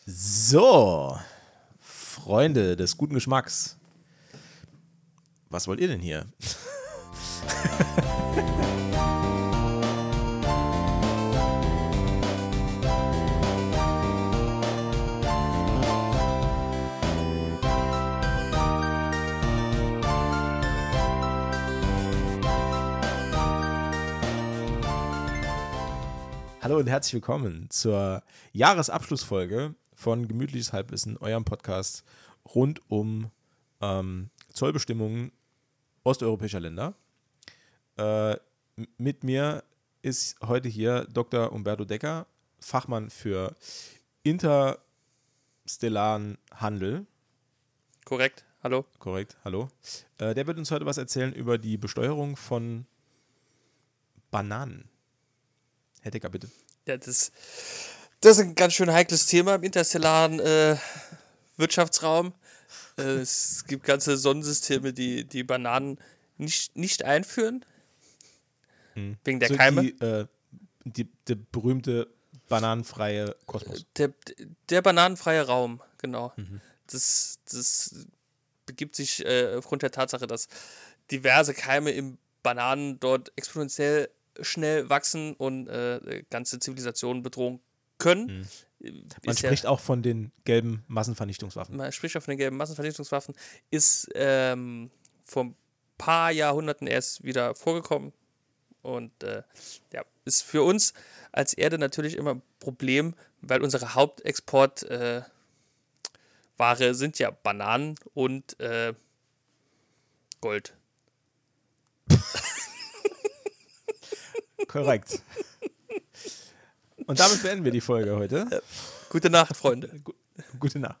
So, Freunde des guten Geschmacks. Was wollt ihr denn hier? Hallo und herzlich willkommen zur Jahresabschlussfolge von Gemütliches Halbwissen, eurem Podcast rund um Zollbestimmungen osteuropäischer Länder. Mit mir ist heute hier Dr. Umberto Decker, Fachmann für interstellaren Handel. Korrekt, hallo. Korrekt, hallo. Der wird uns heute was erzählen über die Besteuerung von Bananen. Herr Decker, bitte. Ja, das ist ein ganz schön heikles Thema im interstellaren Wirtschaftsraum. Es gibt ganze Sonnensysteme, die Bananen nicht einführen. Wegen der Keime. Der berühmte bananenfreie Kosmos. Der bananenfreie Raum, genau. Das begibt sich aufgrund der Tatsache, dass diverse Keime in Bananen dort exponentiell schnell wachsen und ganze Zivilisationen bedrohen können. Man spricht auch von den gelben Massenvernichtungswaffen. Man spricht auch von den gelben Massenvernichtungswaffen. Ist vor ein paar Jahrhunderten erst wieder vorgekommen. Und ist für uns als Erde natürlich immer ein Problem, weil unsere Hauptexportware sind ja Bananen und Gold. Korrekt. Und damit beenden wir die Folge heute. Gute Nacht, Freunde. Gute Nacht.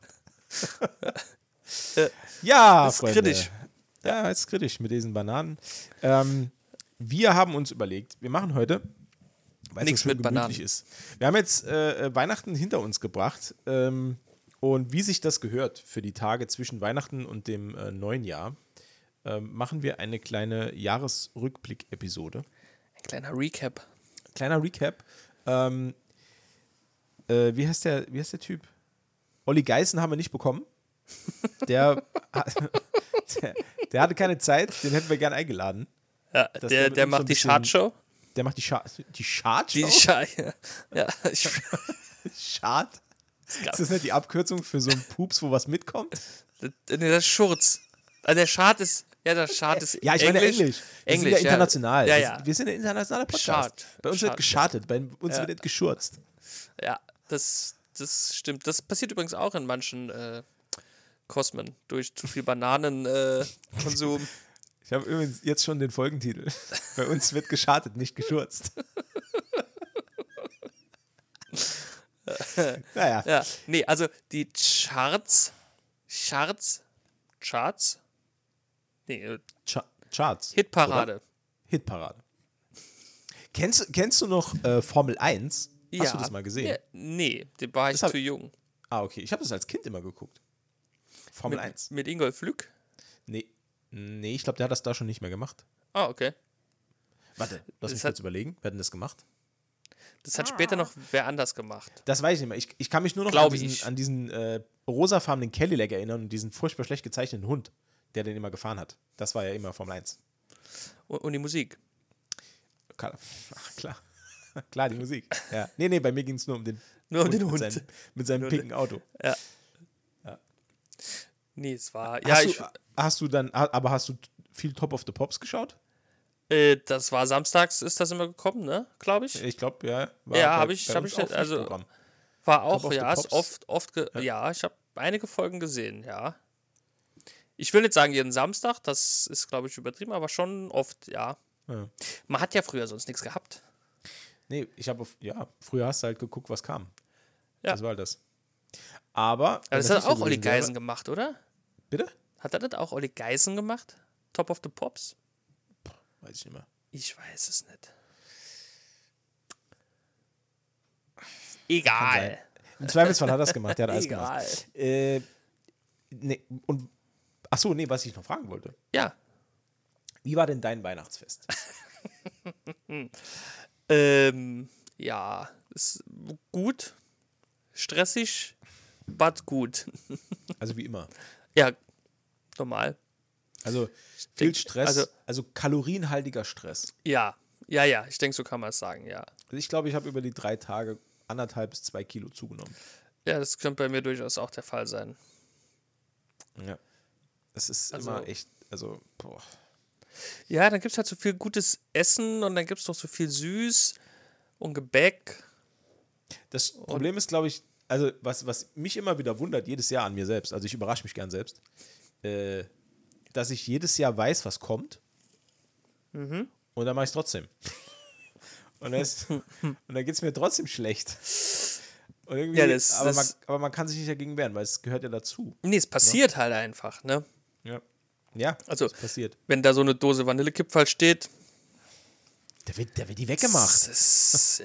Ja, ist Freunde. kritisch. Ja, ist kritisch mit diesen Bananen. Wir haben uns überlegt, wir machen heute, weil es so Nichts schön mit gemütlich Bananen. ist. Wir haben jetzt Weihnachten hinter uns gebracht und wie sich das gehört für die Tage zwischen Weihnachten und dem neuen Jahr, machen wir eine kleine Jahresrückblick-Episode. Kleiner Recap. Wie heißt der Typ? Olli Geißen haben wir nicht bekommen. Der hatte keine Zeit, den hätten wir gern eingeladen. Ja, der macht die Chartshow. Der macht die Chartshow? Ja, Chart? Ist das nicht die Abkürzung für so einen Pups, wo was mitkommt? das ist Schurz. Also der Chart ist Ja, ich meine Englisch. Wir sind ja international. Ja. Wir sind ein internationaler Podcast. Chart. Bei uns wird geschartet, bei uns wird nicht geschurzt. Ja, das stimmt. Das passiert übrigens auch in manchen Kosmen durch zu viel Bananenkonsum. Ich habe übrigens jetzt schon den Folgentitel. Bei uns wird geschartet, nicht geschurzt. Naja. Ja, nee, also die Charts. Nee, Charts. Hitparade. Oder? Hitparade. Kennst du noch Formel 1? Hast du das mal gesehen? Ja, nee, da war ich zu jung. Ah, okay. Ich habe das als Kind immer geguckt. Formel 1. Mit Ingolf Lück? Nee, ich glaube, der hat das da schon nicht mehr gemacht. Ah, okay. Warte, lass mich kurz überlegen. Wer hat denn das gemacht? Das hat später noch wer anders gemacht. Das weiß ich nicht mehr. Ich kann mich nur noch an diesen rosafarbenen Cadillac erinnern und diesen furchtbar schlecht gezeichneten Hund, der den immer gefahren hat. Das war ja immer Formel 1. Und die Musik? Ach, klar. Klar, die Musik. Ja. Nee, bei mir ging es nur um den Hund. Mit seinem pinken Auto. Ja. Nee, es war... Hast du viel Top of the Pops geschaut? Das war samstags, ist das immer gekommen, ne? Glaube ich. Ich glaube, ja. Habe ich also war auch, ja, ist oft ich habe einige Folgen gesehen, ja. Ich will nicht sagen jeden Samstag, das ist, glaube ich, übertrieben, aber schon oft, ja. Man hat ja früher sonst nichts gehabt. Nee, früher hast du halt geguckt, was kam. Ja. Das war halt das. Aber das hat auch Olli Geißen gemacht, oder? Bitte? Hat das auch Olli Geißen gemacht? Top of the Pops? Weiß ich nicht mehr. Ich weiß es nicht. Egal. Im Zweifelsfall hat er das gemacht, der hat alles Egal. gemacht. Was ich noch fragen wollte. Ja. Wie war denn dein Weihnachtsfest? Ja, ist gut, stressig, but gut. Also wie immer. Ja, normal. Also viel Stress, also kalorienhaltiger Stress. Ja, ich denke, so kann man es sagen, ja. Also ich glaube, ich habe über die 3 Tage 1,5 bis 2 Kilo zugenommen. Ja, das könnte bei mir durchaus auch der Fall sein. Ja. Das ist immer echt, also, boah. Ja, dann gibt es halt so viel gutes Essen und dann gibt es noch so viel Süß und Gebäck. Das Problem ist, glaube ich, also was mich immer wieder wundert, jedes Jahr an mir selbst, also ich überrasche mich gern selbst, dass ich jedes Jahr weiß, was kommt. Und dann mache ich es trotzdem. Und dann geht es mir trotzdem schlecht. Und irgendwie, ja, aber man kann sich nicht dagegen wehren, weil es gehört ja dazu. Nee, es passiert halt einfach, ne? Ja, also es passiert. Wenn da so eine Dose Vanillekipferl steht, Da wird die weggemacht. das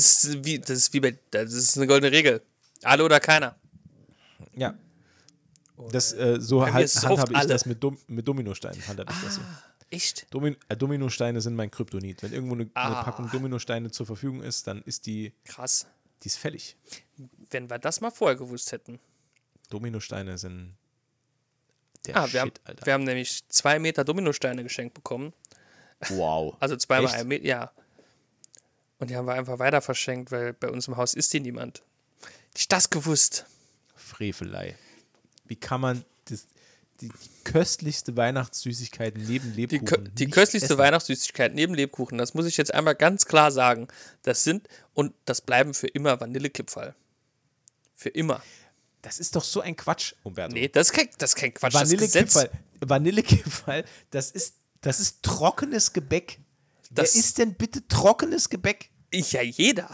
ist eine goldene Regel. Alle oder keiner. Ja. Und, So bei mir ist es oft handhabe ich alle. das mit Dominosteinen. Handhabe ich das so. Echt? Dominosteine sind mein Kryptonit. Wenn irgendwo eine Packung Dominosteine zur Verfügung ist, dann ist die Krass. ist fällig. Wenn wir das mal vorher gewusst hätten. Dominosteine sind der Shit, Alter. Wir haben nämlich 2 Meter Dominosteine geschenkt bekommen. Wow. Also 2 mal Echt? 1 Meter, ja. Und die haben wir einfach weiter verschenkt, weil bei uns im Haus ist die niemand. Hätte ich das gewusst. Frevelei. Wie kann man die köstlichste Weihnachtssüßigkeit neben Lebkuchen Die nicht köstlichste essen? Weihnachtssüßigkeit neben Lebkuchen, das muss ich jetzt einmal ganz klar sagen, das bleiben für immer Vanillekipferl. Für immer. Das ist doch so ein Quatsch, Umberto. Nee, das ist kein Quatsch, das Gesetz. Vanillekipferl, das ist trockenes Gebäck. Wer Das- isst denn bitte trockenes Gebäck? Ja, jeder.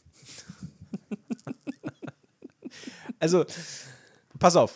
Also, pass auf.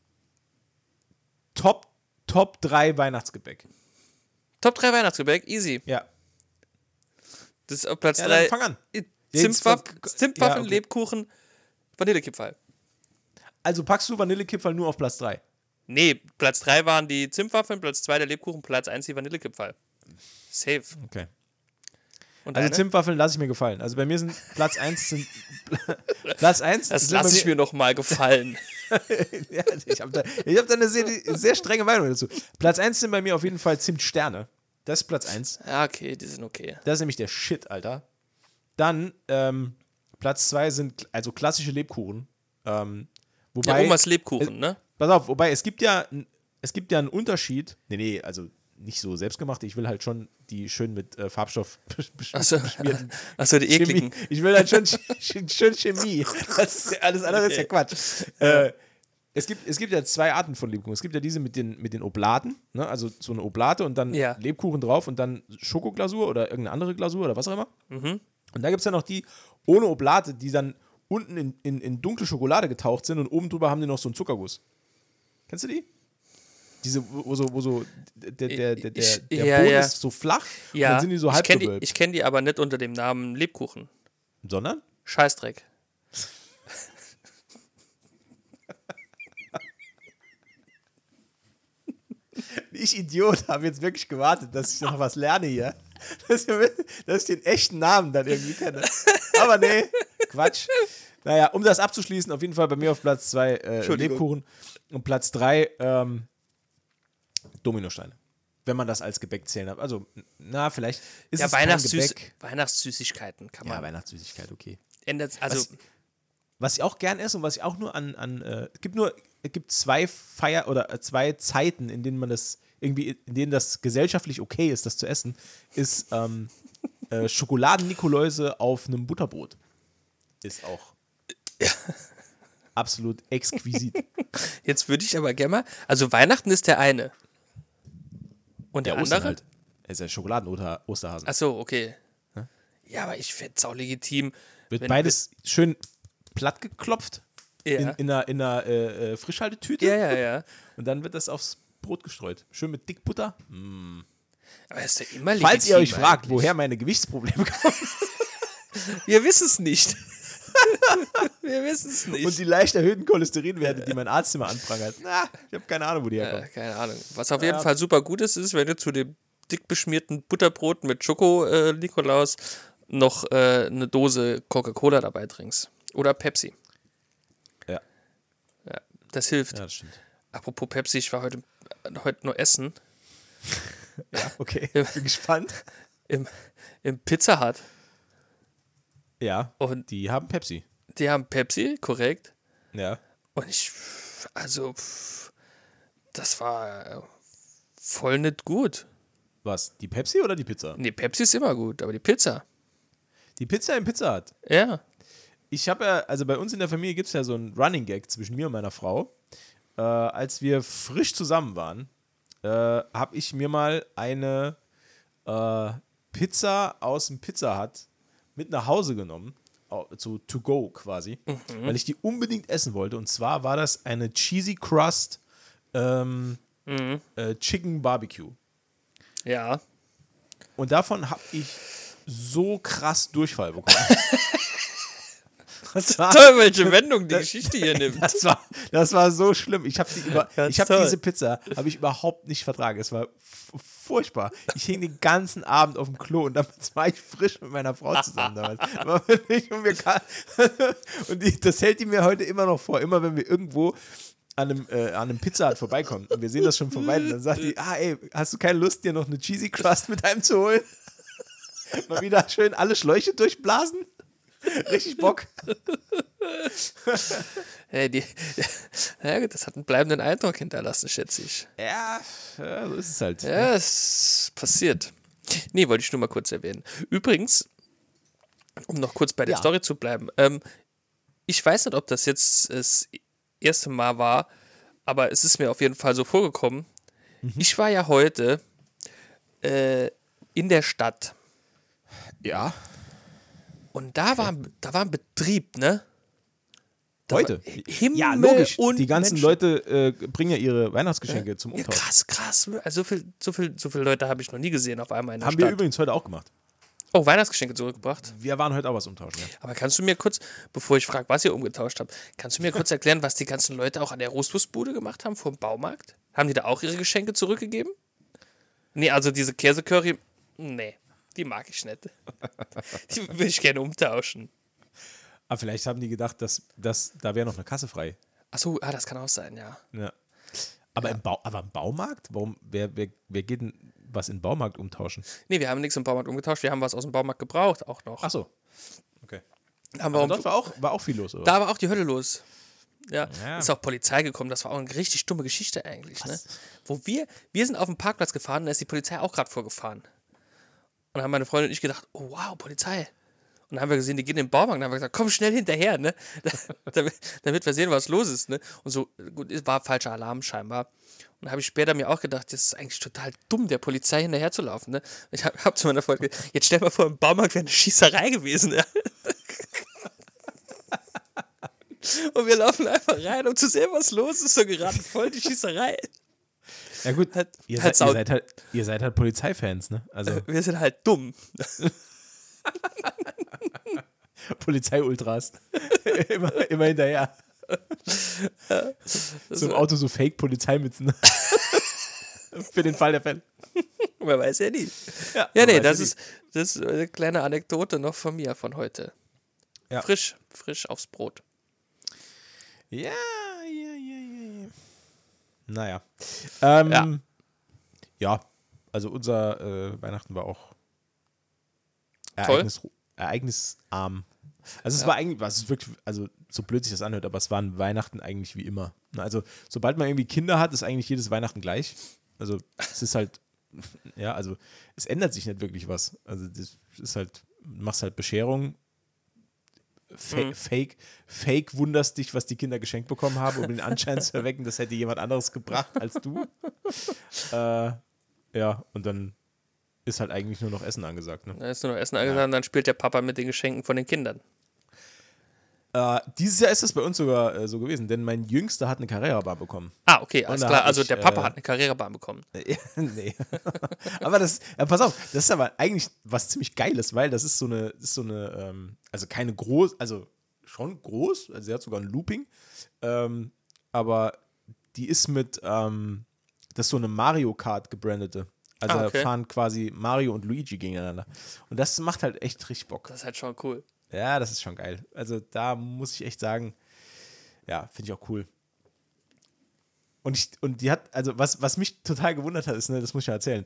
Top 3 Weihnachtsgebäck. Top 3 Weihnachtsgebäck, easy. Ja. Das ist auf Platz Ja, 3. dann fang an. Zimtwaffeln, Ja, okay. Lebkuchen, Vanillekipferl. Also packst du Vanillekipferl nur auf Platz 3. Nee, Platz 3 waren die Zimtwaffeln, Platz 2 der Lebkuchen, Platz 1 die Vanillekipferl. Safe. Okay. Und Also deine? Zimtwaffeln lasse ich mir gefallen. Also bei mir sind Platz 1 Platz 1 Das lasse ich mir noch mal gefallen. Ja, ich hab da eine sehr strenge Meinung dazu. Platz 1 sind bei mir auf jeden Fall Zimtsterne. Das ist Platz 1. Ja, okay, die sind okay. Das ist nämlich der Shit, Alter. Dann Platz 2 sind also klassische Lebkuchen. Wobei, Ja, Omas Lebkuchen, ne? pass auf, wobei es gibt ja einen Unterschied. Nee, also nicht so selbstgemacht. Ich will halt schon die schön mit Farbstoff beschmierten Achso, die Chemie. ekligen. Ich will halt schön Chemie. Alles andere ist ja Quatsch. Es gibt ja 2 Arten von Lebkuchen. Es gibt ja diese mit den Oblaten, ne? Also so eine Oblate und dann Ja. Lebkuchen drauf und dann Schokoglasur oder irgendeine andere Glasur oder was auch immer. Mhm. Und da gibt es ja noch die ohne Oblate, die dann unten in dunkle Schokolade getaucht sind und oben drüber haben die noch so einen Zuckerguss. Kennst du die? Diese, wo so der Ja, Boden ja. ist so flach und Ja, dann sind die so halb gewölbt. ich kenn die aber nicht unter dem Namen Lebkuchen. Sondern? Scheißdreck. Ich Idiot habe jetzt wirklich gewartet, dass ich noch was lerne hier. Dass ich den echten Namen dann irgendwie kenne. Aber nee, Quatsch. Naja, um das abzuschließen, auf jeden Fall bei mir auf Platz 2 Entschuldigung. Lebkuchen und Platz 3 Dominosteine. Wenn man das als Gebäck zählen darf. Also, vielleicht ist Ja, es kein Gebäck. Weihnachtssüßigkeiten kann Ja, man. Weihnachtssüßigkeit, okay. Was ich auch gern esse und was ich auch nur es gibt 2 2 Zeiten, in denen man das irgendwie, in denen das gesellschaftlich okay ist, das zu essen, ist Schokoladen-Nikoläuse auf einem Butterbrot. Ist auch absolut exquisit. Jetzt würde ich aber gerne mal. Also, Weihnachten ist der eine. Und der Ostern andere? halt. Er ist ja Schokoladen-Osterhasen. Achso, okay. Ja, aber ich fände es auch legitim. Wird wenn- beides schön platt geklopft Ja. in einer Frischhaltetüte Ja. und dann wird das aufs Brot gestreut. Schön mit Dickbutter. Aber ist ja immer legitim. Falls ihr euch fragt, eigentlich. woher meine Gewichtsprobleme kommen Wir wissen es nicht. Wir wissen es nicht. und die leicht erhöhten Cholesterinwerte, die mein Arzt immer anprangert. Ich habe keine Ahnung, wo die herkommen. Keine Ahnung. Was auf jeden Fall super gut ist, wenn du zu dem dick beschmierten Butterbrot mit Schoko-Nikolaus noch eine Dose Coca-Cola dabei trinkst. Oder Pepsi. Ja. Das hilft. Ja, das stimmt. Apropos Pepsi, ich war heute nur essen. Ja, okay. Bin gespannt. Im Pizza Hut. Ja, Und die haben Pepsi. die haben Pepsi, korrekt. Ja. Und das war voll nicht gut. Was? Die Pepsi oder die Pizza? Nee, Pepsi ist immer gut, aber die Pizza. Die Pizza im Pizza Hut. Ja. Ich habe ja, also bei uns in der Familie gibt es ja so einen Running Gag zwischen mir und meiner Frau. Als wir frisch zusammen waren, habe ich mir mal eine Pizza aus dem Pizza Hut mit nach Hause genommen, so to go quasi, weil ich die unbedingt essen wollte. Und zwar war das eine Cheesy Crust Chicken Barbecue. Ja. Und davon habe ich so krass Durchfall bekommen. Toll, welche Wendung die Geschichte hier nimmt. Das war so schlimm. Ich habe toll. diese Pizza überhaupt nicht vertragen. Es war furchtbar. Ich hing den ganzen Abend auf dem Klo und damals war ich frisch mit meiner Frau zusammen. Das hält die mir heute immer noch vor. Immer wenn wir irgendwo an einem Pizza Hut vorbeikommen und wir sehen das schon von weitem, dann sagt die, ey, hast du keine Lust, dir noch eine Cheesy Crust mit einem zu holen? Mal wieder schön alle Schläuche durchblasen? Richtig Bock. Hey, ja, das hat einen bleibenden Eindruck hinterlassen, schätze ich. Ja, so ist es halt. Ja, es passiert. Nee, wollte ich nur mal kurz erwähnen. Übrigens, um noch kurz bei der Story zu bleiben, ich weiß nicht, ob das jetzt das erste Mal war, aber es ist mir auf jeden Fall so vorgekommen. Ich war ja heute in der Stadt. Ja. Und da war ein Betrieb, ne? Heute? Himmel ja, logisch. Und die ganzen Menschen. Leute bringen ja ihre Weihnachtsgeschenke zum Ja, Umtausch. krass. Also so viele Leute habe ich noch nie gesehen auf einmal in der Haben Stadt. wir übrigens heute auch gemacht. Oh, Weihnachtsgeschenke zurückgebracht. Wir waren heute auch was umtauschen, ja. Aber kannst du mir kurz, bevor ich frage, was ihr umgetauscht habt, kannst du mir kurz erklären, was die ganzen Leute auch an der Rostwurstbude gemacht haben vom Baumarkt? Haben die da auch ihre Geschenke zurückgegeben? Nee, also diese Käsecurry, nee, die mag ich nicht. Die würde ich gerne umtauschen. Aber vielleicht haben die gedacht, dass da wäre noch eine Kasse frei. Achso, das kann auch sein, ja. Ja. Aber im Baumarkt? Warum? Wer geht denn was in den Baumarkt umtauschen? Nee, wir haben nichts im Baumarkt umgetauscht, wir haben was aus dem Baumarkt gebraucht auch noch. Ach so. Okay. Haben wir Aber dort war auch viel los, oder? Da war auch die Hölle los. Ja, Ja. ist auch Polizei gekommen. Das war auch eine richtig dumme Geschichte eigentlich. Ne? Wo wir sind auf dem Parkplatz gefahren, da ist die Polizei auch gerade vorgefahren. Und dann haben meine Freundin und ich gedacht, oh wow, Polizei. Und dann haben wir gesehen, die gehen in den Baumarkt. Und dann haben wir gesagt, komm schnell hinterher, ne? damit wir sehen, was los ist. Ne? Und so, gut, es war falscher Alarm scheinbar. Und dann habe ich später mir auch gedacht, das ist eigentlich total dumm, der Polizei hinterher zu laufen. Ne? Ich hab zu meiner Freundin gesagt, jetzt stell mal vor, im Baumarkt wäre eine Schießerei gewesen. Ne? Und wir laufen einfach rein, um zu sehen, was los ist. So gerade voll die Schießerei. Ja gut, ihr seid halt Polizeifans, ne? Also Wir sind halt dumm. Polizei-Ultras. immer hinterher. So im Auto so Fake-Polizeimützen. Für den Fall der Fälle. Man weiß ja nie. Ja, Nee, das ist eine kleine Anekdote noch von mir von heute. Ja. Frisch aufs Brot. Ja. Naja. Ja, also unser Weihnachten war auch ereignisarm. Also es war eigentlich, was es wirklich, also so blöd sich das anhört, aber es waren Weihnachten eigentlich wie immer. Also sobald man irgendwie Kinder hat, ist eigentlich jedes Weihnachten gleich. Also es ist halt, ja, also es ändert sich nicht wirklich was. Also das ist halt, du machst halt Bescherung, Fake wunderst dich, was die Kinder geschenkt bekommen haben, um den Anschein zu erwecken, das hätte jemand anderes gebracht als du. Ja, und dann ist halt eigentlich nur noch Essen angesagt. Ne? Da ist nur noch Essen angesagt und dann spielt der Papa mit den Geschenken von den Kindern. Dieses Jahr ist es bei uns sogar so gewesen, denn mein Jüngster hat eine Carrera-Bahn bekommen. Ah, okay, alles klar. Also der Papa hat eine Karrierebahn bekommen. Nee. Aber pass auf, das ist aber eigentlich was ziemlich Geiles, weil das ist so eine also keine groß, also schon groß, also sie hat sogar ein Looping, aber die ist das ist so eine Mario Kart gebrandete. Also okay. fahren quasi Mario und Luigi gegeneinander. Und das macht halt echt richtig Bock. Das ist halt schon cool. Ja, das ist schon geil. Also da muss ich echt sagen, ja, finde ich auch cool. Und die hat, also was mich total gewundert hat, ist, ne, das muss ich ja erzählen,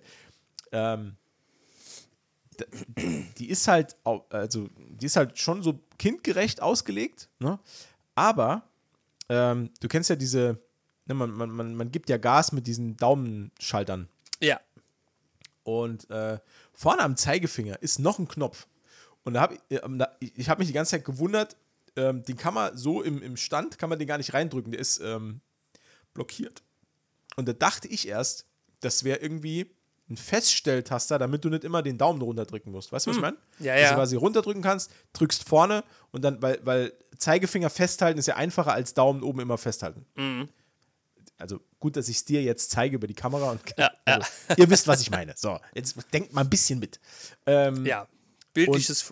die ist halt, die ist halt schon so kindgerecht ausgelegt, ne? Aber du kennst ja diese, ne, man gibt ja Gas mit diesen Daumenschaltern. Ja. Und vorne am Zeigefinger ist noch ein Knopf. Und ich habe mich die ganze Zeit gewundert, den kann man so im Stand, kann man den gar nicht reindrücken, der ist blockiert. Und da dachte ich erst, das wäre irgendwie ein Feststelltaster, damit du nicht immer den Daumen runterdrücken musst. Weißt du, was ich meine? Ja, Dass du ja. quasi runterdrücken kannst, drückst vorne und dann, weil Zeigefinger festhalten ist ja einfacher als Daumen oben immer festhalten. Mhm. Also gut, dass ich es dir jetzt zeige über die Kamera. Und, Ja, also, ihr wisst, was ich meine. So, jetzt denkt mal ein bisschen mit. Ja. Bildliches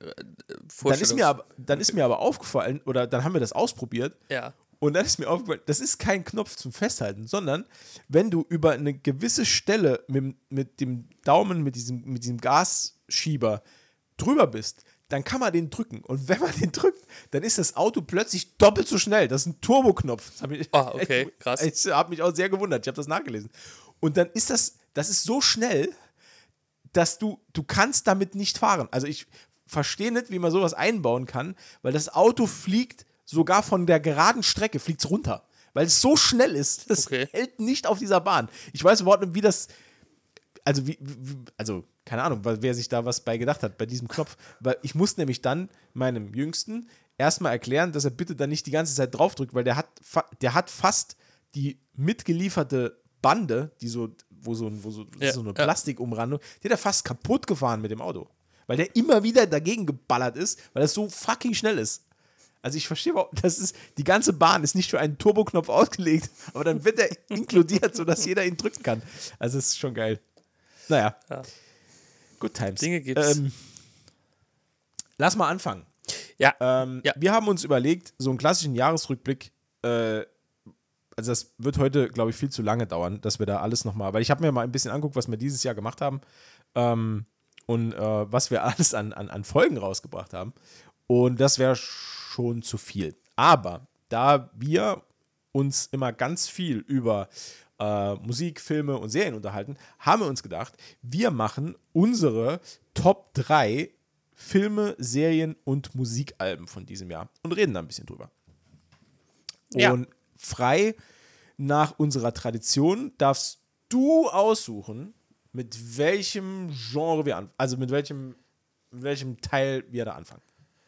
Dann ist mir aber aufgefallen, oder dann haben wir das ausprobiert. Ja. Und dann ist mir aufgefallen, das ist kein Knopf zum Festhalten, sondern wenn du über eine gewisse Stelle mit dem Daumen, mit diesem Gasschieber drüber bist, dann kann man den drücken. Und wenn man den drückt, dann ist das Auto plötzlich doppelt so schnell. Das ist ein Turboknopf. Okay, krass. Ich habe mich auch sehr gewundert. Ich habe das nachgelesen. Und dann ist das ist so schnell, dass du kannst damit nicht fahren. Also ich verstehe nicht, wie man sowas einbauen kann, weil das Auto fliegt sogar von der geraden Strecke, fliegt es runter. Weil es so schnell ist, das hält nicht auf dieser Bahn. Ich weiß überhaupt nicht, wie das, also keine Ahnung, wer sich da was bei gedacht hat, bei diesem Knopf. Weil ich muss nämlich dann meinem Jüngsten erstmal erklären, dass er bitte dann nicht die ganze Zeit draufdrückt, weil der hat fast die mitgelieferte Bande, die so eine Plastikumrandung, die hat er fast kaputt gefahren mit dem Auto. Weil der immer wieder dagegen geballert ist, weil das so fucking schnell ist. Also ich verstehe überhaupt, die ganze Bahn ist nicht für einen Turboknopf ausgelegt, aber dann wird er inkludiert, sodass jeder ihn drücken kann. Also es ist schon geil. Naja. Ja. Good times. Dinge gibt's. Lass mal anfangen. Ja. Wir haben uns überlegt, so einen klassischen Jahresrückblick, also das wird heute, glaube ich, viel zu lange dauern, dass wir da alles nochmal, weil ich habe mir mal ein bisschen angeguckt, was wir dieses Jahr gemacht haben und was wir alles an Folgen rausgebracht haben. Und das wäre schon zu viel. Aber da wir uns immer ganz viel über Musik, Filme und Serien unterhalten, haben wir uns gedacht, wir machen unsere Top 3 Filme, Serien und Musikalben von diesem Jahr und reden da ein bisschen drüber. Ja. Und frei nach unserer Tradition darfst du aussuchen, mit welchem Genre wir anfangen, also mit welchem Teil wir da anfangen.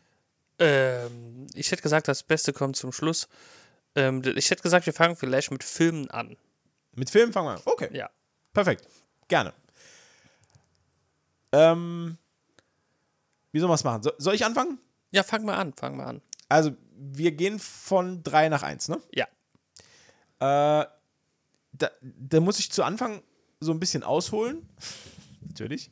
Ich hätte gesagt, das Beste kommt zum Schluss. Ich hätte gesagt, wir fangen vielleicht mit Filmen an. Mit Filmen fangen wir an? Okay. Ja. Perfekt. Gerne. Wie soll man es machen? Soll ich anfangen? Ja, fang mal an. Also, wir gehen von 3 nach 1, ne? Ja. Da muss ich zu Anfang so ein bisschen ausholen. Natürlich.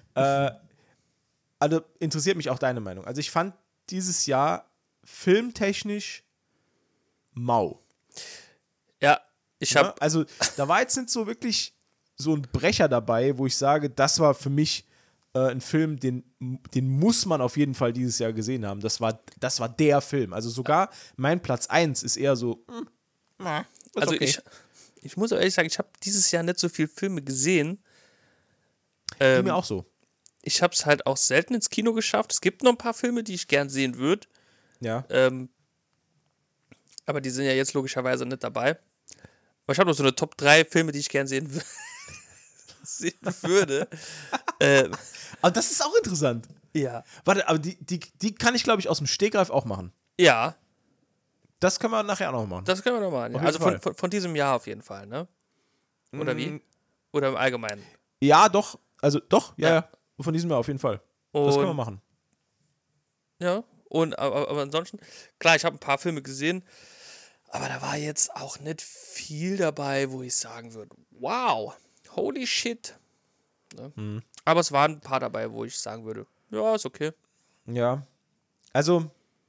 Also interessiert mich auch deine Meinung. Also ich fand dieses Jahr filmtechnisch mau. Ja, ich habe... Also da war jetzt nicht so wirklich so ein Brecher dabei, wo ich sage, das war für mich ein Film, den muss man auf jeden Fall dieses Jahr gesehen haben. Das war der Film. Also sogar mein Platz 1 ist eher so, also okay. Ich muss auch ehrlich sagen, ich habe dieses Jahr nicht so viele Filme gesehen. Ging mir auch so. Ich habe es halt auch selten ins Kino geschafft. Es gibt noch ein paar Filme, die ich gern sehen würde. Ja. Aber die sind ja jetzt logischerweise nicht dabei. Aber ich habe noch so eine Top 3 Filme, die ich gern sehen würde. Aber das ist auch interessant. Ja. Warte, aber die kann ich, glaube ich, aus dem Stegreif auch machen. Ja. Das können wir nachher auch noch machen. Das können wir noch machen. Ja. Also von diesem Jahr auf jeden Fall, ne? Oder wie? Oder im Allgemeinen? Ja, doch. Also doch, ja. Von diesem Jahr auf jeden Fall. Das können wir machen. Ja, aber ansonsten, klar, ich habe ein paar Filme gesehen, aber da war jetzt auch nicht viel dabei, wo ich sagen würde, wow, holy shit. Ne? Aber es waren ein paar dabei, wo ich sagen würde, ja, ist okay. Ja. Also,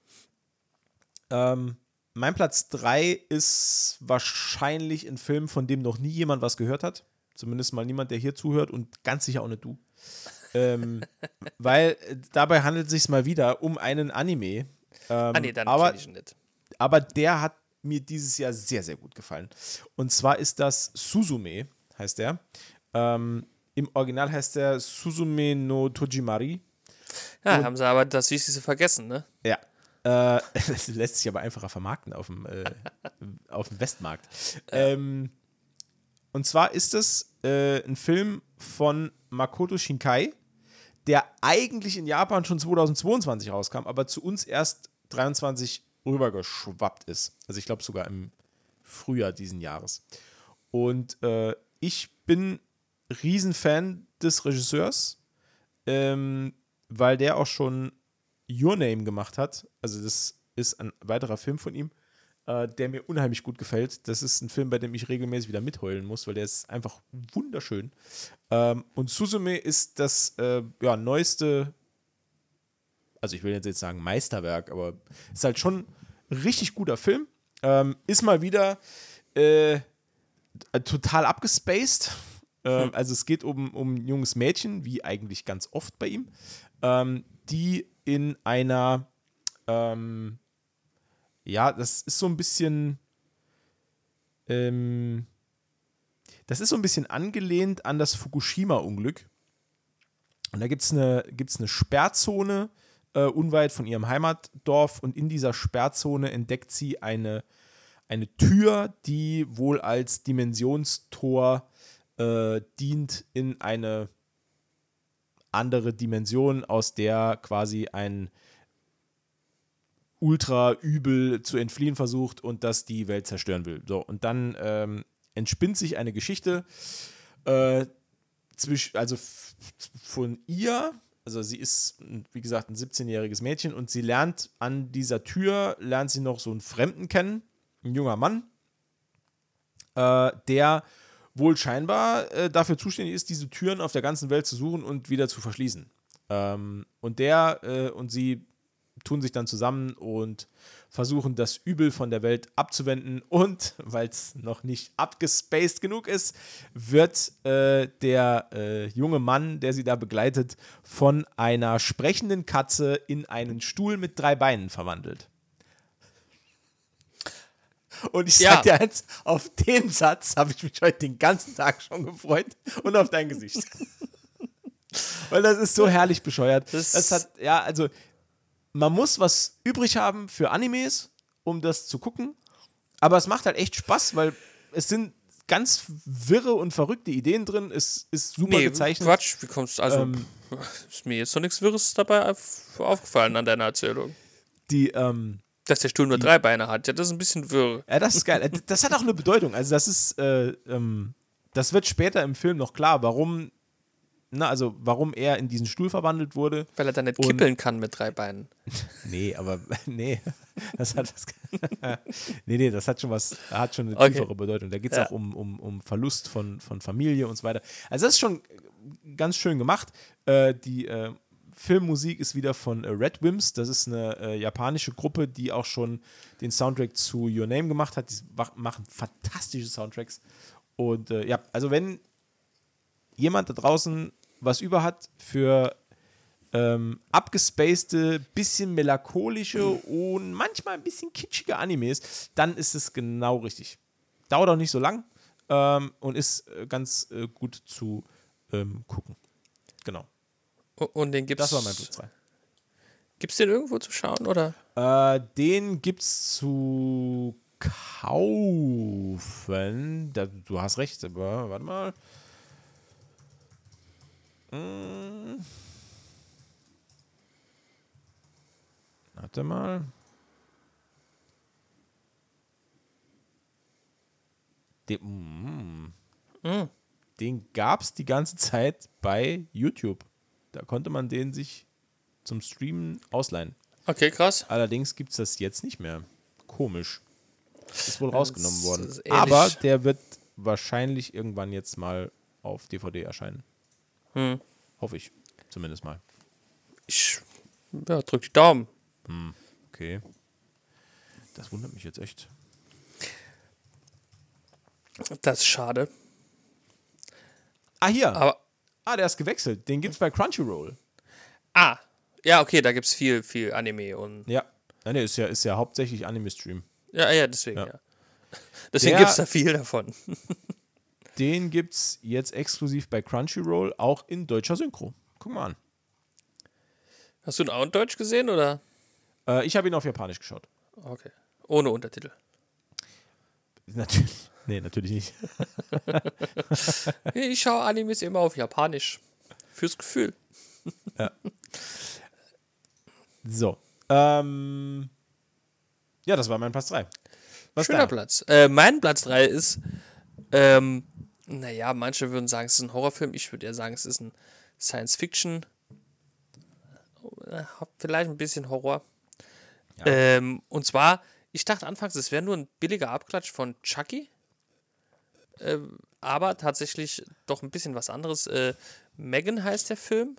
mein Platz 3 ist wahrscheinlich ein Film, von dem noch nie jemand was gehört hat. Zumindest mal niemand, der hier zuhört und ganz sicher auch nicht du. Weil dabei handelt es sich mal wieder um einen Anime. Nee, dann kenn ich ihn nicht. Aber der hat mir dieses Jahr sehr, sehr gut gefallen. Und zwar ist das Suzume, heißt der. Im Original heißt der Suzume no Tojimari. Ja, haben sie aber das Wichtigste vergessen, ne? Ja. Das lässt sich aber einfacher vermarkten auf dem Westmarkt. Und zwar ist es ein Film von Makoto Shinkai, der eigentlich in Japan schon 2022 rauskam, aber zu uns erst 23 rübergeschwappt ist. Also ich glaube sogar im Frühjahr diesen Jahres. Und ich bin Riesenfan des Regisseurs, weil der auch schon Your Name gemacht hat. Also das ist ein weiterer Film von ihm, der mir unheimlich gut gefällt. Das ist ein Film, bei dem ich regelmäßig wieder mitheulen muss, weil der ist einfach wunderschön. Und Suzume ist das neueste, also ich will jetzt sagen Meisterwerk, aber ist halt schon ein richtig guter Film. Ist mal wieder total abgespaced. Also es geht um ein junges Mädchen, wie eigentlich ganz oft bei ihm, die in einer, das ist so ein bisschen, das ist so ein bisschen angelehnt an das Fukushima-Unglück. Und da gibt es eine Sperrzone unweit von ihrem Heimatdorf und in dieser Sperrzone entdeckt sie eine Tür, die wohl als Dimensionstor dient in eine andere Dimension, aus der quasi ein Ultra-Übel zu entfliehen versucht und das die Welt zerstören will. So, und dann entspinnt sich eine Geschichte von ihr, also sie ist, wie gesagt, ein 17-jähriges Mädchen und sie lernt an dieser Tür, noch so einen Fremden kennen, ein junger Mann, der wohl scheinbar dafür zuständig ist, diese Türen auf der ganzen Welt zu suchen und wieder zu verschließen. Und der und sie tun sich dann zusammen und versuchen, das Übel von der Welt abzuwenden. Und, weil es noch nicht abgespaced genug ist, wird der junge Mann, der sie da begleitet, von einer sprechenden Katze in einen Stuhl mit 3 Beinen verwandelt. Und ich sag dir eins, auf den Satz habe ich mich heute den ganzen Tag schon gefreut und auf dein Gesicht. Weil das ist so herrlich bescheuert. Man muss was übrig haben für Animes, um das zu gucken. Aber es macht halt echt Spaß, weil es sind ganz wirre und verrückte Ideen drin. Es ist super gezeichnet. Quatsch, wie kommst du? Also, ist mir jetzt noch nichts Wirres dabei aufgefallen an deiner Erzählung. Dass der Stuhl nur 3 Beine hat, ja, das ist ein bisschen wirr. Ja, das ist geil. Das hat auch eine Bedeutung. Also, das ist, das wird später im Film noch klar, warum er in diesen Stuhl verwandelt wurde. Weil er dann nicht kippeln kann mit 3 Beinen. Nee, aber das hat das hat schon eine tiefere Bedeutung. Da geht es auch um Verlust von Familie und so weiter. Also das ist schon ganz schön gemacht. Die Filmmusik ist wieder von Red Wimps. Das ist eine japanische Gruppe, die auch schon den Soundtrack zu Your Name gemacht hat. Die machen fantastische Soundtracks. Und also wenn jemand da draußen was über hat für abgespacede, bisschen melancholische und manchmal ein bisschen kitschige Animes, dann ist es genau richtig. Dauert auch nicht so lang und ist ganz gut zu gucken. Genau. Und den gibt's. Das war mein Platz 3. Gibt's den irgendwo zu schauen, oder? Den gibt's zu kaufen. Du hast recht, aber warte mal. Warte mal. Den gab es die ganze Zeit bei YouTube. Da konnte man den sich zum Streamen ausleihen. Okay, krass. Allerdings gibt es das jetzt nicht mehr. Komisch. Ist wohl rausgenommen worden. Aber der wird wahrscheinlich irgendwann jetzt mal auf DVD erscheinen. Hoffe ich. Zumindest mal. Ich drück die Daumen. Okay. Das wundert mich jetzt echt. Das ist schade. Hier. Der ist gewechselt. Den gibt's bei Crunchyroll. Ja, okay, da gibt's viel Anime und. Ja. Nein, ist ja hauptsächlich Anime-Stream. Ja, deswegen, Ja. ja. Deswegen gibt es da viel davon. Den gibt's jetzt exklusiv bei Crunchyroll, auch in deutscher Synchro. Guck mal an. Hast du ihn auch in Deutsch gesehen, oder? Ich habe ihn auf Japanisch geschaut. Okay. Ohne Untertitel. Natürlich. Nee, natürlich nicht. Ich schaue Animes immer auf Japanisch. Fürs Gefühl. Ja. So. Ja, das war mein Platz 3. Was Schöner deiner? Platz. Mein Platz 3 ist, naja, manche würden sagen, es ist ein Horrorfilm. Ich würde eher sagen, es ist ein Science-Fiction. Vielleicht ein bisschen Horror. Ja. Und zwar, ich dachte anfangs, es wäre nur ein billiger Abklatsch von Chucky. Aber tatsächlich doch ein bisschen was anderes. Megan heißt der Film.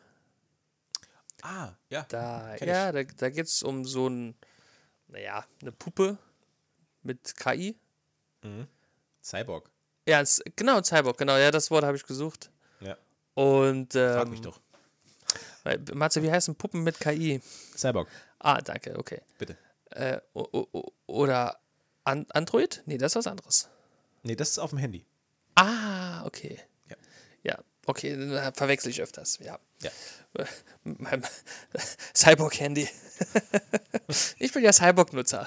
Ja. Da Kenn ich. geht es um so eine Puppe mit KI. Cyborg. Ja, genau, Cyborg, genau, ja, das Wort habe ich gesucht. Ja. Und, Frag mich doch. Matze, wie heißen Puppen mit KI? Cyborg, Ah, danke, okay. bitte. Oder Android? Nee, das ist was anderes. Nee, das ist auf dem Handy. Ah, okay. Ja. Ja, okay, dann verwechsel ich öfters, ja. Ja. Mit meinem Cyborg-Handy. Ich bin ja Cyborg-Nutzer.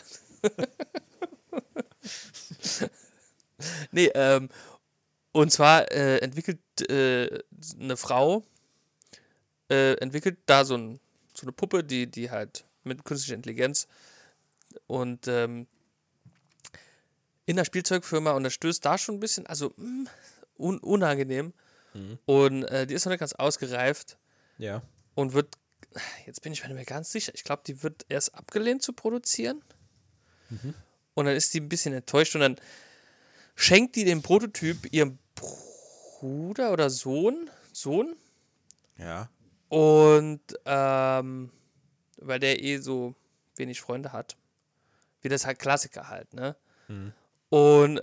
Nee, und zwar entwickelt eine Frau, entwickelt da so eine Puppe, die halt mit künstlicher Intelligenz und in der Spielzeugfirma, und das stößt da schon ein bisschen, also unangenehm. Und die ist noch nicht ganz ausgereift Ja. und wird, jetzt bin ich mir nicht mehr ganz sicher, ich glaube, die wird erst abgelehnt zu produzieren. Und dann ist die ein bisschen enttäuscht und dann schenkt die den Prototyp ihrem Bruder oder Sohn. Ja. Und weil der so wenig Freunde hat. Wie das halt Klassiker halt, ne? Und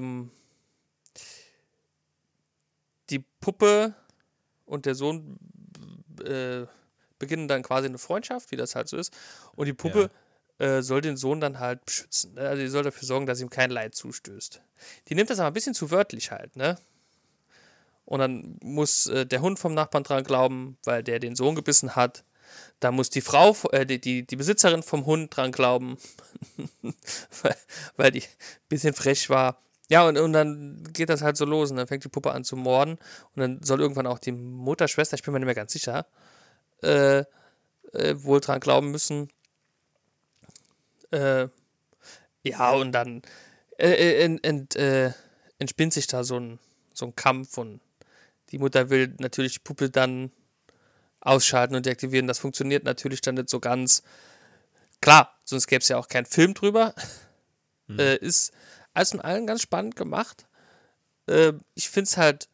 die Puppe und der Sohn beginnen dann quasi eine Freundschaft, wie das halt so ist. Und die Puppe soll den Sohn dann halt beschützen. Ne? Also die soll dafür sorgen, dass ihm kein Leid zustößt. Die nimmt das aber ein bisschen zu wörtlich halt, ne? Und dann muss der Hund vom Nachbarn dran glauben, weil der den Sohn gebissen hat. Da muss die Frau, die Besitzerin vom Hund dran glauben, weil die ein bisschen frech war. Ja, und dann geht das halt so los und dann fängt die Puppe an zu morden. Und dann soll irgendwann auch die Mutter, Schwester, ich bin mir nicht mehr ganz sicher, wohl dran glauben müssen. Ja, und dann entspinnt sich da so ein Kampf und die Mutter will natürlich die Puppe dann ausschalten und deaktivieren. Das funktioniert natürlich dann nicht so ganz. Klar, sonst gäbe es ja auch keinen Film drüber. Ist alles in allem ganz spannend gemacht. Ich finde es halt,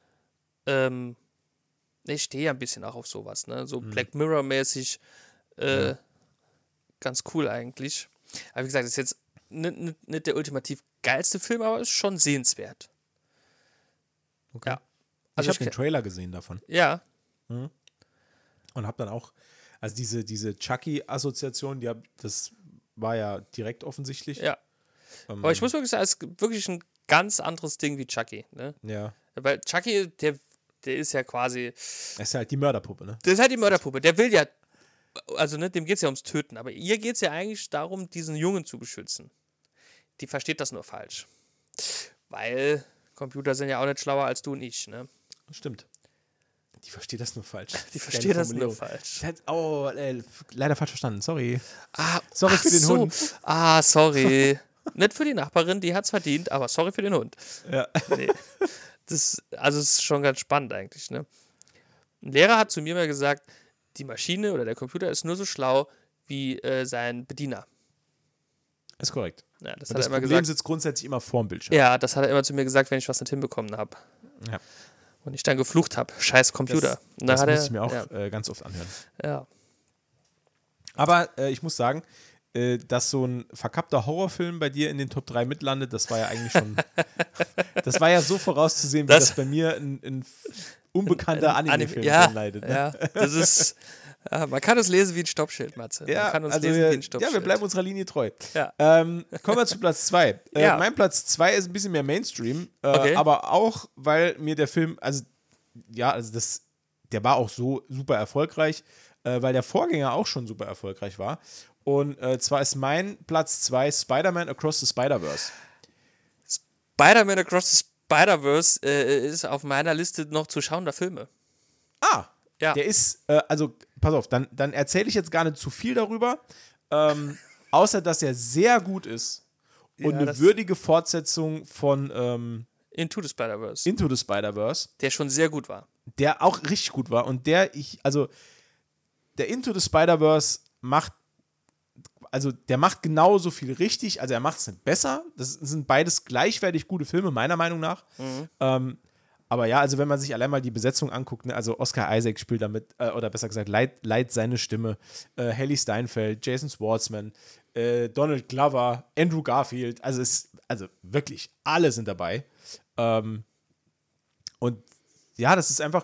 ich stehe ja ein bisschen auch auf sowas, ne? So Black Mirror-mäßig, ganz cool eigentlich. Aber wie gesagt, das ist jetzt nicht der ultimativ geilste Film, aber ist schon sehenswert. Okay. Ja. Also ich habe den Trailer gesehen davon. Ja. Und habe dann auch, also diese Chucky-Assoziation, das war ja direkt offensichtlich. Ja. Aber ich muss wirklich sagen, es ist wirklich ein ganz anderes Ding wie Chucky. Ne? Ja. Weil Chucky, der ist ja quasi. Das ist halt die Mörderpuppe, ne? Das ist halt die Mörderpuppe. Der will ja. Also, ne, dem geht es ja ums Töten. Aber ihr geht es ja eigentlich darum, diesen Jungen zu beschützen. Die versteht das nur falsch. Weil Computer sind ja auch nicht schlauer als du und ich, ne? Stimmt. Die versteht das nur falsch. Die versteht das nur falsch. Leider falsch verstanden. Sorry. Sorry für den Hund. Sorry. Nicht für die Nachbarin, die hat's verdient, aber sorry für den Hund. Ja. Nee. Das ist schon ganz spannend eigentlich, ne? Ein Lehrer hat zu mir mal gesagt, die Maschine oder der Computer ist nur so schlau wie sein Bediener. Ist korrekt. Ja, das Und hat das er immer Problem gesagt. sitzt grundsätzlich immer vorm Bildschirm. Ja, das hat er immer zu mir gesagt, wenn ich was nicht hinbekommen habe. Ja. Und ich dann geflucht habe. Scheiß Computer. Das muss ich mir auch ganz oft anhören. Ja. Aber ich muss sagen, dass so ein verkappter Horrorfilm bei dir in den Top 3 mitlandet, das war ja eigentlich schon. Das war ja so vorauszusehen, wie das bei mir ein unbekannter Anime-Film leidet. Ne? Ja, das ist. Ja, man kann es lesen wie ein Stoppschild, Matze. Man kann uns lesen wie ein Stoppschild. Ja, wir bleiben unserer Linie treu. Ja. Kommen wir zu Platz 2. Ja. Mein Platz 2 ist ein bisschen mehr Mainstream, Okay. aber auch, weil mir der Film, der war auch so super erfolgreich, weil der Vorgänger auch schon super erfolgreich war. Und zwar ist mein Platz 2 Spider-Man Across the Spider-Verse. Spider-Man Across the Spider-Verse ist auf meiner Liste noch zu schauender Filme. Ah, Ja. der ist, pass auf, dann erzähle ich jetzt gar nicht zu viel darüber, außer dass er sehr gut ist und eine würdige Fortsetzung von Into the Spider-Verse. Into the Spider-Verse, Der schon sehr gut war. der auch richtig gut war und der Into the Spider-Verse macht genauso viel richtig, also er macht es nicht besser, das sind beides gleichwertig gute Filme, meiner Meinung nach. Aber ja, also wenn man sich allein mal die Besetzung anguckt, ne, also Oscar Isaac spielt damit, oder besser gesagt, leiht seine Stimme, Hailee Steinfeld, Jason Schwartzman, Donald Glover, Andrew Garfield, also wirklich, alle sind dabei. Und ja, das ist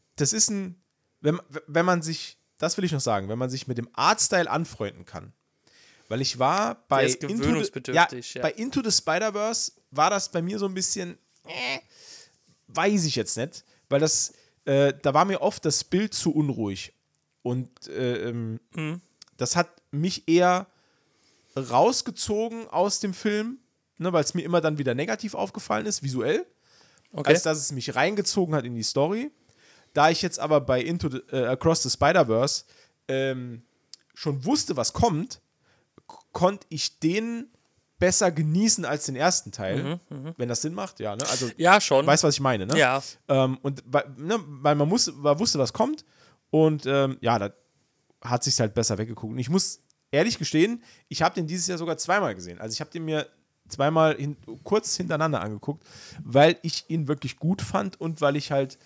wenn man sich, das will ich noch sagen, wenn man sich mit dem Artstyle anfreunden kann, weil ich war bei Der ist gewöhnungsbedürftig, bei Into the Spider-Verse war das bei mir so ein bisschen, weiß ich jetzt nicht, weil da war mir oft das Bild zu unruhig und das hat mich eher rausgezogen aus dem Film, ne, weil es mir immer dann wieder negativ aufgefallen ist, visuell, als dass es mich reingezogen hat in die Story. Da ich jetzt aber bei Across the Spider-Verse schon wusste, was kommt, konnte ich den besser genießen als den ersten Teil, wenn das Sinn macht, ja, ne? Also, ja, schon. Weißt, was ich meine, ne? Ja. Und weil man wusste, was kommt und da hat sich halt besser weggeguckt. Und ich muss ehrlich gestehen, ich habe den dieses Jahr sogar zweimal gesehen. Also ich habe den mir zweimal kurz hintereinander angeguckt, weil ich ihn wirklich gut fand und weil ich halt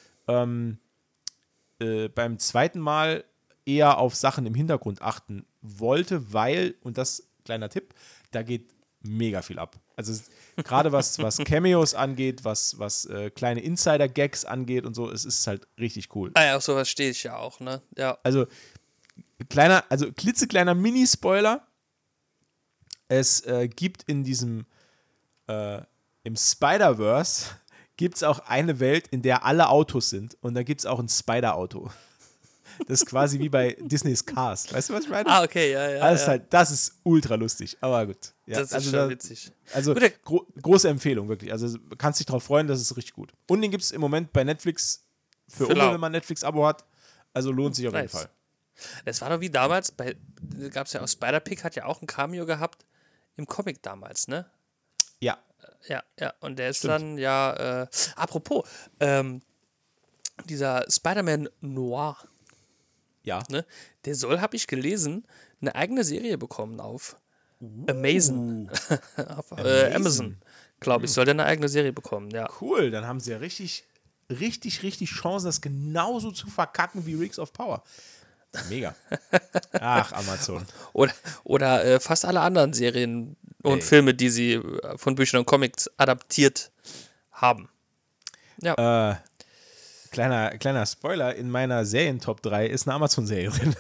beim zweiten Mal eher auf Sachen im Hintergrund achten wollte, weil, und das kleiner Tipp, da geht mega viel ab. Also gerade was Cameos angeht, was kleine Insider-Gags angeht und so, es ist halt richtig cool. Ah ja, auf sowas stehe ich ja auch, ne? Ja. Also klitzekleiner Mini-Spoiler. Es gibt in diesem im Spider-Verse gibt es auch eine Welt, in der alle Autos sind und da gibt es auch ein Spider-Auto. Das ist quasi wie bei Disneys Cars. Weißt du, was ich meine? Ah, okay, ja. Also das ist ultra lustig, aber gut. Ja, Das ist schon witzig. Also große Empfehlung, wirklich. Also kannst dich darauf freuen, das ist richtig gut. Und den gibt es im Moment bei Netflix für Umme, wenn man Netflix-Abo hat. Also lohnt sich auf jeden Fall. Das war doch wie damals, gab es ja auch Spider-Pig, hat ja auch ein Cameo gehabt im Comic damals, ne? Ja. Ja. Und der ist dann apropos, dieser Spider-Man Noir, Ja. ne? Der soll, habe ich gelesen, eine eigene Serie bekommen auf Amazon. Auf Amazon, glaube ich, soll der eine eigene Serie bekommen, ja. Cool, dann haben sie ja richtig Chance, das genauso zu verkacken wie Rings of Power. Mega. Ach, Amazon. Oder fast alle anderen Serien und Filme, die sie von Büchern und Comics adaptiert haben. Ja. Kleiner Spoiler, in meiner Serien-Top 3 ist eine Amazon-Serie drin.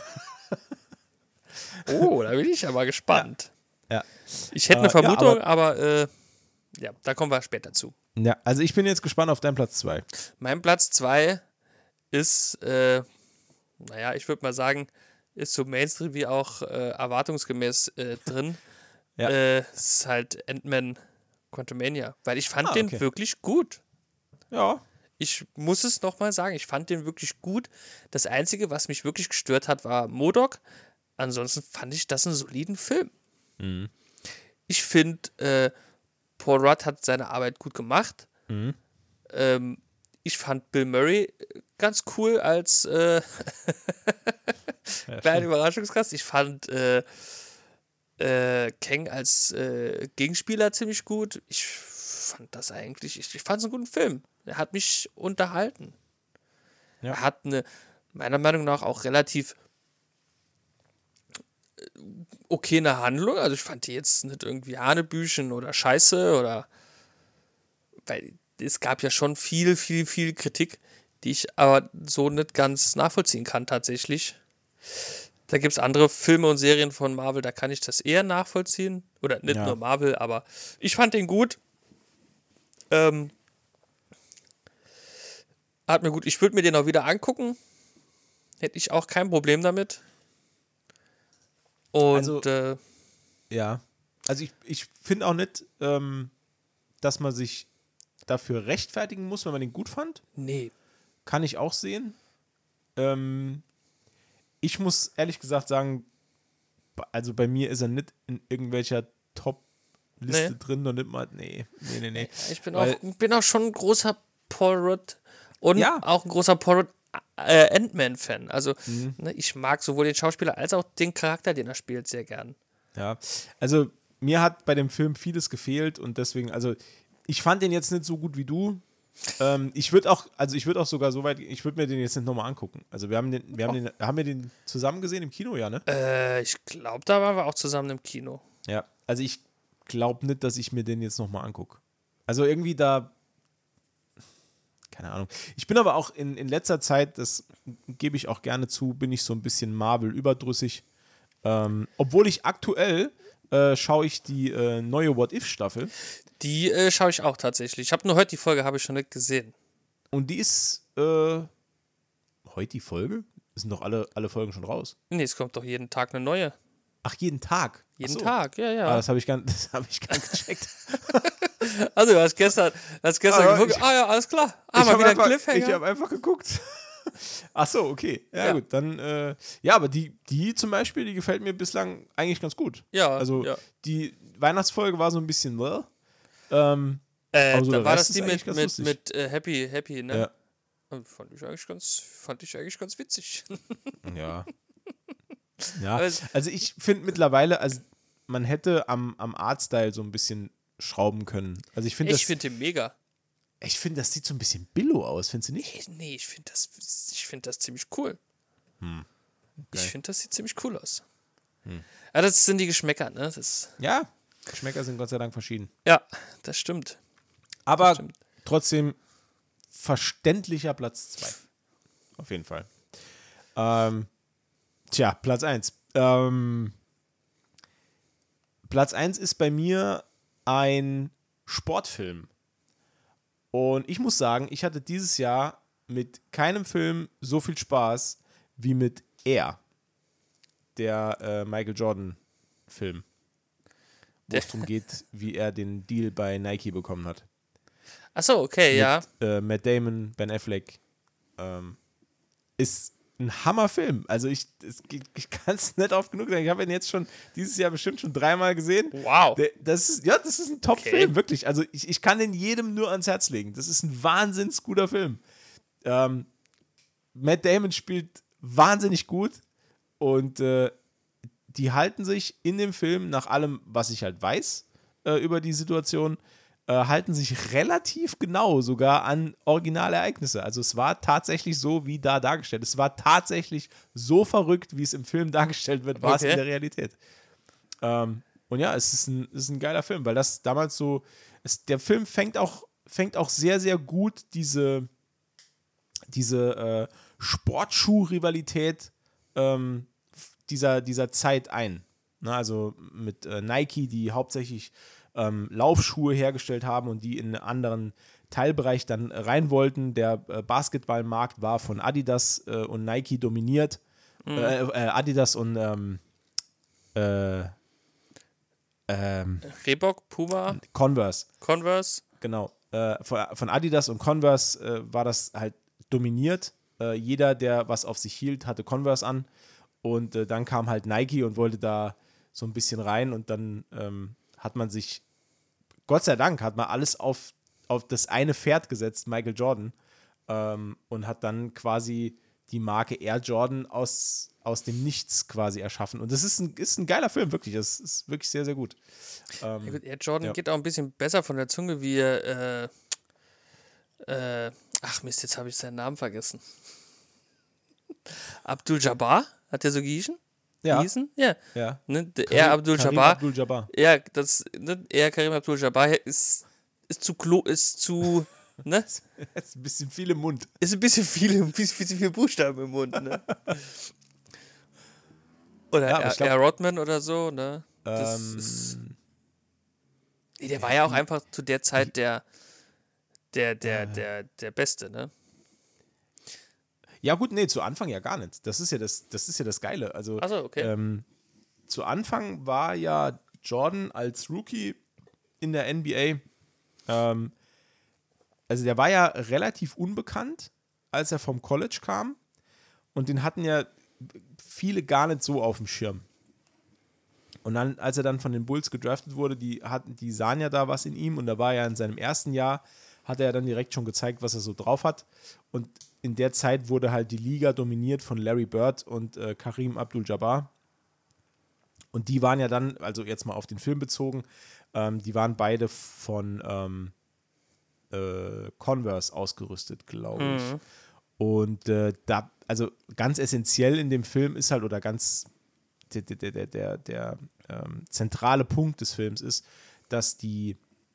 Oh, da bin ich aber gespannt. Ja. Ich hätte eine Vermutung, aber da kommen wir später zu. Ja, also ich bin jetzt gespannt auf deinen Platz 2. Mein Platz 2 ist, ich würde mal sagen, ist so Mainstream wie auch erwartungsgemäß drin. Ja. Ist halt Ant-Man Quantumania, weil ich fand den wirklich gut. Ja. Ich muss es nochmal sagen, ich fand den wirklich gut. Das Einzige, was mich wirklich gestört hat, war MODOK. Ansonsten fand ich das einen soliden Film. Mhm. Ich finde, Paul Rudd hat seine Arbeit gut gemacht. Mhm. Ich fand Bill Murray ganz cool als kleiner Überraschungsgast. Ich fand Kang als Gegenspieler ziemlich gut. Ich fand es einen guten Film. Er hat mich unterhalten. Ja. Er hat meiner Meinung nach auch relativ eine Handlung. Also ich fand die jetzt nicht irgendwie Hanebüchen oder Scheiße oder weil es gab ja schon viel Kritik, die ich aber so nicht ganz nachvollziehen kann tatsächlich. Da gibt es andere Filme und Serien von Marvel, da kann ich das eher nachvollziehen. Oder nicht Ja. nur Marvel, aber ich fand den gut. Hat mir gut. Ich würde mir den auch wieder angucken. Hätte ich auch kein Problem damit. Und Also, ja. Also ich finde auch nicht, dass man sich dafür rechtfertigen muss, wenn man den gut fand. nee. Kann ich auch sehen. Ich muss ehrlich gesagt sagen, also bei mir ist er nicht in irgendwelcher Top-Liste Nee. drin und nicht mal, nee. Ich bin, Weil- bin auch schon ein großer Paul Rudd und Ja. auch ein großer Paul Rudd Ant-Man-Fan. Also ne, ich mag sowohl den Schauspieler als auch den Charakter, den er spielt, sehr gern. Ja, also mir hat bei dem Film vieles gefehlt und deswegen, also ich fand den jetzt nicht so gut wie du. Ich würde auch sogar so weit, ich würde mir den jetzt nicht nochmal angucken. Also haben wir den zusammen gesehen im Kino, ja, ne? Ich glaube, da waren wir auch zusammen im Kino. Ja, also ich glaube nicht, dass ich mir den jetzt nochmal angucke. Also irgendwie da, keine Ahnung. Ich bin aber auch in letzter Zeit, das gebe ich auch gerne zu, bin ich so ein bisschen Marvel überdrüssig. Obwohl ich aktuell schaue ich die neue What-If-Staffel Die schaue ich auch tatsächlich. Ich habe nur heute die Folge, habe ich schon nicht gesehen. und die ist heute die Folge? Sind doch alle Folgen schon raus. Nee, es kommt doch jeden Tag eine neue. Ach, jeden Tag? Jeden Ach so. Tag, ja, ja. Ah, das habe ich gar nicht gecheckt. Also, du hast gestern Aber geguckt. ich- Ja, alles klar. Ich Mal habe wieder ein einfach, Cliffhanger. hab einfach geguckt. Ach so, okay. Ja, Ja. gut. Dann, ja, aber die zum Beispiel, die gefällt mir bislang eigentlich ganz gut. Ja, Also, ja. die Weihnachtsfolge war so ein bisschen, aber so Da der war Rest das die ist eigentlich ganz lustig. mit Happy, ne? Ja. Und fand ich eigentlich ganz witzig. Ja. Ja, Also- also ich finde mittlerweile, also man hätte am Artstyle so ein bisschen schrauben können. Also ich finde Ich finde den mega. das sieht so ein bisschen billow aus, findest du nicht? Nee, ich finde das ziemlich cool. Ich finde, das sieht ziemlich cool aus. Ja, das sind die Geschmäcker, ne? Ja, Geschmäcker sind Gott sei Dank verschieden. Ja, das stimmt. Aber stimmt. trotzdem verständlicher Platz 2. Auf jeden Fall. Tja, Platz 1. Platz 1 ist bei mir ein Sportfilm. Und ich muss sagen, ich hatte dieses Jahr mit keinem Film so viel Spaß wie mit Air, der Michael Jordan-Film. Wo es darum geht, wie er den Deal bei Nike bekommen hat. Achso, okay, ja. Matt Damon, Ben Affleck. Ist ein Hammerfilm. Also ich kann es nicht oft genug sagen. Ich habe ihn jetzt schon dieses Jahr bestimmt schon 3-mal gesehen. Wow. Das ist ein Top-Film, wirklich. Also ich kann den jedem nur ans Herz legen. Das ist ein wahnsinnig guter Film. Matt Damon spielt wahnsinnig gut und die halten sich in dem Film, nach allem, was ich halt weiß über die Situation, halten sich relativ genau sogar an Originalereignisse. Also es war tatsächlich so, wie da dargestellt. Es war tatsächlich so verrückt, wie es im Film dargestellt wird, war es in der Realität. Und ja, es ist ein geiler Film, weil das damals so, der Film fängt auch sehr, sehr gut diese Sportschuh-Rivalität dieser Zeit ein. Na, also mit Nike, die hauptsächlich Laufschuhe hergestellt haben und die in einen anderen Teilbereich dann rein wollten. Der Basketballmarkt war von Adidas und Nike dominiert. Adidas und Reebok, Puma, Converse. Genau. Von Adidas und Converse war das halt dominiert. Jeder, der was auf sich hielt, hatte Converse an. Und dann kam halt Nike und wollte da so ein bisschen rein. Und dann hat man sich, Gott sei Dank, hat man alles auf das eine Pferd gesetzt, Michael Jordan. Und hat dann quasi die Marke Air Jordan aus dem Nichts quasi erschaffen. Und das ist ein geiler Film, wirklich. Das ist wirklich sehr, sehr gut. Ja, gut, Air Jordan geht auch ein bisschen besser von der Zunge wie ach Mist, jetzt habe ich seinen Namen vergessen. Abdul-Jabbar? Hat der so gehießen? Ja. Ja. Ja. Ne, Air Abdul-Jabbar. Abdul-Jabbar. Ja, Air Karim Abdul-Jabbar ist zu, ne? Ist ein bisschen viel im Mund. Ist ein bisschen viel Buchstaben im Mund, ne? Oder Ja, aber ich glaub, Air Rodman oder so, ne? Das ist. Nee, der war ja auch einfach zu der Zeit der Beste, ne? ja gut, nee, zu Anfang ja gar nicht. Das ist ja das Geile. Also Achso, okay. zu Anfang war ja Jordan als Rookie in der NBA, also der war ja relativ unbekannt, als er vom College kam und den hatten ja viele gar nicht so auf dem Schirm. Und dann, als er dann von den Bulls gedraftet wurde, die sahen ja da was in ihm und da war er in seinem ersten Jahr, hat er ja dann direkt schon gezeigt, was er so drauf hat. Und in der Zeit wurde halt die Liga dominiert von Larry Bird und Kareem Abdul-Jabbar. Und die waren ja dann, also jetzt mal auf den Film bezogen, die waren beide von Converse ausgerüstet, glaube ich. Und da, also ganz essentiell in dem Film ist halt, oder ganz der zentrale Punkt des Films ist, dass die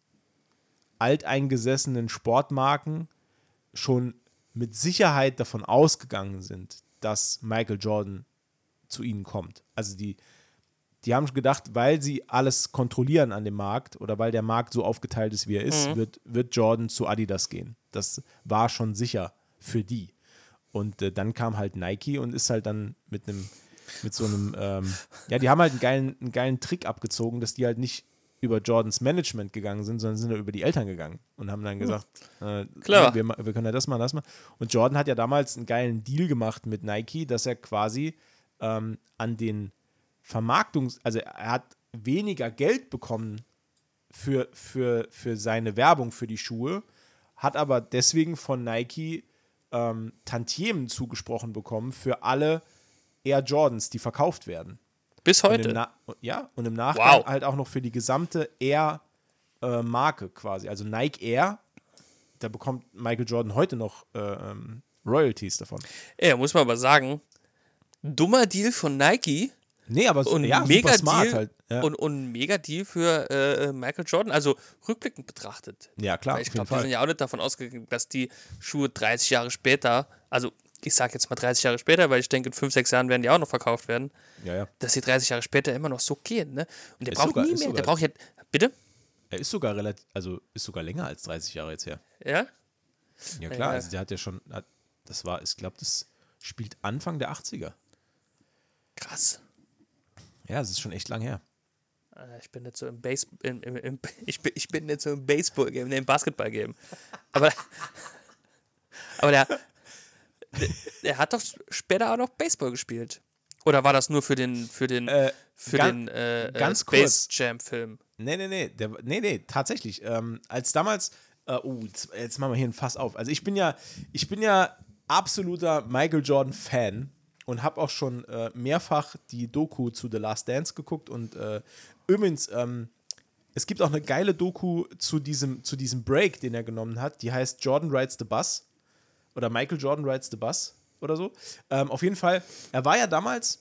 alteingesessenen Sportmarken schon mit Sicherheit davon ausgegangen sind, dass Michael Jordan zu ihnen kommt. Also die haben gedacht, weil sie alles kontrollieren an dem Markt oder weil der Markt so aufgeteilt ist, wie er ist, wird Jordan zu Adidas gehen. Das war schon sicher für die. Und dann kam halt Nike und ist halt dann mit so einem, ja, die haben halt einen geilen Trick abgezogen, dass die halt nicht über Jordans Management gegangen sind, sondern sind da über die Eltern gegangen und haben dann gesagt, Clever. wir können ja das mal. Und Jordan hat ja damals einen geilen Deal gemacht mit Nike, dass er quasi an den also er hat weniger Geld bekommen für seine Werbung für die Schuhe, hat aber deswegen von Nike Tantiemen zugesprochen bekommen für alle Air Jordans, die verkauft werden. Bis heute? Und im Nachgang halt auch noch für die gesamte Air-Marke quasi. Also Nike Air, da bekommt Michael Jordan heute noch Royalties davon. Ja, muss man aber sagen, dummer Deal von Nike. Nee, aber und ja, mega super smart Deal halt. Ja. Und mega Deal für Michael Jordan, also rückblickend betrachtet. Ja, klar. Weil ich glaube, wir sind ja auch nicht davon ausgegangen, dass die Schuhe 30 Jahre später, also ich sage jetzt mal 30 Jahre später, weil ich denke, in 5, 6 Jahren werden die auch noch verkauft werden, ja. dass die 30 Jahre später immer noch so gehen, ne? Und der Ist braucht sogar- nie ist mehr, sogar- der braucht ja, bitte? Er ist sogar ist sogar länger als 30 Jahre jetzt her. Ja? Ja, klar. Ja. Also der hat ja schon, ich glaube, das spielt Anfang der 80er. Krass. Ja, das ist schon echt lang her. Ich bin nicht so im ich bin nicht so im Baseball-Game, im Basketball-Game. Aber der hat doch später auch noch Baseball gespielt. Oder war das nur für den ganz Space kurz. Jam-Film? Nee, tatsächlich. Als damals, jetzt machen wir hier ein Fass auf. Also ich bin ja absoluter Michael Jordan-Fan und habe auch schon mehrfach die Doku zu The Last Dance geguckt und übrigens, es gibt auch eine geile Doku zu diesem Break, den er genommen hat, die heißt Jordan Rides the Bus oder Michael Jordan Rides the Bus oder so. Auf jeden Fall, er war ja damals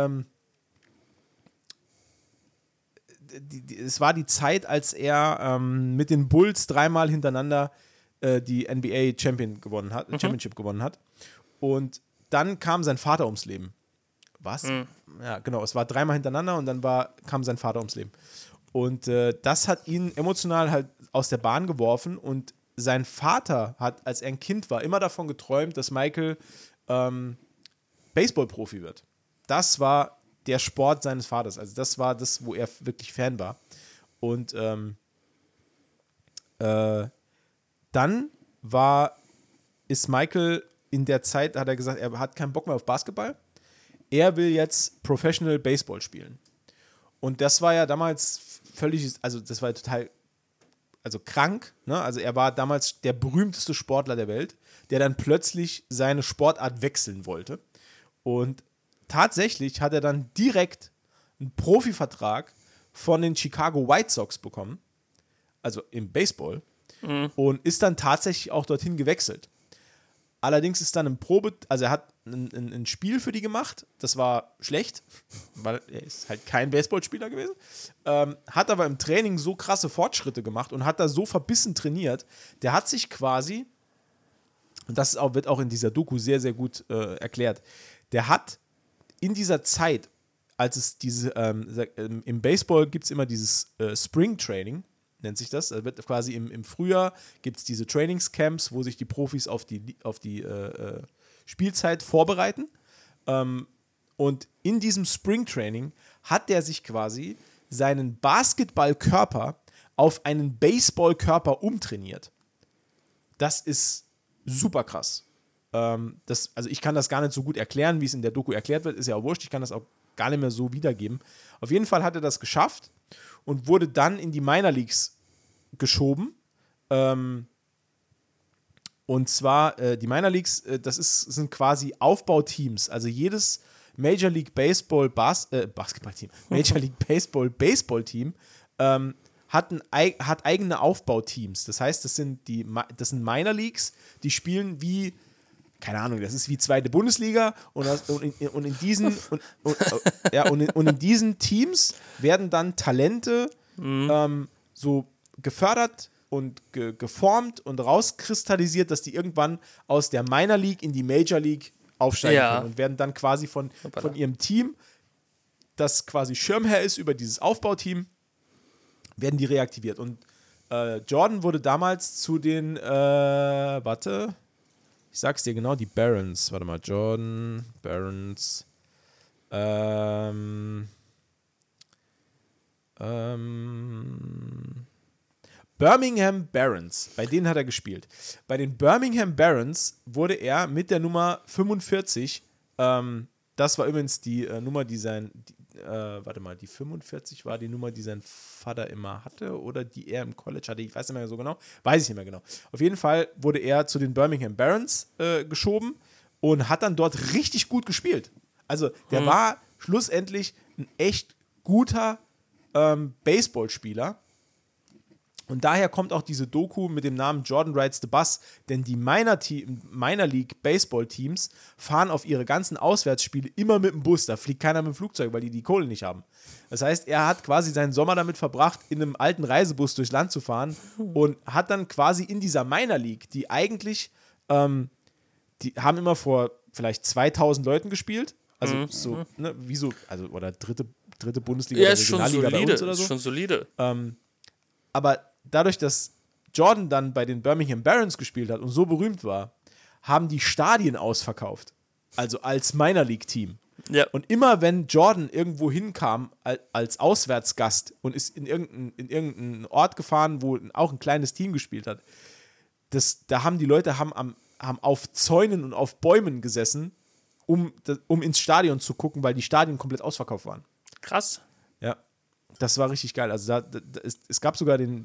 es war die Zeit, als er mit den Bulls 3-mal hintereinander die NBA Championship gewonnen hat. Und dann kam sein Vater ums Leben. Was? Ja, genau. Es war 3-mal hintereinander und dann kam sein Vater ums Leben. Und das hat ihn emotional halt aus der Bahn geworfen. Und sein Vater hat, als er ein Kind war, immer davon geträumt, dass Michael Baseball-Profi wird. Das war der Sport seines Vaters. Also das war das, wo er wirklich Fan war. Und dann ist Michael in der Zeit, hat er gesagt, er hat keinen Bock mehr auf Basketball. Er will jetzt Professional Baseball spielen. Und das war ja damals das war ja total, krank. Ne? Also er war damals der berühmteste Sportler der Welt, der dann plötzlich seine Sportart wechseln wollte. Und tatsächlich hat er dann direkt einen Profivertrag von den Chicago White Sox bekommen, also im Baseball, und ist dann tatsächlich auch dorthin gewechselt. Allerdings ist dann er hat ein Spiel für die gemacht, das war schlecht, weil er ist halt kein Baseballspieler gewesen, hat aber im Training so krasse Fortschritte gemacht und hat da so verbissen trainiert, der hat sich quasi, und das wird auch in dieser Doku sehr, sehr gut erklärt, der hat in dieser Zeit, als es im Baseball gibt es immer dieses Spring Training, nennt sich das. Da wird quasi im Frühjahr gibt es diese Trainingscamps, wo sich die Profis auf die Spielzeit vorbereiten. Und in diesem Spring Training hat der sich quasi seinen Basketballkörper auf einen Baseballkörper umtrainiert. Das ist super krass. Also ich kann das gar nicht so gut erklären, wie es in der Doku erklärt wird, ist ja auch wurscht, ich kann das auch gar nicht mehr so wiedergeben. Auf jeden Fall hat er das geschafft und wurde dann in die Minor Leagues geschoben. Und zwar, die Minor Leagues, sind quasi Aufbauteams. Also jedes Major League Baseball Basketballteam, Major League Baseball Baseballteam hat eigene Aufbauteams. Das heißt, das sind Minor Leagues, die spielen wie, keine Ahnung, das ist wie zweite Bundesliga und in diesen Teams werden dann Talente so gefördert und geformt und rauskristallisiert, dass die irgendwann aus der Minor League in die Major League aufsteigen können und werden dann quasi von ihrem Team, das quasi Schirmherr ist über dieses Aufbauteam, werden die reaktiviert. Und Jordan wurde damals zu den, ich sag's dir genau, die Barons. Warte mal, Jordan, Barons. Birmingham Barons, bei denen hat er gespielt. Bei den Birmingham Barons wurde er mit der Nummer 45, das war übrigens die Nummer, die die 45 war die Nummer, die sein Vater immer hatte oder die er im College hatte, ich weiß nicht mehr so genau, weiß ich nicht mehr genau. Auf jeden Fall wurde er zu den Birmingham Barons geschoben und hat dann dort richtig gut gespielt. Also der war schlussendlich ein echt guter Baseballspieler. Und daher kommt auch diese Doku mit dem Namen Jordan Rides the Bus, denn die Minor League Baseball Teams fahren auf ihre ganzen Auswärtsspiele immer mit dem Bus. Da fliegt keiner mit dem Flugzeug, weil die Kohle nicht haben. Das heißt, er hat quasi seinen Sommer damit verbracht, in einem alten Reisebus durchs Land zu fahren und hat dann quasi in dieser Minor League, die eigentlich, die haben immer vor vielleicht 2000 Leuten gespielt. Also so, ne, wie so, also oder dritte Bundesliga oder Regionalliga bei uns oder so. Ist schon solide. Aber dadurch, dass Jordan dann bei den Birmingham Barons gespielt hat und so berühmt war, haben die Stadien ausverkauft. Also als Minor League Team. Ja. Und immer wenn Jordan irgendwo hinkam als Auswärtsgast und ist in irgendeinen Ort gefahren, wo auch ein kleines Team gespielt hat, da haben die Leute haben auf Zäunen und auf Bäumen gesessen, um ins Stadion zu gucken, weil die Stadien komplett ausverkauft waren. Krass. Ja. Das war richtig geil. Also es gab sogar den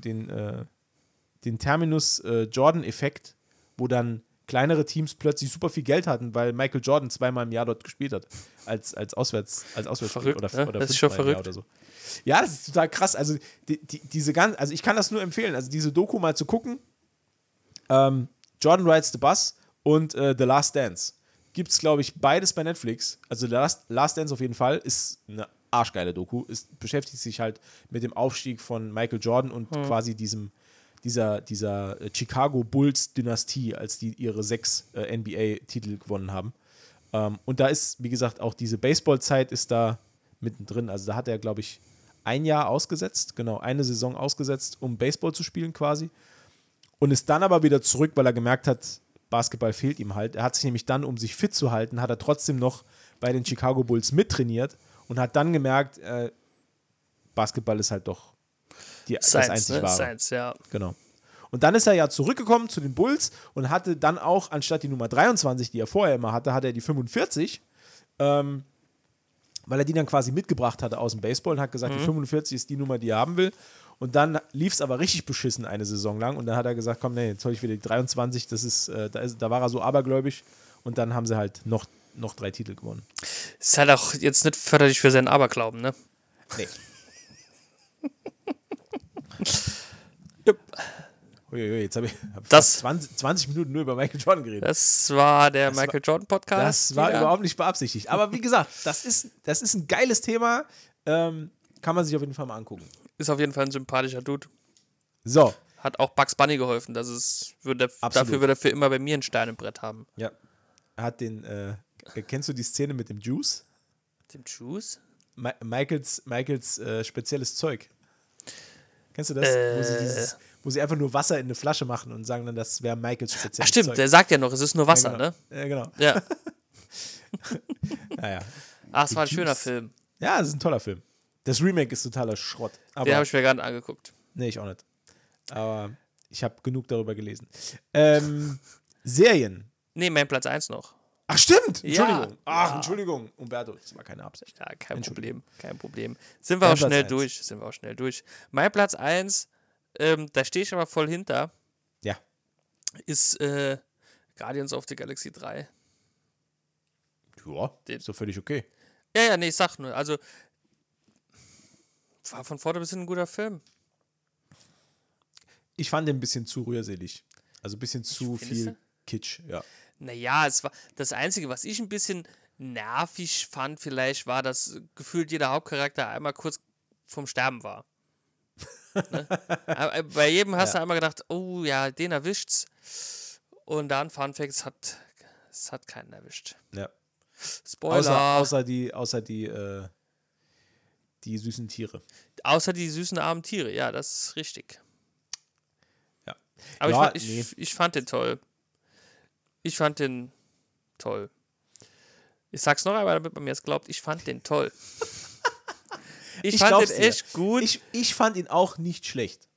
Terminus Jordan-Effekt, wo dann kleinere Teams plötzlich super viel Geld hatten, weil Michael Jordan zweimal im Jahr dort gespielt hat. Als Auswärtsspiel oder das ist schon verrückt. Oder so. Ja, das ist total krass. Also also ich kann das nur empfehlen, also diese Doku mal zu gucken. Jordan Rides the Bus und The Last Dance. Gibt es, glaube ich, beides bei Netflix. Also The Last Dance auf jeden Fall ist eine arschgeile Doku. Es beschäftigt sich halt mit dem Aufstieg von Michael Jordan und quasi dieser Chicago Bulls-Dynastie, als die ihre 6 NBA-Titel gewonnen haben. Und da ist, wie gesagt, auch diese Baseball-Zeit ist da mittendrin. Also da hat er, glaube ich, ein Jahr ausgesetzt, genau, eine Saison ausgesetzt, um Baseball zu spielen quasi. Und ist dann aber wieder zurück, weil er gemerkt hat, Basketball fehlt ihm halt. Er hat sich nämlich dann, um sich fit zu halten, hat er trotzdem noch bei den Chicago Bulls mittrainiert und hat dann gemerkt, Basketball ist halt doch das einzig Wahre. Science, ja. Genau. Und dann ist er ja zurückgekommen zu den Bulls und hatte dann auch, anstatt die Nummer 23, die er vorher immer hatte, hatte er die 45, weil er die dann quasi mitgebracht hatte aus dem Baseball und hat gesagt, die 45 ist die Nummer, die er haben will. Und dann lief es aber richtig beschissen eine Saison lang und dann hat er gesagt, komm, nee, jetzt hol ich wieder die 23, da war er so abergläubisch und dann haben sie halt noch 3 Titel gewonnen. Ist halt auch jetzt nicht förderlich für seinen Aberglauben, ne? Nee. Yep. Uiuiui, jetzt habe ich 20 Minuten nur über Michael Jordan geredet. Das war der Michael Jordan Podcast. Das war überhaupt nicht beabsichtigt. Aber wie gesagt, das ist ein geiles Thema. Kann man sich auf jeden Fall mal angucken. Ist auf jeden Fall ein sympathischer Dude. So. Hat auch Bugs Bunny geholfen. Dafür wird er für immer bei mir ein Stein im Brett haben. Ja. Er hat kennst du die Szene mit dem Juice? Dem Juice? Michaels spezielles Zeug. Kennst du das? Wo sie einfach nur Wasser in eine Flasche machen und sagen dann, das wäre Michaels spezielles Zeug. Stimmt, der sagt ja noch, es ist nur Wasser, ja, genau. ne? Ja, genau. Ja. Naja. Es war ein schöner Film. Ja, das ist ein toller Film. Das Remake ist totaler Schrott. Den habe ich mir gar nicht angeguckt. Nee, ich auch nicht. Aber ich habe genug darüber gelesen. Serien. Nee, mein Platz 1 noch. Ach, stimmt. Ja. Entschuldigung. Umberto, das war keine Absicht. Ja, kein Problem. Sind wir auch schnell durch. Mein Platz 1, da stehe ich aber voll hinter. Ja. Ist Guardians of the Galaxy 3. Ja, ist doch völlig okay. Ja, nee, ich sag nur. Also, war von vorne bis hin ein guter Film. Ich fand den ein bisschen zu rührselig. Also ein bisschen zu viel Kitsch, ja. Naja, es war das Einzige, was ich ein bisschen nervig fand, vielleicht war, dass gefühlt jeder Hauptcharakter einmal kurz vom Sterben war. Ne? Bei jedem hast du einmal gedacht, oh ja, den erwischt's. Und dann, Fun Fact, es hat keinen erwischt. Ja. Spoiler. Außer die süßen Tiere. Außer die süßen armen Tiere, ja, das ist richtig. Ja. Aber ja, ich fand den toll. Ich sag's noch einmal, damit man mir es glaubt, ich fand den toll. Ich fand den echt gut. Ich fand ihn auch nicht schlecht.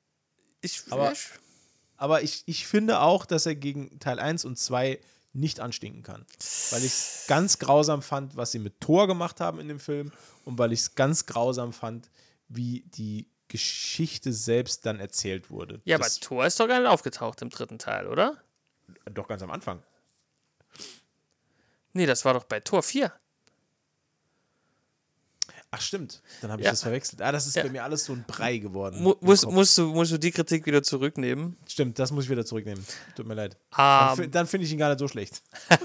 Aber ich finde auch, dass er gegen Teil 1 und 2 nicht anstinken kann. Weil ich es ganz grausam fand, was sie mit Thor gemacht haben in dem Film und weil ich es ganz grausam fand, wie die Geschichte selbst dann erzählt wurde. Ja, aber Thor ist doch gar nicht aufgetaucht im 3. Teil, oder? Doch ganz am Anfang. Nee, das war doch bei Thor 4. Ach stimmt, dann habe ich das verwechselt. Das ist bei mir alles so ein Brei geworden. Musst du die Kritik wieder zurücknehmen? Stimmt, das muss ich wieder zurücknehmen. Tut mir leid. Dann finde ich ihn gar nicht so schlecht.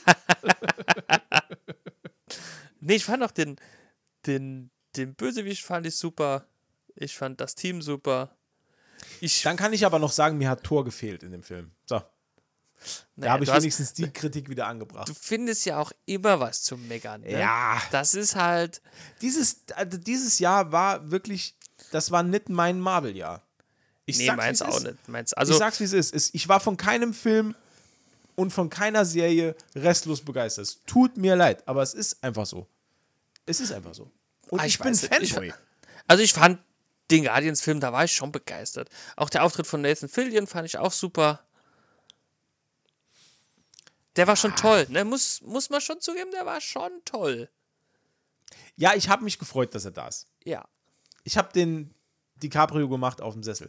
Nee, ich fand auch den Bösewicht fand ich super. Ich fand das Team super. Dann kann ich aber noch sagen, mir hat Thor gefehlt in dem Film. So. Da habe ich wenigstens die Kritik wieder angebracht. Du findest ja auch immer was zu meckern. Ne? Ja. Das ist halt. Dieses Jahr war wirklich, das war nicht mein Marvel-Jahr. Meins auch nicht. Ich sag's, wie es ist. Ich war von keinem Film und von keiner Serie restlos begeistert. Es tut mir leid, aber es ist einfach so. Es ist einfach so. Und ich bin Fanboy. Ich fand den Guardians-Film, da war ich schon begeistert. Auch der Auftritt von Nathan Fillion fand ich auch super. Der war schon toll, ne? Muss man schon zugeben, der war schon toll. Ja, ich habe mich gefreut, dass er da ist. Ja. Ich habe den DiCaprio gemacht auf dem Sessel.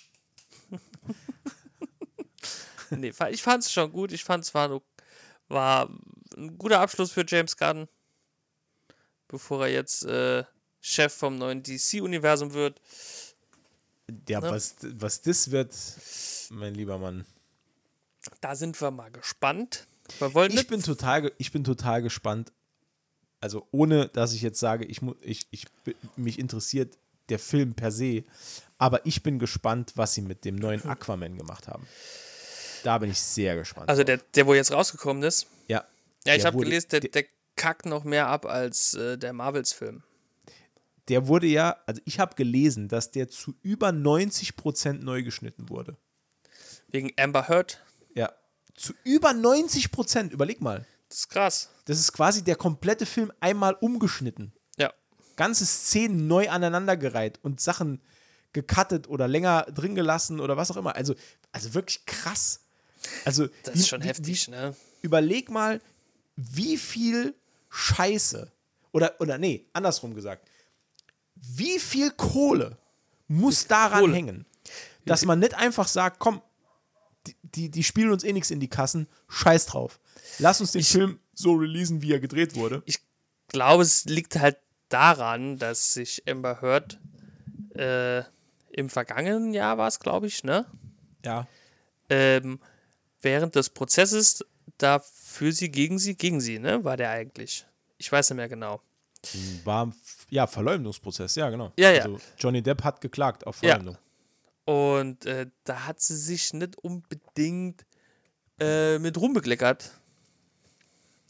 Nee, ich fand es schon gut. Ich fand es war ein guter Abschluss für James Gunn, bevor er jetzt Chef vom neuen DC-Universum wird. Ja, ne? Was das wird, mein lieber Mann. Da sind wir mal gespannt. Ich bin total gespannt. Also ohne, dass ich jetzt sage, mich interessiert der Film per se. Aber ich bin gespannt, was sie mit dem neuen Aquaman gemacht haben. Da bin ich sehr gespannt. Also der wo jetzt rausgekommen ist? Ja. Ja, ich habe gelesen, der kackt noch mehr ab als der Marvels-Film. Der wurde ja, also ich habe gelesen, dass der zu über 90% neu geschnitten wurde. Wegen Amber Heard? Ja. Zu über 90%, überleg mal. Das ist krass. Das ist quasi der komplette Film einmal umgeschnitten. Ja. Ganze Szenen neu aneinandergereiht und Sachen gecuttet oder länger drin gelassen oder was auch immer. Also wirklich krass. Also, das ist schon heftig, ne? Überleg mal, wie viel Scheiße oder nee, andersrum gesagt, wie viel Kohle muss daran hängen, dass man nicht einfach sagt, komm, die spielen uns eh nichts in die Kassen, scheiß drauf. Lass uns den Film so releasen, wie er gedreht wurde. Ich glaube, es liegt halt daran, dass sich Amber Heard im vergangenen Jahr war es, glaube ich, ne? Ja. Während des Prozesses dafür gegen sie, ne? War der eigentlich. Ich weiß nicht mehr genau. War, Verleumdungsprozess, ja, genau. Ja, ja. Also Johnny Depp hat geklagt auf Verleumdung. Ja. Und da hat sie sich nicht unbedingt mit rumbekleckert.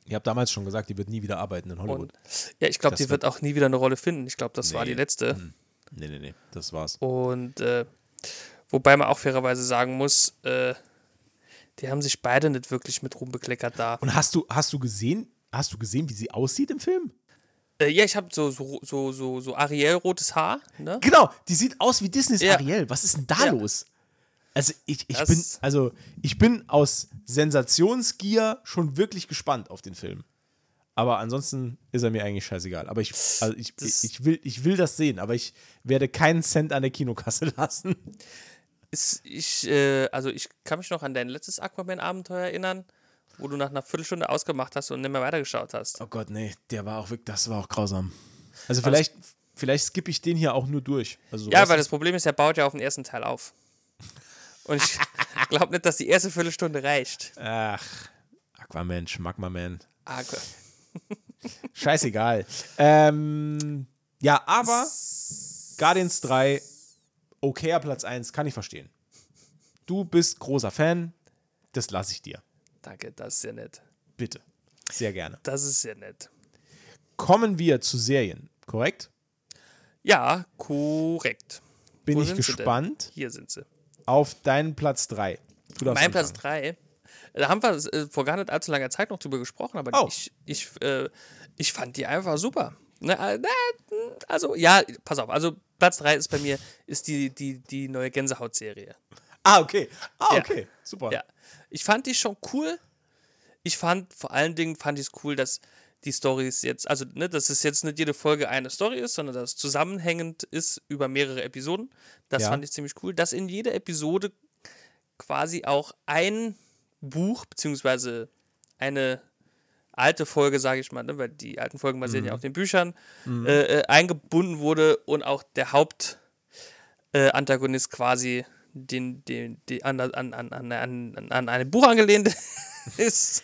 Ich habe damals schon gesagt, die wird nie wieder arbeiten in Hollywood. Ja, ich glaube, Das die wird auch nie wieder eine Rolle finden. Ich glaube, das war die letzte. Nee, das war's. Und wobei man auch fairerweise sagen muss, die haben sich beide nicht wirklich mit Ruhm bekleckert da. Und hast du gesehen, wie sie aussieht im Film? Ja, ich habe so Ariel-rotes Haar, ne? Genau, die sieht aus wie Disneys Ja. Ariel. Was ist denn da Ja. los? Also ich bin aus Sensationsgier schon wirklich gespannt auf den Film. Aber ansonsten ist er mir eigentlich scheißegal. Aber ich will das sehen, aber ich werde keinen Cent an der Kinokasse lassen. Ich kann mich noch an dein letztes Aquaman-Abenteuer erinnern, wo du nach einer Viertelstunde ausgemacht hast und nicht mehr weitergeschaut hast. Oh Gott, nee, das war auch grausam. Also vielleicht skippe ich den hier auch nur durch. Also Ja, weil das Problem ist, er baut ja auf den ersten Teil auf. Und ich glaube nicht, dass die erste Viertelstunde reicht. Ach, Aquaman, Schmackmaman. Okay. Scheißegal. Ja, aber Guardians 3, okayer Platz 1, kann ich verstehen. Du bist großer Fan, das lasse ich dir. Danke, das ist ja nett. Bitte. Sehr gerne. Das ist ja nett. Kommen wir zu Serien, korrekt? Ja, korrekt. Bin Wo ich sind sie gespannt denn? Hier sind sie. auf deinen Platz 3. Mein Platz 3. Da haben wir vor gar nicht allzu langer Zeit noch drüber gesprochen, aber ich fand die einfach super. Also, ja, pass auf. Also, Platz 3 ist bei mir die neue Gänsehaut-Serie. Okay. Ja. Okay. Super. Ja. Ich fand die schon cool. Vor allen Dingen fand ich es cool, dass die Storys jetzt, also dass es jetzt nicht jede Folge eine Story ist, sondern dass es zusammenhängend ist über mehrere Episoden. Das fand ich ziemlich cool. Dass in jeder Episode quasi auch ein Buch, beziehungsweise eine alte Folge, sage ich mal, ne, weil die alten Folgen basieren ja auf den Büchern, eingebunden wurde und auch der Hauptantagonist quasi an ein Buch angelehnt ist.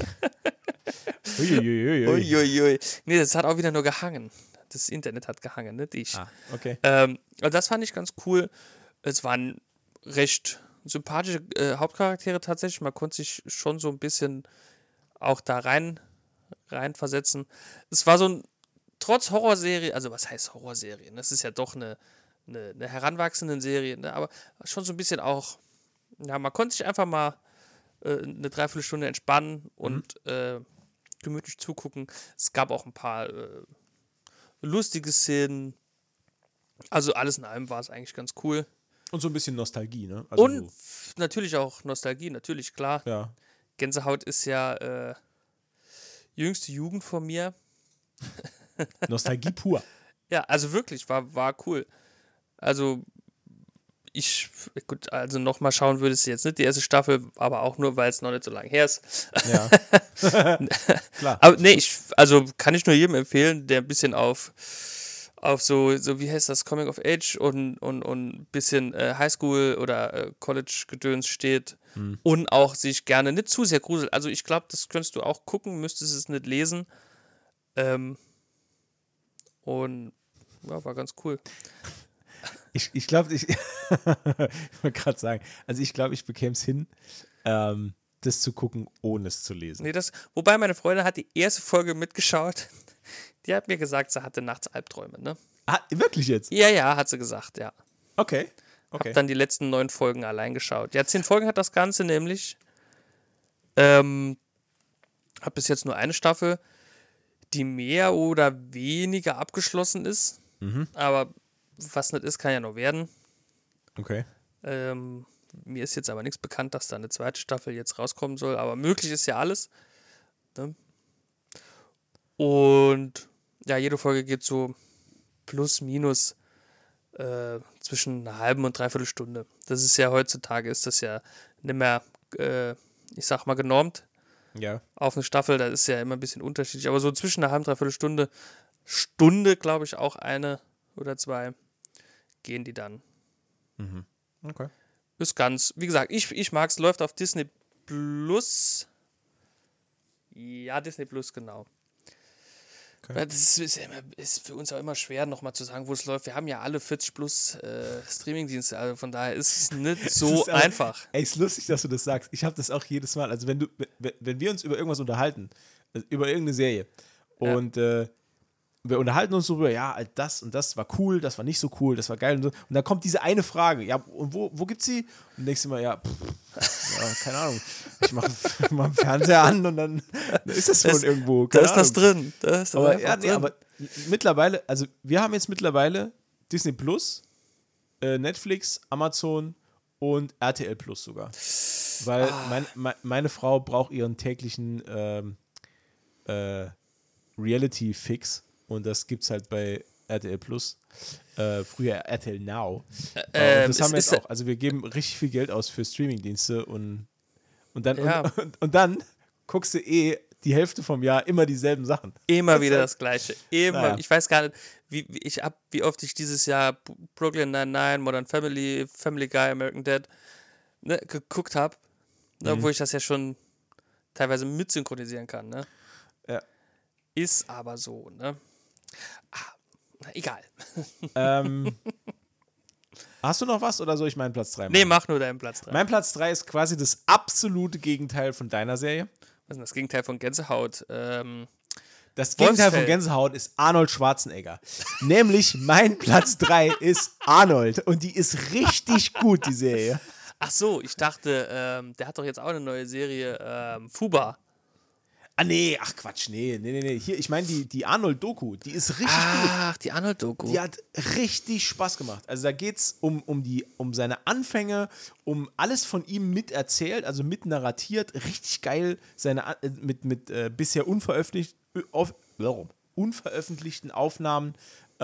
Uiuiui. Nee, das hat auch wieder nur gehangen. Das Internet hat gehangen, nicht ich. Okay. Und das fand ich ganz cool. Es waren recht sympathische Hauptcharaktere tatsächlich. Man konnte sich schon so ein bisschen auch da rein versetzen. Es war so ein, trotz Horrorserie, also was heißt Horrorserie? Das ist ja doch eine heranwachsende Serie, ne? Aber schon so ein bisschen auch, ja, man konnte sich einfach mal eine Dreiviertelstunde entspannen und gemütlich zugucken. Es gab auch ein paar lustige Szenen. Also alles in allem war es eigentlich ganz cool. Und so ein bisschen Nostalgie, ne? Also Und natürlich auch Nostalgie, natürlich, klar. ja. Gänsehaut ist ja jüngste Jugend von mir. Nostalgie pur. Ja, also wirklich, war cool. Also also nochmal schauen würdest du jetzt nicht die erste Staffel, aber auch nur, weil es noch nicht so lange her ist. Ja. Klar. Aber nee, also kann ich nur jedem empfehlen, der ein bisschen auf so wie heißt das, Coming of Age und ein bisschen Highschool oder College-Gedöns steht und auch sich gerne nicht zu sehr gruselt. Also ich glaube, das könntest du auch gucken, müsstest es nicht lesen. Und ja, war ganz cool. Ich glaube, ich wollte gerade sagen, also ich glaube, ich bekäme es hin, das zu gucken, ohne es zu lesen. Nee, wobei meine Freundin hat die erste Folge mitgeschaut. Die hat mir gesagt, sie hatte nachts Albträume, ne? Ah, wirklich jetzt? Ja, hat sie gesagt, ja. Okay. Hab dann die letzten 9 Folgen allein geschaut. Ja, 10 Folgen hat das Ganze nämlich. Hab bis jetzt nur eine Staffel, die mehr oder weniger abgeschlossen ist. Aber was nicht ist, kann ja noch werden. Okay. Mir ist jetzt aber nichts bekannt, dass da eine zweite Staffel jetzt rauskommen soll. Aber möglich ist ja alles. Ne? Und ja, jede Folge geht so plus, minus zwischen einer halben und dreiviertel Stunde. Das ist ja heutzutage, ist das ja nicht mehr, ich sag mal, genormt. Ja. Auf eine Staffel, das ist ja immer ein bisschen unterschiedlich. Aber so zwischen einer halben, dreiviertel Stunde, glaube ich, auch eine oder zwei, gehen die dann. Okay. Ist ganz, wie gesagt, ich mag es, läuft auf Disney Plus. Ja, Disney Plus, genau. Weil das ist für uns auch immer schwer, nochmal zu sagen, wo es läuft. Wir haben ja alle 40 plus Streamingdienste, also von daher ist es nicht so einfach. Ey, ist lustig, dass du das sagst. Ich habe das auch jedes Mal. Also wenn wir uns über irgendwas unterhalten, über irgendeine Serie, und wir unterhalten uns darüber, ja, das und das war cool, das war nicht so cool, das war geil und so. Und dann kommt diese eine Frage, ja, und wo gibt's sie? Und denkst du immer, ja, keine Ahnung. Ich mach den Fernseher an und dann ist das schon irgendwo. Da ist das drin. Aber mittlerweile, also wir haben jetzt mittlerweile Disney Plus, Netflix, Amazon und RTL Plus sogar. Weil meine Frau braucht ihren täglichen Reality-Fix. Und das gibt's halt bei RTL Plus. Früher RTL Now. Und das haben wir jetzt auch. Also wir geben richtig viel Geld aus für Streamingdienste und dann guckst du die Hälfte vom Jahr immer dieselben Sachen. Immer wieder das Gleiche. Naja. Ich weiß gar nicht, wie oft ich dieses Jahr Brooklyn Nine-Nine, Modern Family, Family Guy, American Dad geguckt habe. Wo ich das ja schon teilweise mitsynchronisieren kann. Ne? Ja. Ist aber so, ne? Egal. Hast du noch was oder soll ich meinen Platz 3 machen? Nee, mach nur deinen Platz 3. Mein Platz 3 ist quasi das absolute Gegenteil von deiner Serie. Was ist denn das Gegenteil von Gänsehaut? Das Gegenteil von Gänsehaut ist Arnold Schwarzenegger. Nämlich mein Platz 3 ist Arnold. Und die ist richtig gut, die Serie. Ach so, ich dachte, der hat doch jetzt auch eine neue Serie, Fuba. Nee, ach Quatsch, nee. Hier, ich meine die Arnold-Doku, die ist richtig gut. Ach, die Arnold-Doku. Die hat richtig Spaß gemacht. Also da geht es um seine Anfänge, um alles von ihm miterzählt, also mit narratiert. Richtig geil, mit bisher unveröffentlichten Aufnahmen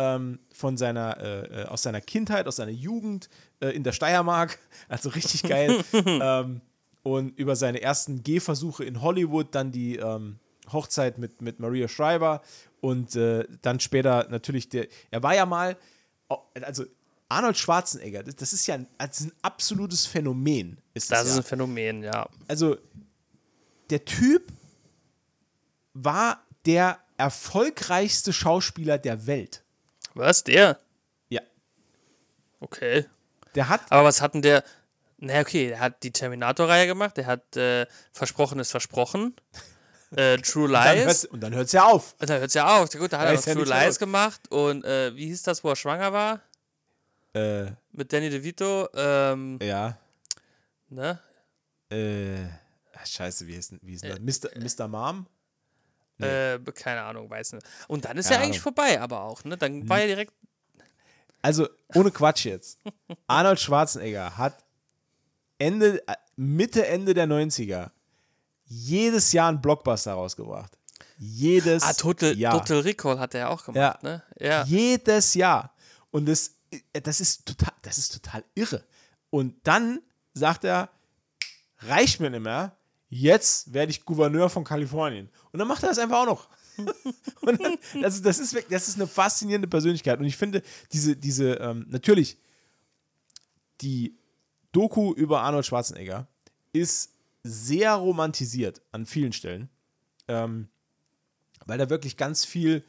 aus seiner Kindheit, aus seiner Jugend in der Steiermark. Also richtig geil. Und über seine ersten Gehversuche in Hollywood, dann die Hochzeit mit Maria Shriver und dann später natürlich er war ja mal, also Arnold Schwarzenegger, das ist ja ein absolutes Phänomen. Das ist ein Phänomen, ja. Also der Typ war der erfolgreichste Schauspieler der Welt. Was, der? Ja. Okay. Aber was hat denn der? Na okay, der hat die Terminator-Reihe gemacht, der hat Versprochen ist Versprochen, True Lies. Und dann hört es ja auf. Gut, da hat er noch True Lies gemacht und wie hieß das, wo er schwanger war? Mit Danny DeVito. Ja. Ne? Scheiße, wie hieß das? Mr. Mom? Nee. Keine Ahnung, weiß nicht. Und dann ist ja eigentlich vorbei, aber auch, ne? Dann war ja direkt. Also, ohne Quatsch jetzt. Arnold Schwarzenegger hat Mitte, Ende der 90er jedes Jahr einen Blockbuster rausgebracht. Jedes Jahr. Total Recall hat er ja auch gemacht, ne? Ja. Jedes Jahr. Und das ist total irre. Und dann sagt er, reicht mir nicht mehr, jetzt werde ich Gouverneur von Kalifornien. Und dann macht er das einfach auch noch. Und dann, das ist eine faszinierende Persönlichkeit. Und ich finde, natürlich, die Doku über Arnold Schwarzenegger ist sehr romantisiert an vielen Stellen, weil da wirklich ganz viel,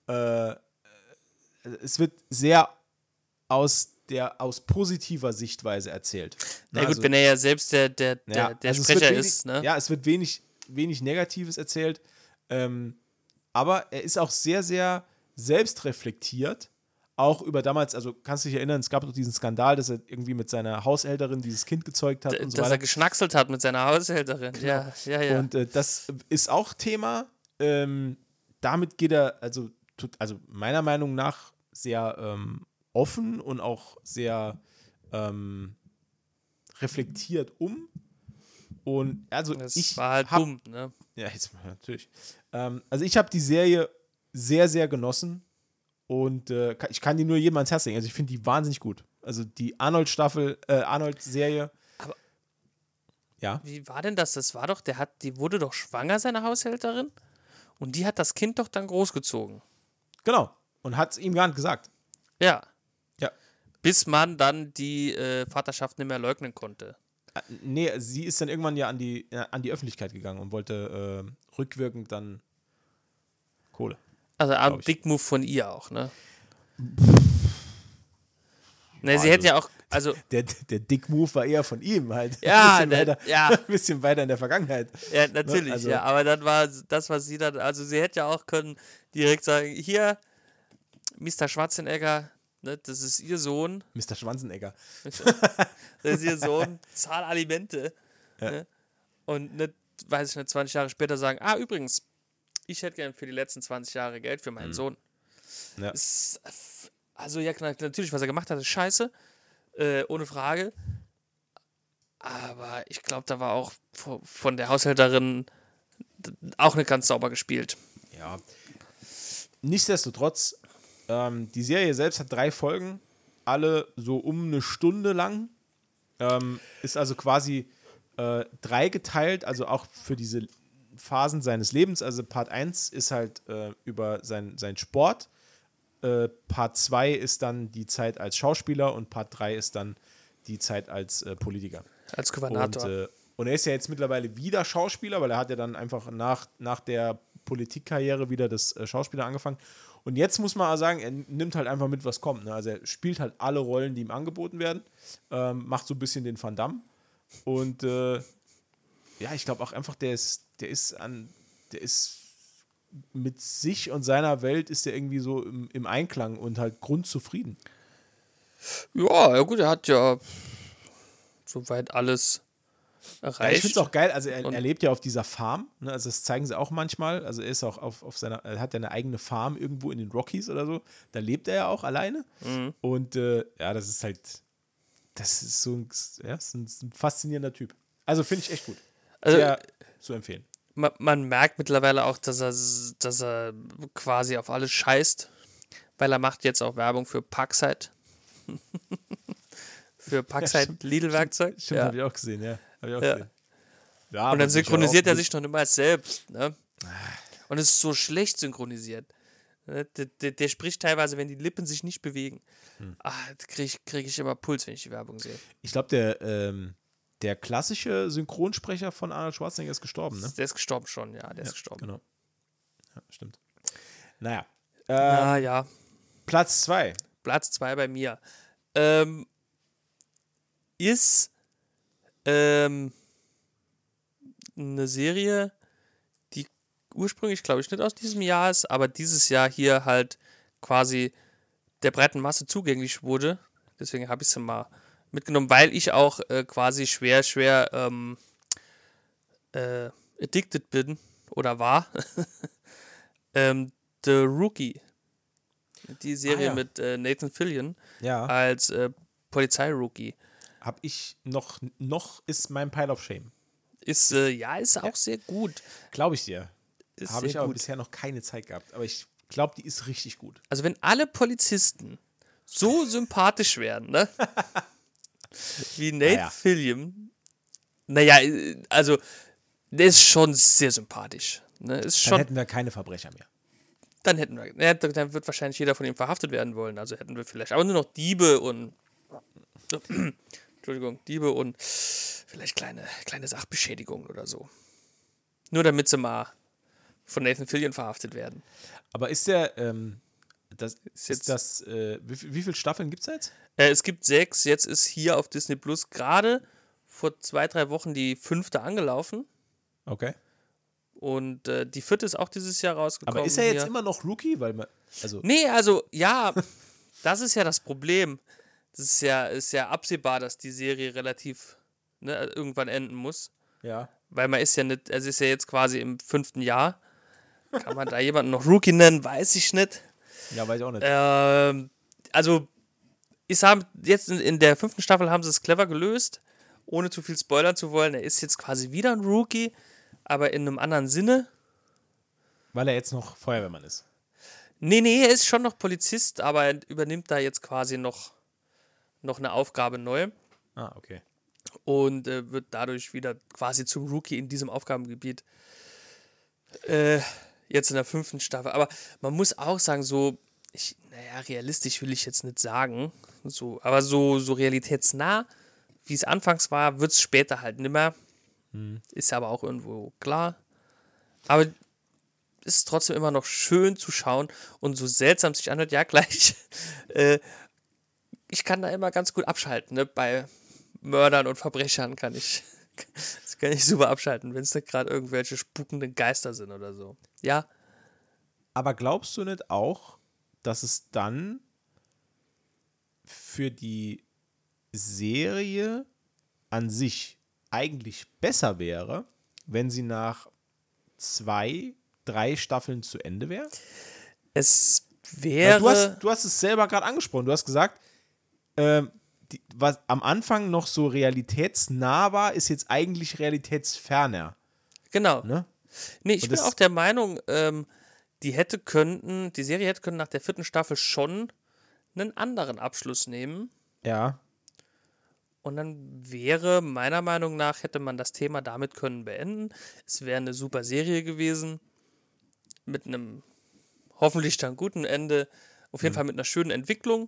es wird sehr aus positiver Sichtweise erzählt. Na gut, wenn er ja selbst der Sprecher ist. Ne? Ja, es wird wenig Negatives erzählt, aber er ist auch sehr, sehr selbstreflektiert. Auch über damals, also kannst du dich erinnern, es gab doch diesen Skandal, dass er irgendwie mit seiner Haushälterin dieses Kind gezeugt hat und so weiter. Dass er geschnackselt hat mit seiner Haushälterin. Genau. Ja. Und das ist auch Thema. Damit geht er, also meiner Meinung nach, sehr offen und auch sehr reflektiert um. Und also das war halt dumm, ne? Ja, jetzt natürlich. Also ich habe die Serie sehr, sehr genossen. Und ich kann die nur jedem ans Herz legen. Also ich finde die wahnsinnig gut. Also die Arnold-Serie. Aber ja. Wie war denn das? Das war doch, die wurde doch schwanger, seine Haushälterin. Und die hat das Kind doch dann großgezogen. Genau. Und hat es ihm gar nicht gesagt. Ja. Ja. Bis man dann die Vaterschaft nicht mehr leugnen konnte. Nee, sie ist dann irgendwann ja an die Öffentlichkeit gegangen und wollte rückwirkend dann Kohle. Also glaub ein ich. Big Move von ihr auch, ne? Ne, sie Also- hätte ja auch, also, Der Dick-Move war eher von ihm halt. ja, ein, bisschen weiter, ja, ein bisschen weiter in der Vergangenheit. ja, Ne? natürlich, Also, ja, aber dann war das, was sie dann, also sie hätte ja auch können direkt sagen, hier, Mr. Schwarzenegger, ne, das ist ihr Sohn, Mr. Schwanzenegger. das ist ihr Sohn, zahl Alimente, Ja. ne? Und nicht, weiß ich nicht, 20 Jahre später sagen, übrigens, ich hätte gern für die letzten 20 Jahre Geld für meinen Sohn. Ja. Also ja, natürlich, was er gemacht hat, ist scheiße, ohne Frage. Aber ich glaube, da war auch von der Haushälterin auch nicht ganz sauber gespielt. Ja. Nichtsdestotrotz, die Serie selbst hat 3 Folgen, alle so um eine Stunde lang. Ist also quasi 3 geteilt, also auch für diese Phasen seines Lebens. Also Part 1 ist halt über sein Sport. Part 2 ist dann die Zeit als Schauspieler und Part 3 ist dann die Zeit als Politiker. Als Gouvernator. Und er ist ja jetzt mittlerweile wieder Schauspieler, weil er hat ja dann einfach nach der Politikkarriere wieder das Schauspieler angefangen. Und jetzt muss man auch sagen, er nimmt halt einfach mit, was kommt. Ne? Also er spielt halt alle Rollen, die ihm angeboten werden, macht so ein bisschen den Van Damme. Und ja, ich glaube auch einfach, der ist mit sich und seiner Welt ist er irgendwie so im Einklang und halt grundzufrieden. Ja, gut, er hat ja soweit alles Ja, ich erreicht. finde es auch geil, also er Und- lebt ja auf dieser Farm, ne? Also das zeigen sie auch manchmal, also er ist auch er hat ja eine eigene Farm irgendwo in den Rockies oder so, da lebt er ja auch alleine und ja, das ist so ist ein faszinierender Typ. Also finde ich echt gut. Also- Sehr zu empfehlen. Man merkt mittlerweile auch, dass er quasi auf alles scheißt, weil er macht jetzt auch Werbung für Parkside. Für Parkside stimmt. Lidl-Werkzeug. Stimmt, Ja. habe ich auch gesehen, ja. Hab ich auch Ja. gesehen. Ja, Und dann aber synchronisiert er sicher sich noch nicht mal selbst. Ne? Und es ist so schlecht synchronisiert. Ne? Der spricht teilweise, wenn die Lippen sich nicht bewegen. Da krieg ich immer Puls, wenn ich die Werbung sehe. Ich glaube, der klassische Synchronsprecher von Arnold Schwarzenegger ist gestorben, ne? Der ist gestorben schon, ja, der ist gestorben. Genau. Ja, stimmt. Naja. Ja, Platz 2. Platz 2 bei mir. Ist eine Serie, die ursprünglich, glaube ich, nicht aus diesem Jahr ist, aber dieses Jahr hier halt quasi der breiten Masse zugänglich wurde. Deswegen habe ich sie mal mitgenommen, weil ich auch quasi schwer addicted bin oder war. The Rookie. Die Serie ja. mit Nathan Fillion Ja. als Polizeirookie. Hab ich noch ist mein Pile of Shame. Ist auch sehr gut. Glaube ich dir. Ist Habe ich sehr aber gut. bisher noch keine Zeit gehabt. Aber ich glaube, die ist richtig gut. Also wenn alle Polizisten so sympathisch wären, ne? Wie Nate Naja. Fillion. Naja, also der ist schon sehr sympathisch. Ne? Ist Dann schon, hätten wir keine Verbrecher mehr. dann hätten wir, ja, dann wird wahrscheinlich jeder von ihm verhaftet werden wollen. Also hätten wir vielleicht aber nur noch Diebe und Entschuldigung, Diebe und vielleicht kleine Sachbeschädigungen oder so. Nur damit sie mal von Nathan Fillion verhaftet werden. Aber ist der, jetzt- wie viele Staffeln gibt es jetzt? Es gibt 6, jetzt ist hier auf Disney Plus gerade vor 2-3 Wochen die 5. angelaufen Okay. und die 4. ist auch dieses Jahr rausgekommen. Aber ist er jetzt hier. immer noch Rookie? Weil man, also, Nee, also ja, das ist ja das Problem. Das ist ja absehbar, dass die Serie relativ irgendwann enden muss. ja. Weil man ist ja nicht, also ist ja jetzt quasi im 5. Jahr. Kann man da jemanden noch Rookie nennen? Weiß ich nicht. Ja, weiß ich auch nicht. Also, jetzt in der 5. Staffel haben sie es clever gelöst, ohne zu viel spoilern zu wollen. Er ist jetzt quasi wieder ein Rookie, aber in einem anderen Sinne. Weil er jetzt noch Feuerwehrmann ist. Nee, er ist schon noch Polizist, aber er übernimmt da jetzt quasi noch eine Aufgabe neu Ah, okay. und wird dadurch wieder quasi zum Rookie in diesem Aufgabengebiet. Jetzt in der 5. Staffel. Aber man muss auch sagen, realistisch will ich jetzt nicht sagen, aber so realitätsnah, wie es anfangs war, wird es später halt nimmer. Ist aber auch irgendwo klar. Aber ist trotzdem immer noch schön zu schauen und so seltsam sich anhört, ja gleich. Ich kann da immer ganz gut abschalten, ne? Bei Mördern und Verbrechern das kann ich super abschalten, wenn es da gerade irgendwelche spukenden Geister sind oder so. Ja, Aber glaubst du nicht auch, dass es dann für die Serie an sich eigentlich besser wäre, wenn sie nach 2, 3 Staffeln zu Ende wäre? es Weil wäre. du hast es selber gerade angesprochen. Du hast gesagt, was am Anfang noch so realitätsnah war, ist jetzt eigentlich realitätsferner. Genau. Ne? Nee, ich Und bin das- auch der Meinung, die Serie hätte können nach der 4. Staffel schon einen anderen Abschluss nehmen. Ja, Und dann wäre, meiner Meinung nach, hätte man das Thema damit können beenden. Es wäre eine super Serie gewesen. Mit einem hoffentlich dann guten Ende. Auf jeden Fall mit einer schönen Entwicklung.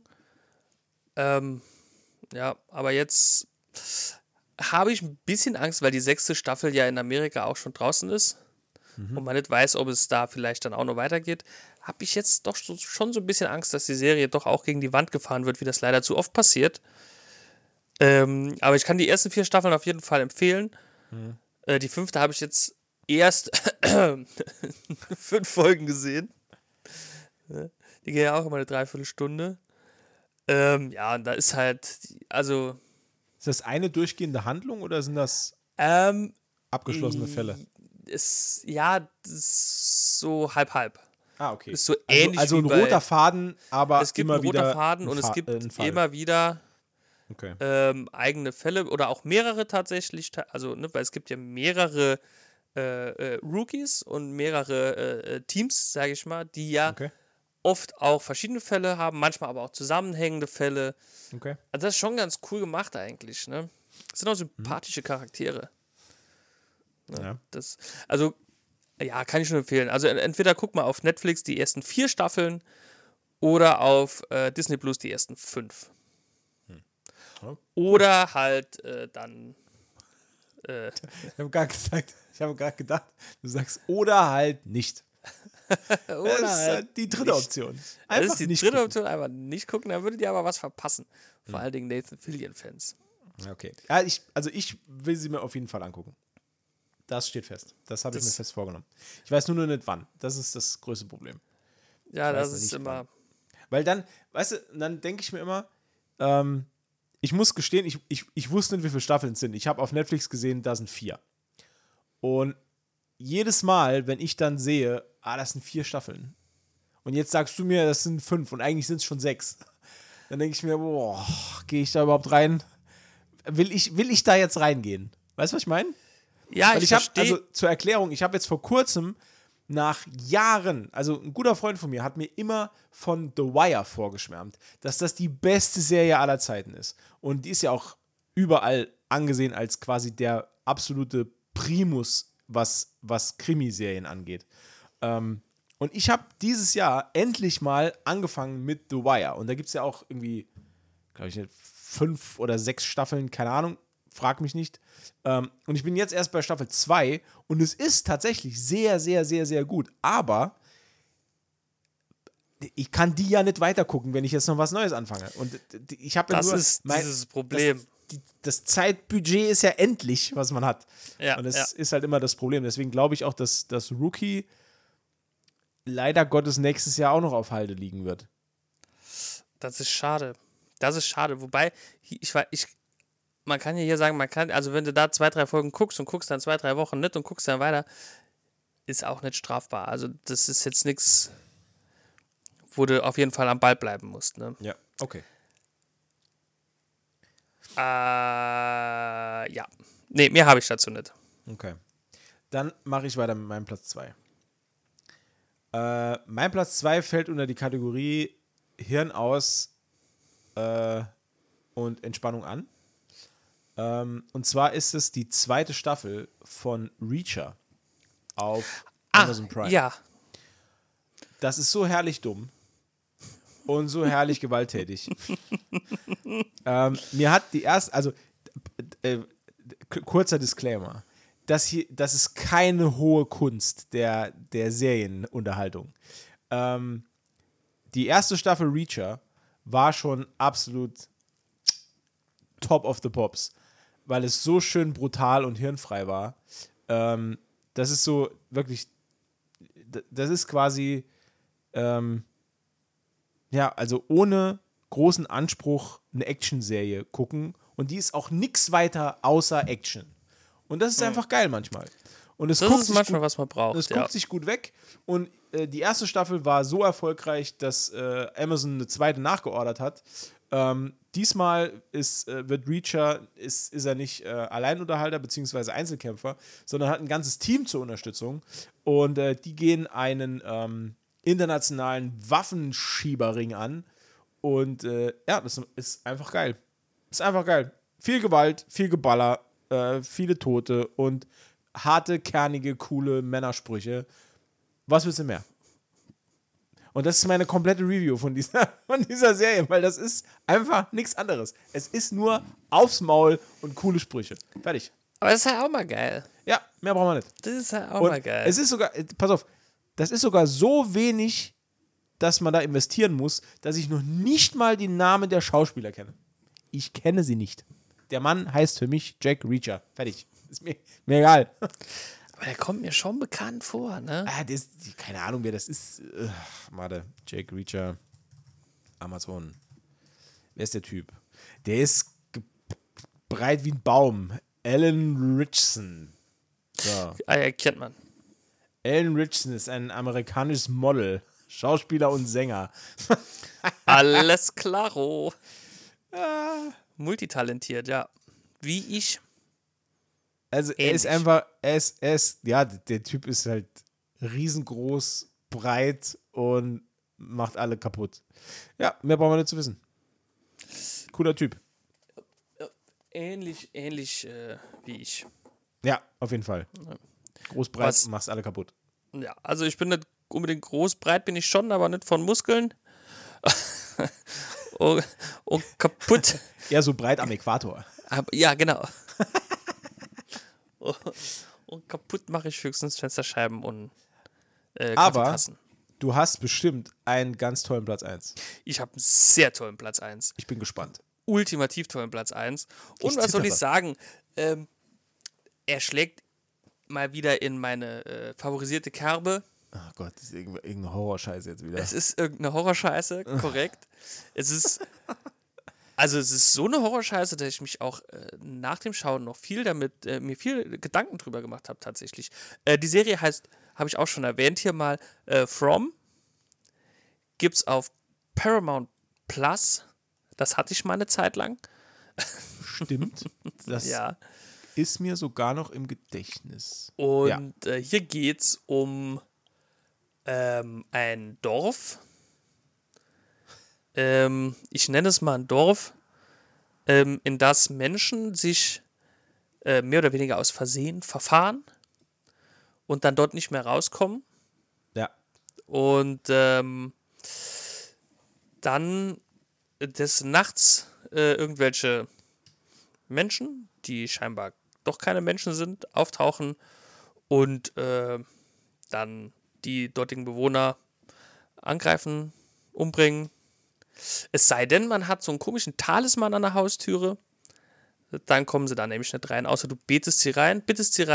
Ja, aber jetzt habe ich ein bisschen Angst, weil die 6. Staffel ja in Amerika auch schon draußen ist. Und man nicht weiß, ob es da vielleicht dann auch noch weitergeht, habe ich jetzt doch schon so ein bisschen Angst, dass die Serie doch auch gegen die Wand gefahren wird, wie das leider zu oft passiert. Aber ich kann die ersten 4 Staffeln auf jeden Fall empfehlen. Die 5. habe ich jetzt erst 5 Folgen gesehen. Die gehen ja auch immer eine Dreiviertelstunde. Ja, und da ist halt, also ist das eine durchgehende Handlung oder sind das abgeschlossene Fälle? das ist so halb. Ah, okay. Ist so ähnlich also wie ein bei, roter Faden, aber es gibt immer einen roten wieder Faden und es ein gibt Fall. immer wieder Okay. eigene Fälle oder auch mehrere tatsächlich, also ne, weil es gibt ja mehrere Rookies und mehrere Teams, sage ich mal, die ja Okay. oft auch verschiedene Fälle haben, manchmal aber auch zusammenhängende Fälle. Okay. Also das ist schon ganz cool gemacht eigentlich, ne? Das sind auch sympathische Charaktere. Ja. Also, ja, kann ich schon empfehlen. Also entweder guck mal auf Netflix die ersten 4 Staffeln oder auf Disney Plus die ersten 5. Oh. Oder halt dann. Ich habe gerade gedacht, du sagst oder halt nicht. Oder Das ist halt die dritte nicht. Option. Das Einfach ist die nicht dritte gucken. Option, einfach nicht gucken, dann würdet ihr aber was verpassen. Vor allen Dingen Nathan Fillion-Fans. Okay. Ja, ich will sie mir auf jeden Fall angucken. Das steht fest. Das habe ich mir fest vorgenommen. Ich weiß nur nicht wann. Das ist das größte Problem. Ja, Ich weiß das noch ist nicht, immer. Weil dann, weißt du, dann denke ich mir immer, ich muss gestehen, ich wusste nicht, wie viele Staffeln es sind. Ich habe auf Netflix gesehen, da sind 4. Und jedes Mal, wenn ich dann sehe, das sind 4 Staffeln. Und jetzt sagst du mir, das sind 5 und eigentlich sind es schon 6. Dann denke ich mir, boah, gehe ich da überhaupt rein? Will ich da jetzt reingehen? Weißt du, was ich meine? Ja, Weil ich habe, verstehe. also zur Erklärung, ich habe jetzt vor kurzem nach Jahren, also ein guter Freund von mir hat mir immer von The Wire vorgeschwärmt, dass das die beste Serie aller Zeiten ist. Und die ist ja auch überall angesehen als quasi der absolute Primus, was Krimiserien angeht. Und ich habe dieses Jahr endlich mal angefangen mit The Wire. Und da gibt es ja auch irgendwie, glaube ich, 5 oder 6 Staffeln, keine Ahnung, frag mich nicht. Und ich bin jetzt erst bei Staffel 2 und es ist tatsächlich sehr, sehr, sehr, sehr gut. Aber ich kann die ja nicht weitergucken, wenn ich jetzt noch was Neues anfange. Und ich habe ja Das nur. ist dieses Problem. Das Zeitbudget ist ja endlich, was man hat. Ja, und das ja. ist halt immer das Problem. Deswegen glaube ich auch, dass das Rookie leider Gottes nächstes Jahr auch noch auf Halde liegen wird. Das ist schade. Das ist schade. Wobei, man kann ja hier sagen, also wenn du da 2, 3 Folgen guckst und guckst dann 2, 3 Wochen nicht und guckst dann weiter, ist auch nicht strafbar. Also das ist jetzt nichts, wo du auf jeden Fall am Ball bleiben musst. Ne? Ja, okay. Ja. Nee, mehr habe ich dazu nicht. Okay. Dann mache ich weiter mit meinem Platz 2. Mein Platz 2 fällt unter die Kategorie Hirn aus und Entspannung an. Und zwar ist es die 2. Staffel von Reacher auf Amazon Prime. Ja. Das ist so herrlich dumm und so herrlich gewalttätig. Mir hat die erste, also kurzer Disclaimer. das ist keine hohe Kunst der Serienunterhaltung. Die erste Staffel Reacher war schon absolut top of the pops, weil es so schön brutal und hirnfrei war. Das ist so wirklich, das ist quasi, also ohne großen Anspruch eine Actionserie gucken und die ist auch nichts weiter außer Action. Und das ist einfach geil manchmal. Und es Das guckt ist sich manchmal, gut, was man braucht. es guckt sich gut weg. Und die erste Staffel war so erfolgreich, dass Amazon eine zweite nachgeordert hat. Diesmal wird Reacher, ist er nicht Alleinunterhalter bzw. Einzelkämpfer, sondern hat ein ganzes Team zur Unterstützung. Und die gehen einen internationalen Waffenschieberring an. Und das ist einfach geil. Ist einfach geil. Viel Gewalt, viel Geballer, viele Tote und harte, kernige, coole Männersprüche. Was willst du mehr? Und das ist meine komplette Review von dieser Serie, weil das ist einfach nichts anderes. Es ist nur aufs Maul und coole Sprüche. Fertig. Aber das ist halt auch mal geil. Ja, mehr brauchen wir nicht. Das ist halt auch Und mal geil. es ist sogar, pass auf, das ist sogar so wenig, dass man da investieren muss, dass ich noch nicht mal die Namen der Schauspieler kenne. Ich kenne sie nicht. Der Mann heißt für mich Jack Reacher. Fertig. Ist mir egal. Aber der kommt mir schon bekannt vor, ne? Keine Ahnung, wer das ist. Warte, Jack Reacher, Amazon. Wer ist der Typ? Der ist breit wie ein Baum. Alan Ritchson. So. Ja, kennt man. Alan Ritchson ist ein amerikanisches Model, Schauspieler und Sänger. Alles klaro. Multitalentiert, ja. Wie ich. Also er ist einfach, der Typ ist halt riesengroß, breit und macht alle kaputt. Ja, mehr brauchen wir nicht zu wissen. Cooler Typ. Ähnlich wie ich. Ja, auf jeden Fall. Groß, breit, machst alle kaputt. Ja, also ich bin nicht unbedingt groß, breit bin ich schon, aber nicht von Muskeln. und kaputt. Ja, so breit am Äquator. Ja, genau. Und kaputt mache ich höchstens Fensterscheiben und Kaffeetassen. Du hast bestimmt einen ganz tollen Platz 1. Ich habe einen sehr tollen Platz 1. Ich bin gespannt. Ultimativ tollen Platz 1. Und was soll ich sagen? Er schlägt mal wieder in meine favorisierte Kerbe. Oh Gott, das ist irgendeine Horrorscheiße jetzt wieder. Es ist irgendeine Horrorscheiße, korrekt. Es ist so eine Horrorscheiße, dass ich mich auch nach dem Schauen noch mir viel Gedanken drüber gemacht habe, tatsächlich. Die Serie heißt, habe ich auch schon erwähnt hier mal, From. Gibt's auf Paramount Plus. Das hatte ich mal eine Zeit lang. Stimmt. Das ist mir sogar noch im Gedächtnis. Und hier geht's um ein Dorf. Ich nenne es mal ein Dorf, in das Menschen sich mehr oder weniger aus Versehen verfahren und dann dort nicht mehr rauskommen. Ja. Und dann des Nachts irgendwelche Menschen, die scheinbar doch keine Menschen sind, auftauchen und dann die dortigen Bewohner angreifen, umbringen. Es sei denn, man hat so einen komischen Talisman an der Haustüre. Dann kommen sie da nämlich nicht rein, außer du bittest sie rein.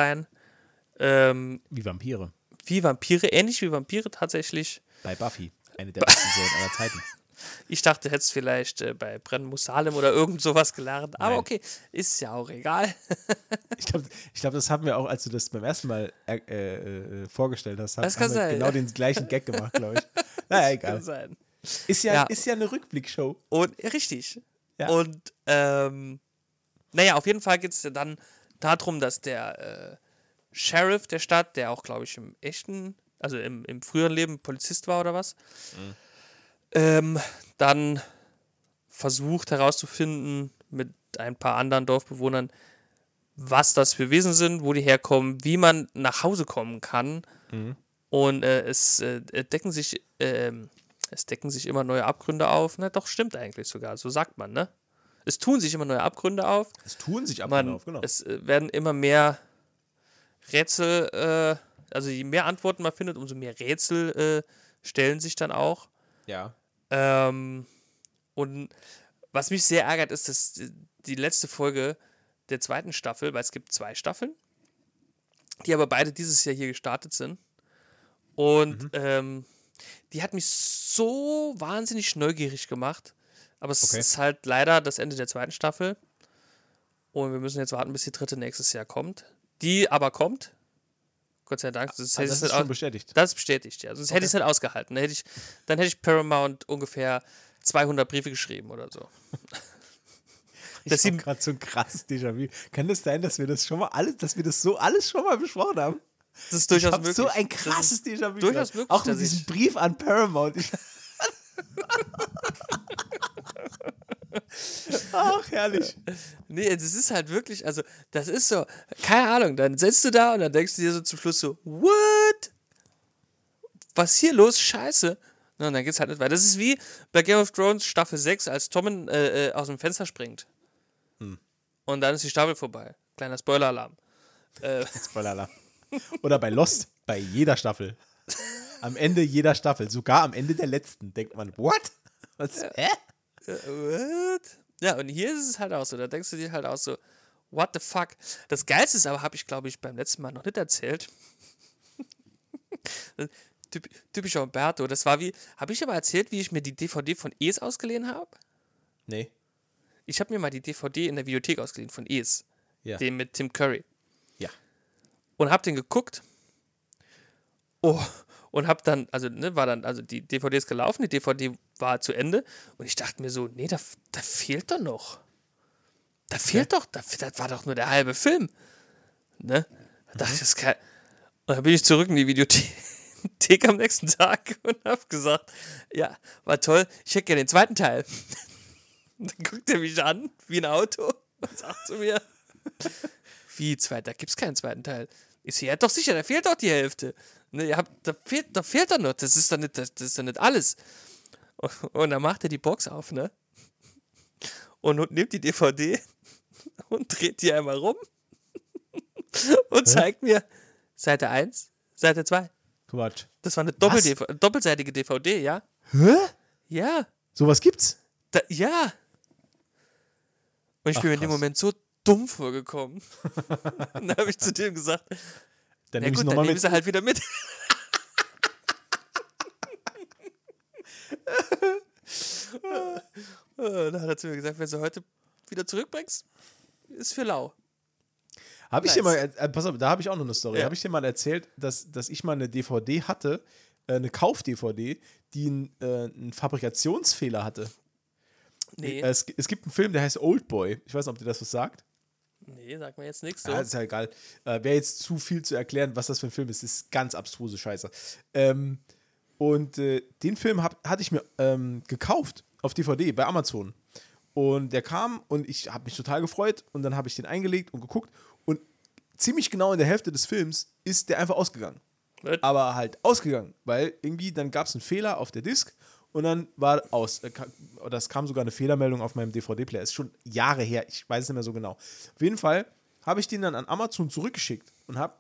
Wie Vampire. Wie Vampire, ähnlich wie Vampire tatsächlich. Bei Buffy, eine der besten Serien aller Zeiten. Ich dachte, du hättest vielleicht bei Brennen muss Salem oder irgend sowas gelernt. Aber okay, ist ja auch egal. Ich glaube, das haben wir auch, als du das beim ersten Mal vorgestellt hast, haben wir genau den gleichen Gag gemacht, glaube ich. Naja, egal. Kann sein. Ist ja eine Rückblickshow. Und richtig. Ja. Und naja, auf jeden Fall geht es ja dann darum, dass der Sheriff der Stadt, der auch, glaube ich, im früheren Leben Polizist war oder was, dann versucht herauszufinden mit ein paar anderen Dorfbewohnern, was das für Wesen sind, wo die herkommen, wie man nach Hause kommen kann. Mhm. Und es decken sich immer neue Abgründe auf. Na doch, stimmt eigentlich sogar, so sagt man, ne? Es tun sich immer neue Abgründe auf. Es tun sich Abgründe auf, genau. Es werden immer mehr Rätsel, also je mehr Antworten man findet, umso mehr Rätsel stellen sich dann auch. Ja. Und was mich sehr ärgert, ist, dass die letzte Folge der zweiten Staffel, weil es gibt 2 Staffeln, die aber beide dieses Jahr hier gestartet sind. Und die hat mich so wahnsinnig neugierig gemacht. Aber es ist halt leider das Ende der zweiten Staffel. Und wir müssen jetzt warten, bis die dritte nächstes Jahr kommt. Die aber kommt. Gott sei Dank. Das ist schon bestätigt. Das ist bestätigt, ja. Sonst hätte ich es nicht ausgehalten. Dann hätte ich Paramount ungefähr 200 Briefe geschrieben oder so. Ich habe gerade so ein krasses Déjà-vu. Kann das sein, dass wir das schon mal alles schon mal besprochen haben? Das ist durchaus möglich. So ein krasses Déjà-vu. Durchaus möglich. Auch mit diesem Brief an Paramount. Ach, herrlich. Nee, das ist halt wirklich, also, das ist so, keine Ahnung, dann sitzt du da und dann denkst du dir so zum Schluss so, what? Was ist hier los? Scheiße. Und dann geht's halt nicht weiter. Das ist wie bei Game of Thrones Staffel 6, als Tommen aus dem Fenster springt. Und dann ist die Staffel vorbei. Kleiner Spoiler-Alarm. Spoiler-Alarm. Oder bei Lost, bei jeder Staffel. Am Ende jeder Staffel, sogar am Ende der letzten, denkt man, what? Was? Hä? What? Ja, und hier ist es halt auch so. Da denkst du dir halt auch so, what the fuck? Das Geilste ist aber, habe ich, glaube ich, beim letzten Mal noch nicht erzählt. Typischer Umberto. Das war wie, habe ich aber erzählt, wie ich mir die DVD von Es ausgeliehen habe? Nee. Ich habe mir mal die DVD in der Videothek ausgeliehen von Es. Ja. Den mit Tim Curry. Ja. Und habe den geguckt. Oh, und hab dann, also, war dann, also die DVD ist gelaufen, die DVD war zu Ende und ich dachte mir so, nee, da fehlt doch noch. Da fehlt doch, das war doch nur der halbe Film. Ne? Da dachte ich, das kann. Und dann bin ich zurück in die Videothek am nächsten Tag und hab gesagt, ja, war toll, ich hätte gerne den zweiten Teil. Und dann guckt er mich an, wie ein Auto, und sagt zu mir, wie, da gibt's keinen zweiten Teil. Ich so, ja, doch sicher, da fehlt doch die Hälfte. Ne, da fehlt doch noch, das ist doch nicht alles. Und dann macht er die Box auf, ne? Und nimmt die DVD und dreht die einmal rum und zeigt mir Seite 1, Seite 2. Quatsch. Das war eine doppelseitige DVD, ja? Hä? Ja. Sowas gibt's? Ja. Und ich bin mir in dem Moment so dumm vorgekommen. Und dann habe ich zu dem gesagt, dann na gut, dann nehmen sie halt wieder mit. Dann hat er zu mir gesagt, wenn du heute wieder zurückbringst, ist für lau. Habe ich dir mal, pass auf, da habe ich auch noch eine Story. Ja. Habe ich dir mal erzählt, dass ich mal eine DVD hatte, eine Kauf-DVD, die einen Fabrikationsfehler hatte? Nee. Es gibt einen Film, der heißt Oldboy. Ich weiß nicht, ob dir das was sagt. Nee, sag mir jetzt nichts. So. Ja, ist ja egal. Wäre jetzt zu viel zu erklären, was das für ein Film ist. Das ist ganz abstruse Scheiße. Und den Film hatte ich mir gekauft auf DVD bei Amazon. Und der kam und ich habe mich total gefreut. Und dann habe ich den eingelegt und geguckt. Und ziemlich genau in der Hälfte des Films ist der einfach ausgegangen. Was? Aber halt ausgegangen, weil irgendwie dann gab es einen Fehler auf der Disc. Und dann war aus. Das kam sogar eine Fehlermeldung auf meinem DVD-Player. Ist schon Jahre her. Ich weiß es nicht mehr so genau. Auf jeden Fall habe ich den dann an Amazon zurückgeschickt und habe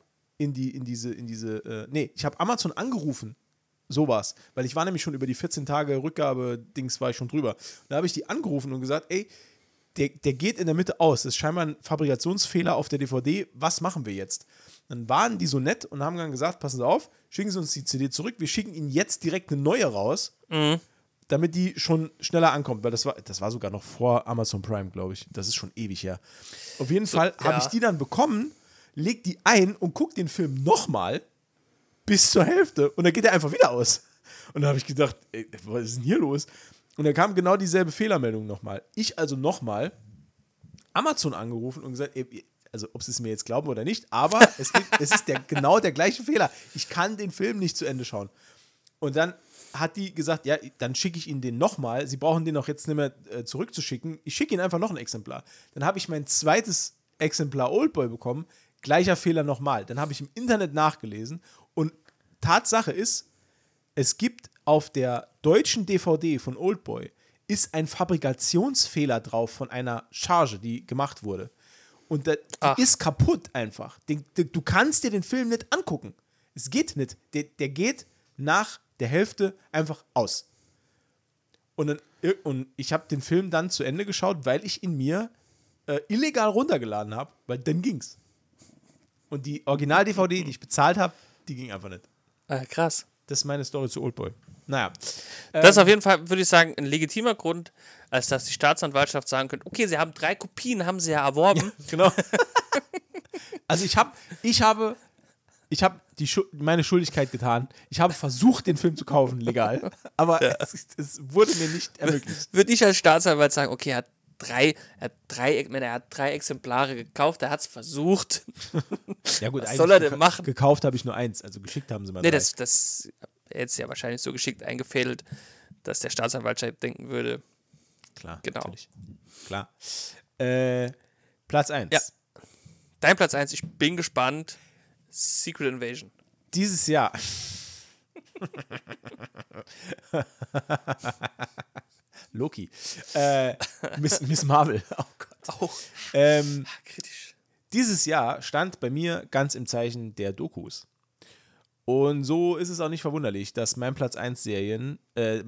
ich habe Amazon angerufen. So war's. Weil ich war nämlich schon über die 14 Tage Rückgabe-Dings war ich schon drüber. Und da habe ich die angerufen und gesagt, ey, der geht in der Mitte aus. Das ist scheinbar ein Fabrikationsfehler auf der DVD. Was machen wir jetzt? Dann waren die so nett und haben dann gesagt, passen Sie auf, schicken Sie uns die CD zurück. Wir schicken Ihnen jetzt direkt eine neue raus, damit die schon schneller ankommt. Weil das war sogar noch vor Amazon Prime, glaube ich. Das ist schon ewig her. Auf jeden Fall habe ich die dann bekommen, leg die ein und guck den Film nochmal bis zur Hälfte. Und dann geht er einfach wieder aus. Und da habe ich gedacht, ey, was ist denn hier los? Und dann kam genau dieselbe Fehlermeldung nochmal. Ich also nochmal Amazon angerufen und gesagt, ey, also ob sie es mir jetzt glauben oder nicht, aber es ist genau der gleiche Fehler. Ich kann den Film nicht zu Ende schauen. Und dann hat die gesagt, ja, dann schicke ich Ihnen den nochmal. Sie brauchen den auch jetzt nicht mehr zurückzuschicken. Ich schicke Ihnen einfach noch ein Exemplar. Dann habe ich mein zweites Exemplar Oldboy bekommen. Gleicher Fehler nochmal. Dann habe ich im Internet nachgelesen. Und Tatsache ist, es gibt auf der deutschen DVD von Oldboy ist ein Fabrikationsfehler drauf von einer Charge, die gemacht wurde. Und die ist kaputt einfach. Du kannst dir den Film nicht angucken. Es geht nicht. Der geht nach der Hälfte einfach aus. Und ich habe den Film dann zu Ende geschaut, weil ich ihn mir illegal runtergeladen habe, weil dann ging's. Und die Original-DVD, die ich bezahlt habe, die ging einfach nicht. Krass. Das ist meine Story zu Oldboy. Naja. Das ist auf jeden Fall, würde ich sagen, ein legitimer Grund, als dass die Staatsanwaltschaft sagen könnte, okay, sie haben 3 Kopien, haben sie ja erworben. Ja, genau. Also ich habe meine Schuldigkeit getan. Ich habe versucht, den Film zu kaufen, legal. Aber es wurde mir nicht ermöglicht. Würde ich als Staatsanwalt sagen, okay, er hat drei Exemplare gekauft, er hat es versucht. Ja gut, was soll er denn machen? Gekauft habe ich nur 1, also geschickt haben sie mal 3. Das hätte es ja wahrscheinlich so geschickt eingefädelt, dass der Staatsanwalt denken würde. Klar, genau. Natürlich. Klar. Platz 1. Ja. Dein Platz 1, ich bin gespannt. Secret Invasion. Dieses Jahr. Loki. Miss Marvel. Oh Gott. Oh. Kritisch. Dieses Jahr stand bei mir ganz im Zeichen der Dokus. Und so ist es auch nicht verwunderlich, dass meine Platz 1 Serie,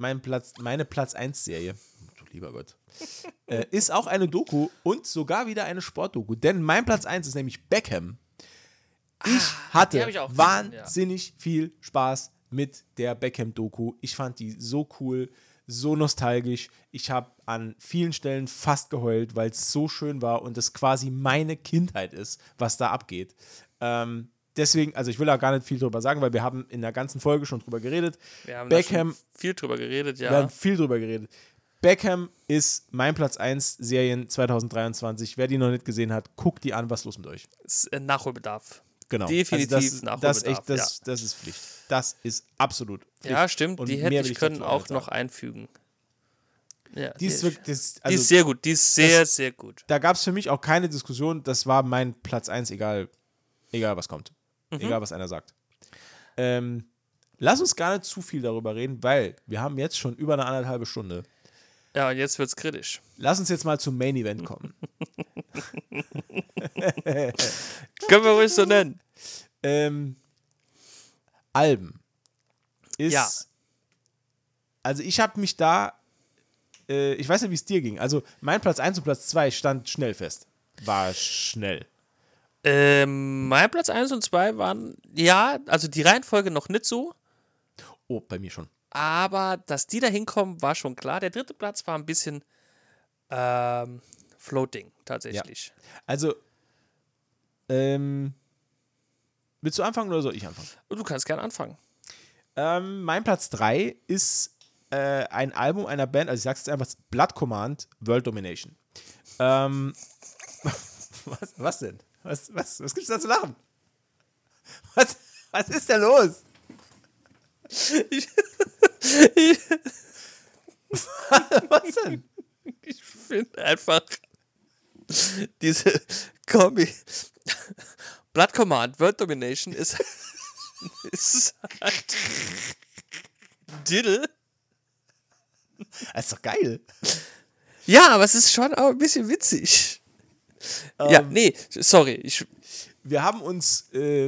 du lieber Gott, ist auch eine Doku und sogar wieder eine Sportdoku. Denn mein Platz 1 ist nämlich Beckham. Ich hatte wahnsinnig viel Spaß mit der Beckham-Doku. Ich fand die so cool, so nostalgisch. Ich habe an vielen Stellen fast geheult, weil es so schön war und es quasi meine Kindheit ist, was da abgeht. Deswegen, also ich will da gar nicht viel drüber sagen, weil wir haben in der ganzen Folge schon drüber geredet. Wir haben Beckham, da schon viel drüber geredet, ja. Wir haben viel drüber geredet. Beckham ist mein Platz 1 Serien 2023. Wer die noch nicht gesehen hat, guckt die an, was ist los mit euch? Das ist Nachholbedarf. Genau. Definitiv also Nachholbedarf. Das ist Pflicht. Das ist absolut Pflicht. Ja, stimmt. Und die hätte ich können auch noch einfügen. Ja, die ist sehr gut. Die ist sehr gut. Da gab es für mich auch keine Diskussion. Das war mein Platz 1, egal was kommt. Egal, was einer sagt. Lass uns gar nicht zu viel darüber reden, weil wir haben jetzt schon über eine 1,5 Stunde. Ja, und jetzt wird's kritisch. Lass uns jetzt mal zum Main Event kommen. Können wir ruhig so nennen. Alben. Ja. Also ich habe mich da, ich weiß nicht, wie es dir ging. Also mein Platz 1 und Platz 2 stand schnell fest. War schnell. Mein Platz 1 und 2 waren, ja, also die Reihenfolge noch nicht so. Oh, bei mir schon. Aber dass die da hinkommen, war schon klar. Der 3. Platz war ein bisschen floating, tatsächlich. Ja. Also, willst du anfangen oder soll ich anfangen? Du kannst gerne anfangen. Mein Platz 3 ist ein Album einer Band, also ich sag's jetzt einfach, Blood Command, World Domination. Was denn? Was gibt's da zu lachen? Was ist denn los? Was denn? Ich finde einfach diese Kombi Blood Command, World Domination ist halt Diddle. Das ist doch geil. Ja, aber es ist schon auch ein bisschen witzig. Ja, nee, sorry. Wir haben uns,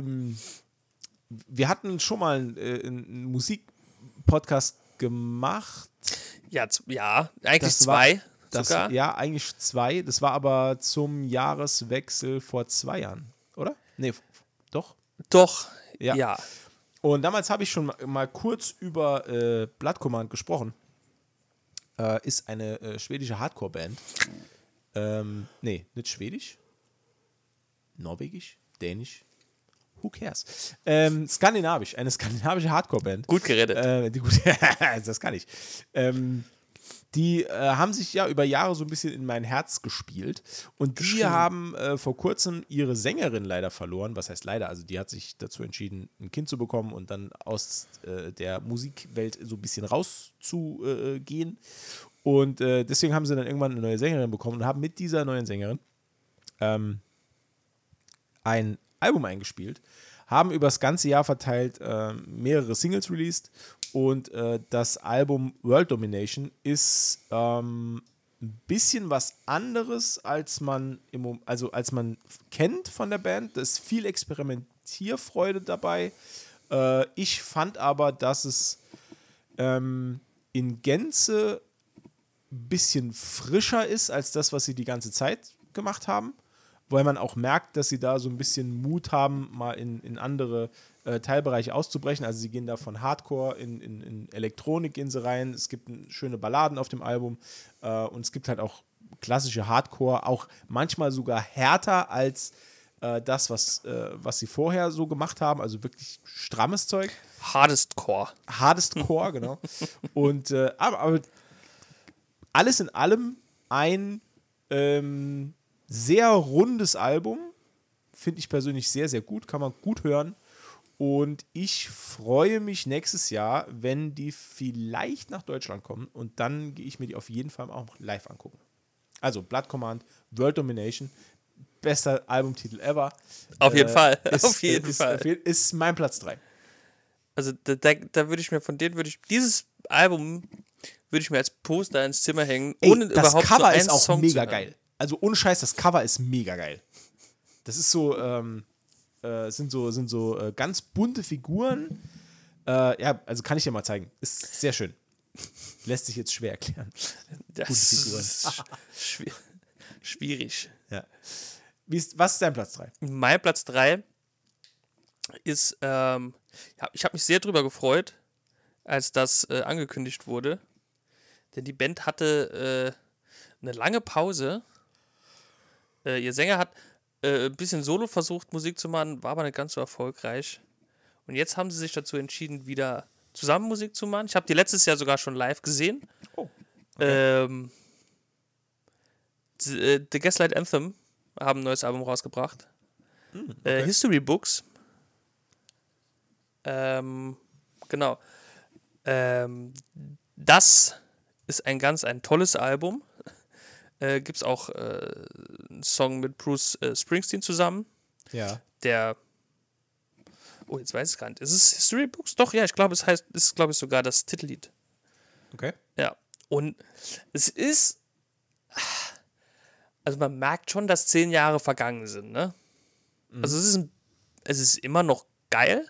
wir hatten schon mal einen Musikpodcast gemacht. Ja, eigentlich 2 sogar. Ja, eigentlich 2. Das war aber zum Jahreswechsel vor 2 Jahren, oder? Nee, doch? Doch, Ja. ja. Und damals habe ich schon mal kurz über Blood Command gesprochen. Ist eine schwedische Hardcore-Band. Nee, nicht schwedisch. Norwegisch? Dänisch? Who cares? Skandinavisch. Eine skandinavische Hardcore-Band. Gut geredet. Das kann ich. Die haben sich ja über Jahre so ein bisschen in mein Herz gespielt. Und die haben vor kurzem ihre Sängerin leider verloren. Was heißt leider? Also die hat sich dazu entschieden, ein Kind zu bekommen und dann aus der Musikwelt so ein bisschen rauszugehen. Und deswegen haben sie dann irgendwann eine neue Sängerin bekommen und haben mit dieser neuen Sängerin ein Album eingespielt, haben über das ganze Jahr verteilt mehrere Singles released und das Album World Domination ist ein bisschen was anderes, als man als man kennt von der Band. Da ist viel Experimentierfreude dabei. Ich fand aber, dass es in Gänze ein bisschen frischer ist als das, was sie die ganze Zeit gemacht haben, weil man auch merkt, dass sie da so ein bisschen Mut haben, mal in andere Teilbereiche auszubrechen. Also sie gehen da von Hardcore in Elektronik gehen sie rein. Es gibt schöne Balladen auf dem Album und es gibt halt auch klassische Hardcore, auch manchmal sogar härter als das, was sie vorher so gemacht haben. Also wirklich strammes Zeug. Hardest Core, genau. Und aber alles in allem ein sehr rundes Album. Finde ich persönlich sehr, sehr gut. Kann man gut hören. Und ich freue mich nächstes Jahr, wenn die vielleicht nach Deutschland kommen. Und dann gehe ich mir die auf jeden Fall auch live angucken. Also Blood Command, World Domination. Bester Albumtitel ever. Auf jeden Fall. Ist mein Platz 3. Also da würde ich mir dieses Album würde ich mir als Poster ins Zimmer hängen, ohne das überhaupt Cover so einen ist auch Song mega zu geil. Also ohne Scheiß, das Cover ist mega geil. Das ist so, sind so ganz bunte Figuren. Ja, also kann ich dir mal zeigen. Ist sehr schön. Lässt sich jetzt schwer erklären. Das ist schwierig. Ja. Was ist dein Platz 3? Mein Platz 3 ist, ich habe mich sehr drüber gefreut, als das angekündigt wurde. Denn die Band hatte eine lange Pause. Ihr Sänger hat ein bisschen solo versucht, Musik zu machen, war aber nicht ganz so erfolgreich. Und jetzt haben sie sich dazu entschieden, wieder zusammen Musik zu machen. Ich habe die letztes Jahr sogar schon live gesehen. Oh, okay. The Gaslight Anthem haben ein neues Album rausgebracht. Okay. History Books. Genau. Das ist ein tolles Album. Gibt es auch einen Song mit Bruce Springsteen zusammen. Ja. Jetzt weiß ich gar nicht. Ist es History Books? Doch, ja, ich glaube, ist sogar das Titellied. Okay. Ja. Und es ist. Also man merkt schon, dass 10 Jahre vergangen sind, ne? Mhm. Also es ist immer noch geil.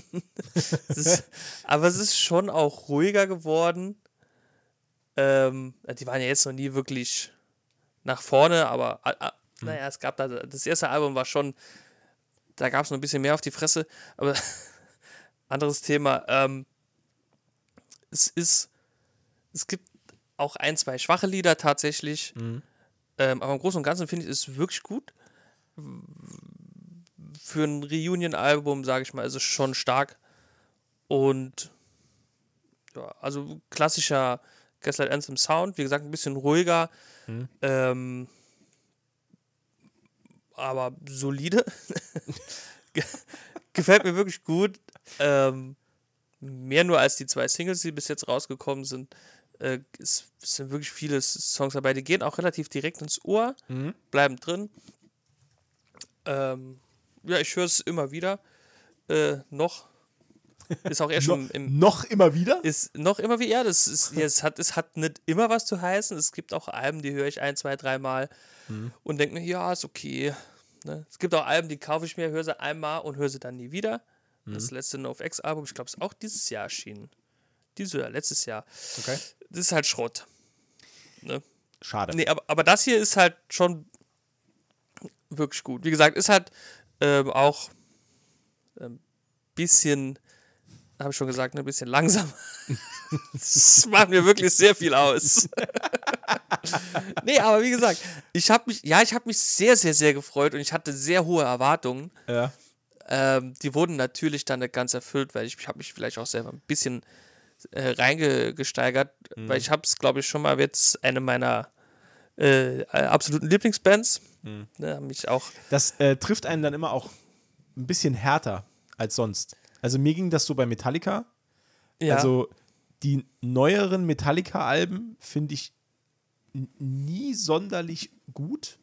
Aber es ist schon auch ruhiger geworden. Die waren ja jetzt noch nie wirklich nach vorne, aber naja, es gab das erste Album war schon, da gab es noch ein bisschen mehr auf die Fresse, aber anderes Thema. Es gibt auch 1, 2 schwache Lieder tatsächlich, aber im Großen und Ganzen finde ich es wirklich gut. Für ein Reunion-Album, sage ich mal, ist es schon stark. Und ja, also klassischer Gaslight Anthem Sound, wie gesagt, ein bisschen ruhiger, aber solide. Gefällt mir wirklich gut. Mehr nur als die 2 Singles, die bis jetzt rausgekommen sind. Es sind wirklich viele Songs dabei, die gehen auch relativ direkt ins Ohr, bleiben drin. Ja, ich höre es immer wieder. Noch. Ist auch eher schon noch immer wieder? Ist noch immer wie es hat nicht immer was zu heißen. Es gibt auch Alben, die höre ich 1, 2, 3 Mal und denke mir, ja, ist okay. Ne? Es gibt auch Alben, die kaufe ich mir, höre sie einmal und höre sie dann nie wieder. Das letzte NoFX-Album, ich glaube, ist auch dieses Jahr erschienen. Letztes Jahr. Okay. Das ist halt Schrott. Ne? Schade. Nee, aber das hier ist halt schon wirklich gut. Wie gesagt, ist halt auch ein bisschen, habe ich schon gesagt, ein bisschen langsam. Das macht mir wirklich sehr viel aus. Nee, aber wie gesagt, ich habe mich sehr, sehr, sehr gefreut und ich hatte sehr hohe Erwartungen. Ja. Die wurden natürlich dann nicht ganz erfüllt, weil ich habe mich vielleicht auch selber ein bisschen reingesteigert, weil ich habe es, glaube ich, schon mal jetzt eine meiner absoluten Lieblingsbands. Ne, mich auch. Das trifft einen dann immer auch ein bisschen härter als sonst. Also mir ging das so bei Metallica. Ja. Also die neueren Metallica-Alben finde ich nie sonderlich gut.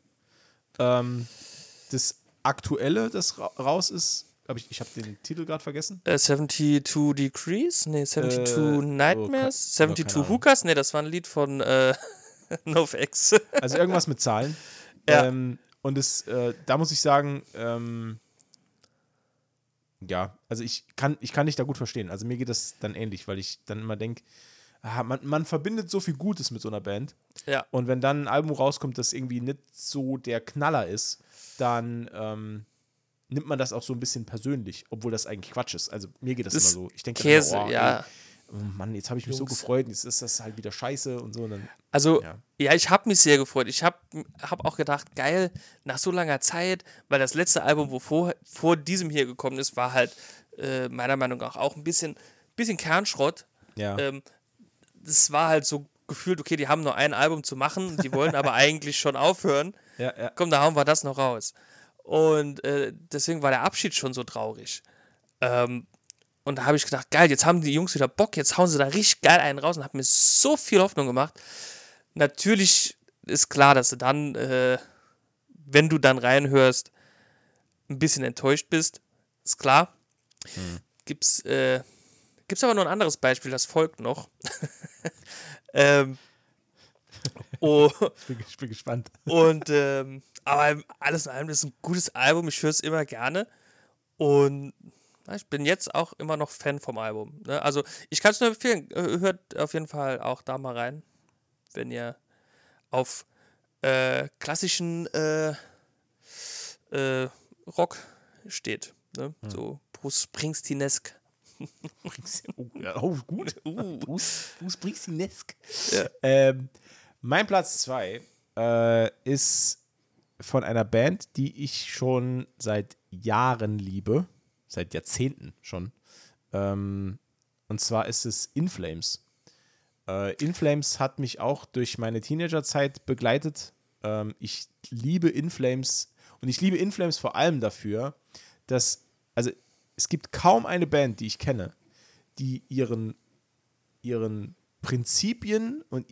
Das aktuelle, das raus ist, ich habe den Titel gerade vergessen. 72 Degrees? Nee, 72 Nightmares? 72 Hookahs? Nee, das war ein Lied von NoFX. Also irgendwas mit Zahlen. Ja. Und da muss ich sagen, ja, also ich kann dich da gut verstehen. Also mir geht das dann ähnlich, weil ich dann immer denke, man verbindet so viel Gutes mit so einer Band. Ja. Und wenn dann ein Album rauskommt, das irgendwie nicht so der Knaller ist, dann nimmt man das auch so ein bisschen persönlich, obwohl das eigentlich Quatsch ist. Also mir geht das immer so. Ich denke Käse, immer, ja. Ey, oh Mann, jetzt habe ich mich so gefreut, jetzt ist das halt wieder scheiße und so. Und dann, Also, ja. ja, ich habe mich sehr gefreut. Ich hab auch gedacht, geil, nach so langer Zeit, weil das letzte Album, wo vor diesem hier gekommen ist, war halt meiner Meinung nach auch ein bisschen Kernschrott. Ja. Das war halt so gefühlt, okay, die haben nur ein Album zu machen, die wollen aber eigentlich schon aufhören. Ja. Komm, da hauen wir das noch raus. Und deswegen war der Abschied schon so traurig. Und da habe ich gedacht, geil, jetzt haben die Jungs wieder Bock, jetzt hauen sie da richtig geil einen raus und hat mir so viel Hoffnung gemacht. Natürlich ist klar, dass du dann, wenn du dann reinhörst, ein bisschen enttäuscht bist. Ist klar. Gibt's aber noch ein anderes Beispiel, das folgt noch. Ich bin gespannt. Und aber alles in allem ist ein gutes Album, ich höre es immer gerne. Und ich bin jetzt auch immer noch Fan vom Album. Ne? Also ich kann es nur empfehlen, hört auf jeden Fall auch da mal rein, wenn ihr auf klassischen Rock steht. Ne? So Bruce Springsteen-esk. Gut. Bruce Springsteen-esk. Ja. Mein Platz 2 ist von einer Band, die ich schon seit Jahren liebe. Seit Jahrzehnten schon. Und zwar ist es In Flames. In Flames hat mich auch durch meine Teenagerzeit begleitet. Ich liebe In Flames und ich liebe In Flames vor allem dafür, dass, also es gibt kaum eine Band, die ich kenne, die ihren Prinzipien und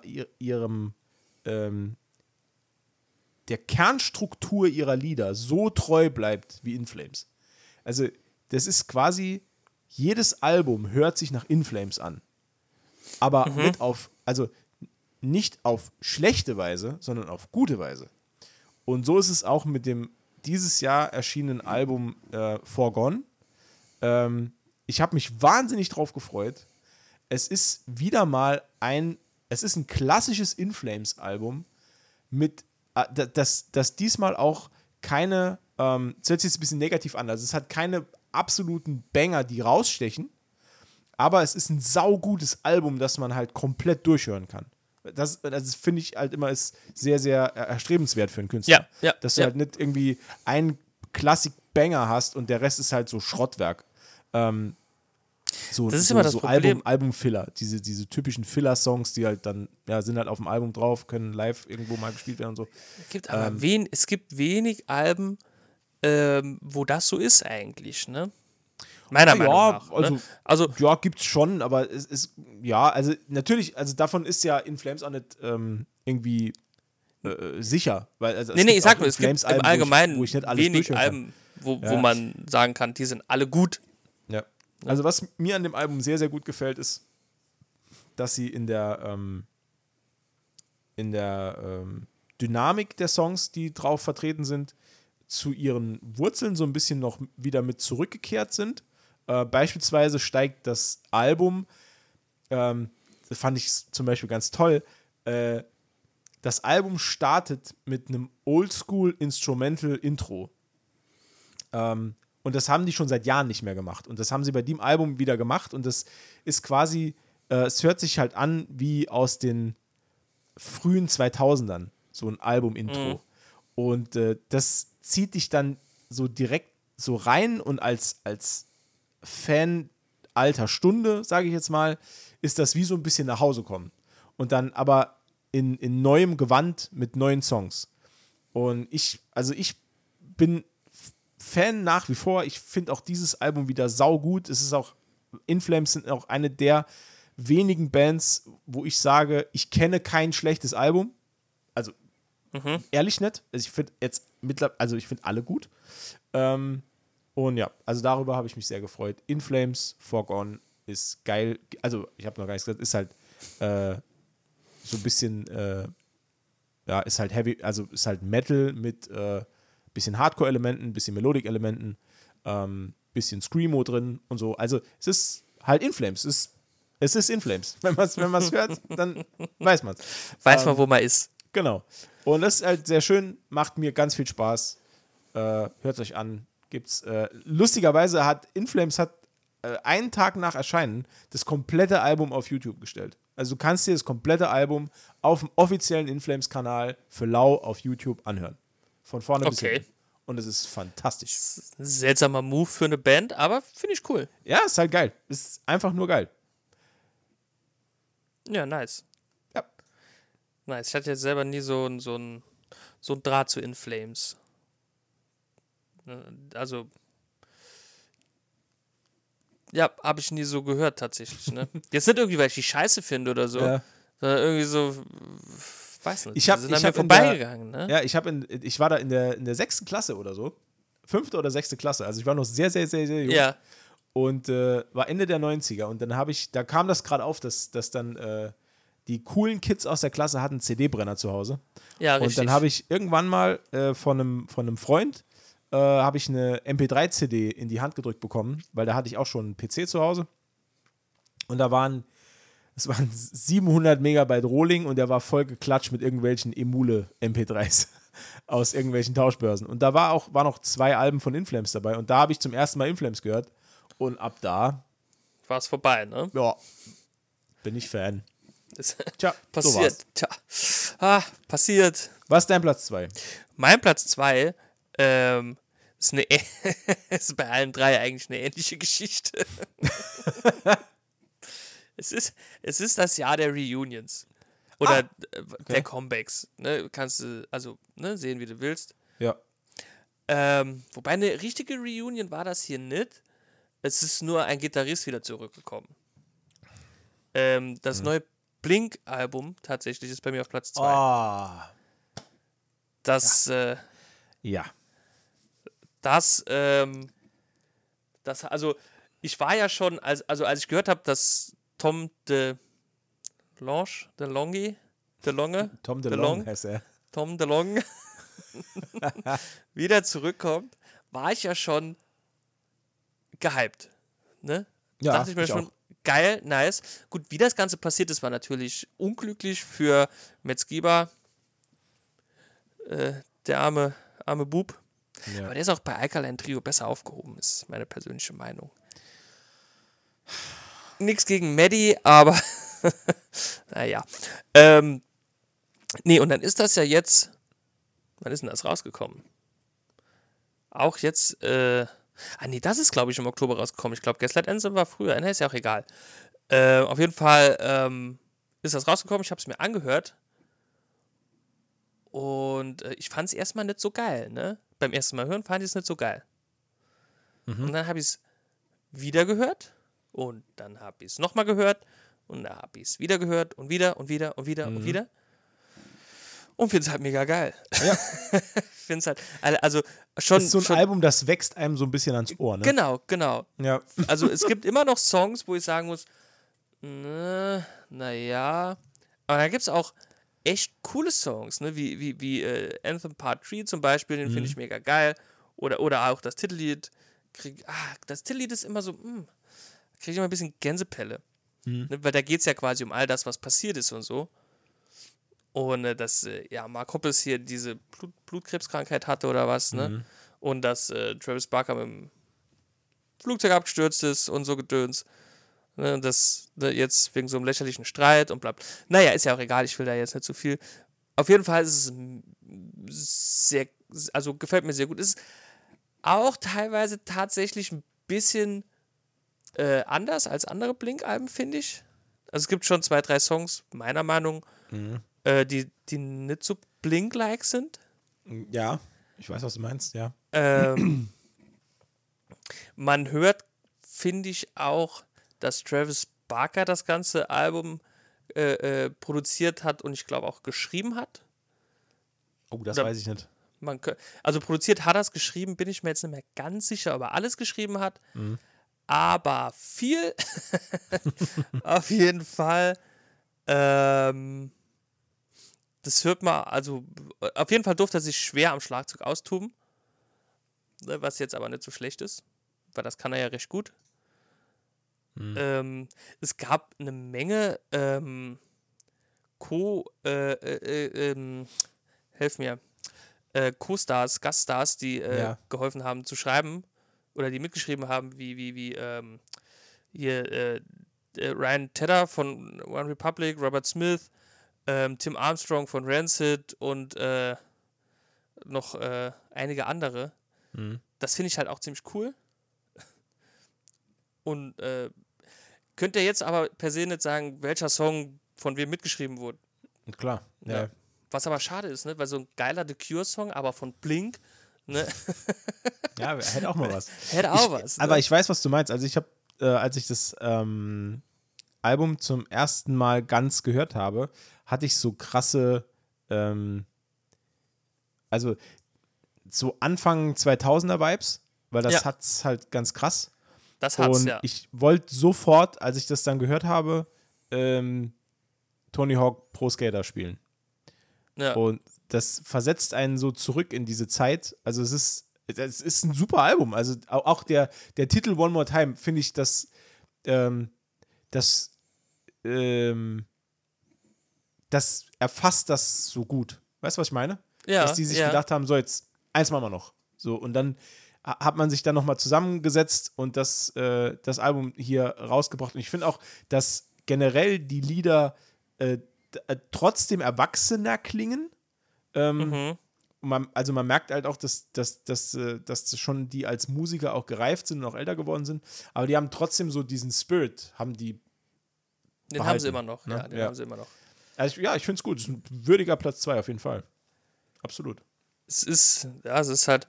der Kernstruktur ihrer Lieder so treu bleibt wie In Flames. Also, das ist quasi, jedes Album hört sich nach In Flames an. Aber nicht auf schlechte Weise, sondern auf gute Weise. Und so ist es auch mit dem dieses Jahr erschienenen Album Forgone. Ich habe mich wahnsinnig drauf gefreut. Es ist wieder mal ein klassisches In Flames Album mit, das diesmal auch keine, das hört sich jetzt ein bisschen negativ an, also es hat keine absoluten Banger, die rausstechen, aber es ist ein saugutes Album, das man halt komplett durchhören kann. Das finde ich halt immer ist sehr, sehr erstrebenswert für einen Künstler. Ja, dass du halt nicht irgendwie einen Klassik-Banger hast und der Rest ist halt so Schrottwerk. Das ist immer das Problem. Album-Filler, diese typischen Filler-Songs, die halt dann, ja, sind halt auf dem Album drauf, können live irgendwo mal gespielt werden und so. Es gibt wenig Alben, wo das so ist eigentlich, ne? Meiner Meinung nach. Also, ja, gibt's schon, aber es ist, ja, also natürlich, also davon ist ja In Flames auch nicht irgendwie sicher. Weil, also, ich sag nur, es gibt Flames-Alben, im Allgemeinen wo ich nicht alles wenig durchhören Alben, kann. wo man sagen kann, die sind alle gut. Ja. Also was mir an dem Album sehr, sehr gut gefällt, ist, dass sie in der Dynamik der Songs, die drauf vertreten sind, zu ihren Wurzeln so ein bisschen noch wieder mit zurückgekehrt sind. Beispielsweise steigt das Album, das fand ich zum Beispiel ganz toll, das Album startet mit einem Oldschool-Instrumental-Intro. Und das haben die schon seit Jahren nicht mehr gemacht. Und das haben sie bei dem Album wieder gemacht. Und das ist quasi, es hört sich halt an wie aus den frühen 2000ern, so ein Album-Intro. Und das zieht dich dann so direkt so rein und als Fan alter Stunde, sage ich jetzt mal, ist das wie so ein bisschen nach Hause kommen. Und dann aber in neuem Gewand mit neuen Songs. Und ich bin Fan nach wie vor. Ich finde auch dieses Album wieder saugut. Es ist auch, In Flames sind auch eine der wenigen Bands, wo ich sage, ich kenne kein schlechtes Album. Also, ehrlich nicht. Also ich finde ich finde alle gut. Und ja, also darüber habe ich mich sehr gefreut. In Flames, Forgone ist geil. Also, ich habe noch gar nicht gesagt, ist halt so ein bisschen, ja, ist halt Heavy, also ist halt Metal mit bisschen Hardcore-Elementen, bisschen Melodic-Elementen, bisschen Screamo drin und so. Also es ist halt In Flames. Es ist In Flames. Wenn man es hört, dann weiß man es. Weiß man, wo man ist. Genau. Und das ist halt sehr schön, macht mir ganz viel Spaß. Hört es euch an. Gibt's, lustigerweise hat In Flames einen Tag nach Erscheinen das komplette Album auf YouTube gestellt. Also du kannst dir das komplette Album auf dem offiziellen In Flames Kanal für Lau auf YouTube anhören. Von vorne bis hinten. Und es ist fantastisch. Das ist ein seltsamer Move für eine Band, aber finde ich cool. Ja, ist halt geil. Ist einfach nur geil. Ja, nice. Ja. Nice. Ich hatte jetzt selber nie so ein Draht zu In Flames. Also, ja, habe ich nie so gehört tatsächlich. Ne? Jetzt nicht irgendwie, weil ich die scheiße finde oder so, Ja. sondern irgendwie so, weiß nicht, Ich die hab- sind ich an mir hab in vorbeigegangen. Ne? Ja, ich war da in der 6. Klasse oder so. 5. oder 6. Klasse. Also ich war noch sehr, sehr, sehr, sehr jung. Ja, Und war Ende der 90er. Und dann da kam das gerade auf, dass dann die coolen Kids aus der Klasse hatten CD-Brenner zu Hause. ja, Und richtig. dann habe ich irgendwann mal von einem Freund habe ich eine MP3-CD in die Hand gedrückt bekommen, weil da hatte ich auch schon einen PC zu Hause. Und es waren 700 Megabyte Rohling und der war voll geklatscht mit irgendwelchen Emule MP3s aus irgendwelchen Tauschbörsen. Und da waren noch 2 Alben von In Flames dabei. Und da habe ich zum ersten Mal In Flames gehört. Und ab da, War es vorbei, ne? ja, bin ich Fan. Das Tja, passiert. so war's. Tja. Passiert. Was ist dein Platz 2? Mein Platz 2 ist ist bei allen 3 eigentlich eine ähnliche Geschichte. Es ist das Jahr der Reunions. Oder der Comebacks. Ne? Kannst du also sehen, wie du willst. Ja. Wobei eine richtige Reunion war das hier nicht. Es ist nur ein Gitarrist wieder zurückgekommen. Das neue Blink-Album tatsächlich ist bei mir auf Platz 2. Oh. Ja. Also ich war ja schon, als ich gehört habe, dass Tom DeLonge Tom DeLonge heißt er. Tom DeLonge wieder zurückkommt, war ich ja schon gehypt. Ne? Ja, Dachte ich mir schon, auch. geil, nice. Gut, wie das Ganze passiert ist, war natürlich unglücklich für Metzgeber, der arme Bub. Ja. Aber der ist auch bei Alkaline Trio besser aufgehoben, ist meine persönliche Meinung. Nix gegen Maddie, aber naja. Nee, und dann ist das ja jetzt, wann ist denn das rausgekommen? Auch jetzt, nee, das ist, glaube ich, im Oktober rausgekommen. Ich glaube, Gaslight Anthem war früher, ist ja auch egal. Auf jeden Fall ist das rausgekommen, ich habe es mir angehört und ich fand es erstmal nicht so geil, ne? Beim ersten Mal hören fand ich es nicht so geil. Und dann habe ich es wieder gehört und dann habe ich es nochmal gehört und dann habe ich es wieder gehört und wieder und wieder und wieder und wieder. Und finde es halt mega geil. Ja. Finde es halt, also schon. Das ist so ein Album, das wächst einem so ein bisschen ans Ohr, ne? Genau. Ja. Also es gibt immer noch Songs, wo ich sagen muss, naja. Aber da gibt es auch echt coole Songs, ne? Wie Anthem Part 3 zum Beispiel, den finde ich mega geil. Oder auch das Titellied. Das Titellied ist immer so, kriege ich immer ein bisschen Gänsepelle. Ne? Weil da geht es ja quasi um all das, was passiert ist und so. Und dass Mark Hoppus hier diese Blutkrebskrankheit hatte oder was, ne? Und dass Travis Barker mit dem Flugzeug abgestürzt ist und so Gedöns. Ne? Und das jetzt wegen so einem lächerlichen Streit und bla bla. Naja, ist ja auch egal, ich will da jetzt nicht zu viel. Auf jeden Fall ist es gefällt mir sehr gut. Ist auch teilweise tatsächlich ein bisschen anders als andere Blink-Alben, finde ich. Also es gibt schon 2, 3 Songs, meiner Meinung nach, die nicht so Blink-like sind. Ja, ich weiß, was du meinst, ja. Man hört, finde ich, auch, dass Travis Barker das ganze Album produziert hat und ich glaube auch geschrieben hat. Oh, das Oder weiß ich nicht. Also produziert hat er es, geschrieben bin ich mir jetzt nicht mehr ganz sicher, ob er alles geschrieben hat. Aber viel auf jeden Fall das hört man, also auf jeden Fall durfte er sich schwer am Schlagzeug austoben, ne, was jetzt aber nicht so schlecht ist, weil das kann er ja recht gut. Es gab eine Menge helf mir, Co-Stars, Gaststars, die geholfen haben zu schreiben oder die mitgeschrieben haben, wie hier Ryan Tedder von One Republic, Robert Smith, Tim Armstrong von Rancid und noch einige andere. Das finde ich halt auch ziemlich cool. Und könnt ihr jetzt aber per se nicht sagen, welcher Song von wem mitgeschrieben wurde. Klar, ja. Was aber schade ist, ne? Weil so ein geiler The Cure-Song, aber von Blink, ne? Ja, hätte auch mal was. Hätte auch was. Aber ich weiß, was du meinst. Also ich habe, als ich das Album zum ersten Mal ganz gehört habe, hatte ich so krasse, also so Anfang 2000er Vibes, weil das hat's halt ganz krass. Das hat's, und ja. ich wollte sofort, als ich das dann gehört habe, Tony Hawk Pro Skater spielen. Ja. Und das versetzt einen so zurück in diese Zeit. Also es ist ein super Album. Also auch der Titel One More Time, finde ich, das erfasst das so gut. Weißt du, was ich meine? Ja, dass die sich gedacht haben, so jetzt, eins machen wir noch. So, und dann hat man sich dann nochmal zusammengesetzt und das Album hier rausgebracht. Und ich finde auch, dass generell die Lieder trotzdem erwachsener klingen. Man merkt halt auch, dass schon die als Musiker auch gereift sind und auch älter geworden sind. Aber die haben trotzdem so diesen Spirit, Den behalten, haben sie immer noch. Ne? Ja, den haben sie immer noch. Also ich finde es gut. Es ist ein würdiger Platz 2 auf jeden Fall. Absolut. Es ist halt.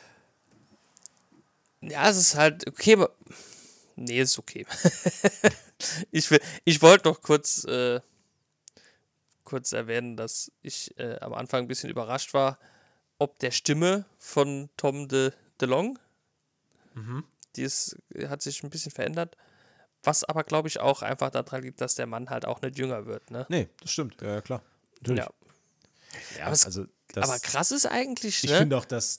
Ja, es ist halt okay, aber. Nee, es ist okay. Ich wollte noch kurz erwähnen, dass ich am Anfang ein bisschen überrascht war, ob der Stimme von Tom DeLonge. Die hat sich ein bisschen verändert. Was aber, glaube ich, auch einfach daran liegt, dass der Mann halt auch nicht jünger wird. Ne? Nee, das stimmt. Ja, klar. Natürlich. Ja, aber krass ist eigentlich, ich ne? finde auch, dass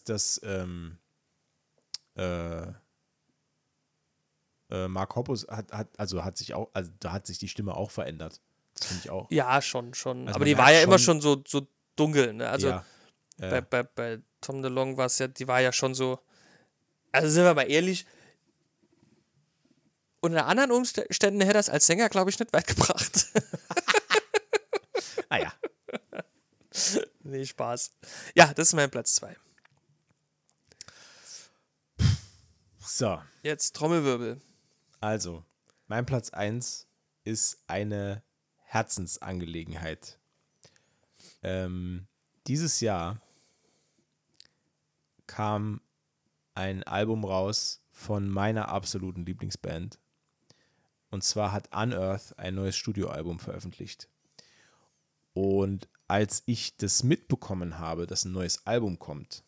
Mark Hoppus hat sich die Stimme auch verändert. Das finde ich auch. Ja, schon. Also aber die war ja immer schon so dunkel, ne? Also bei Tom DeLonge war es ja, die war ja schon so. Also sind wir mal ehrlich, unter anderen Umständen hätte er es als Sänger, glaube ich, nicht weit gebracht. Naja. Nee, Spaß. Ja, das ist mein Platz 2. So. Jetzt Trommelwirbel. Also, mein Platz 1 ist eine Herzensangelegenheit. Dieses Jahr kam ein Album raus von meiner absoluten Lieblingsband. Und zwar hat Unearth ein neues Studioalbum veröffentlicht. Und als ich das mitbekommen habe, dass ein neues Album kommt,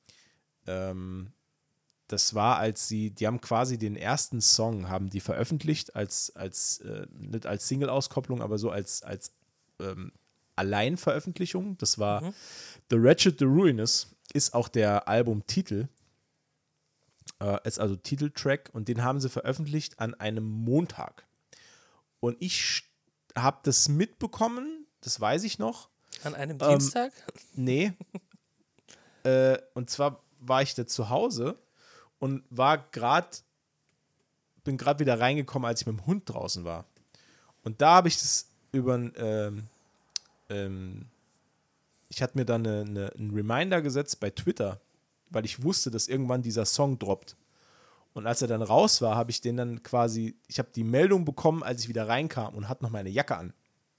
das war, als die haben quasi den ersten Song, haben die veröffentlicht, nicht als Single-Auskopplung, aber so als Alleinveröffentlichung. Das war The Wretched, The Ruinous, ist auch der Albumtitel. Ist also Titeltrack und den haben sie veröffentlicht an einem Montag. Und ich habe das mitbekommen, das weiß ich noch. An einem Dienstag? Nee. Und zwar war ich da zu Hause und bin gerade wieder reingekommen, als ich mit dem Hund draußen war. Und da habe ich das ich hatte mir dann einen Reminder gesetzt bei Twitter, weil ich wusste, dass irgendwann dieser Song droppt. Und als er dann raus war, habe ich den dann quasi, ich habe die Meldung bekommen, als ich wieder reinkam und hatte noch meine Jacke an.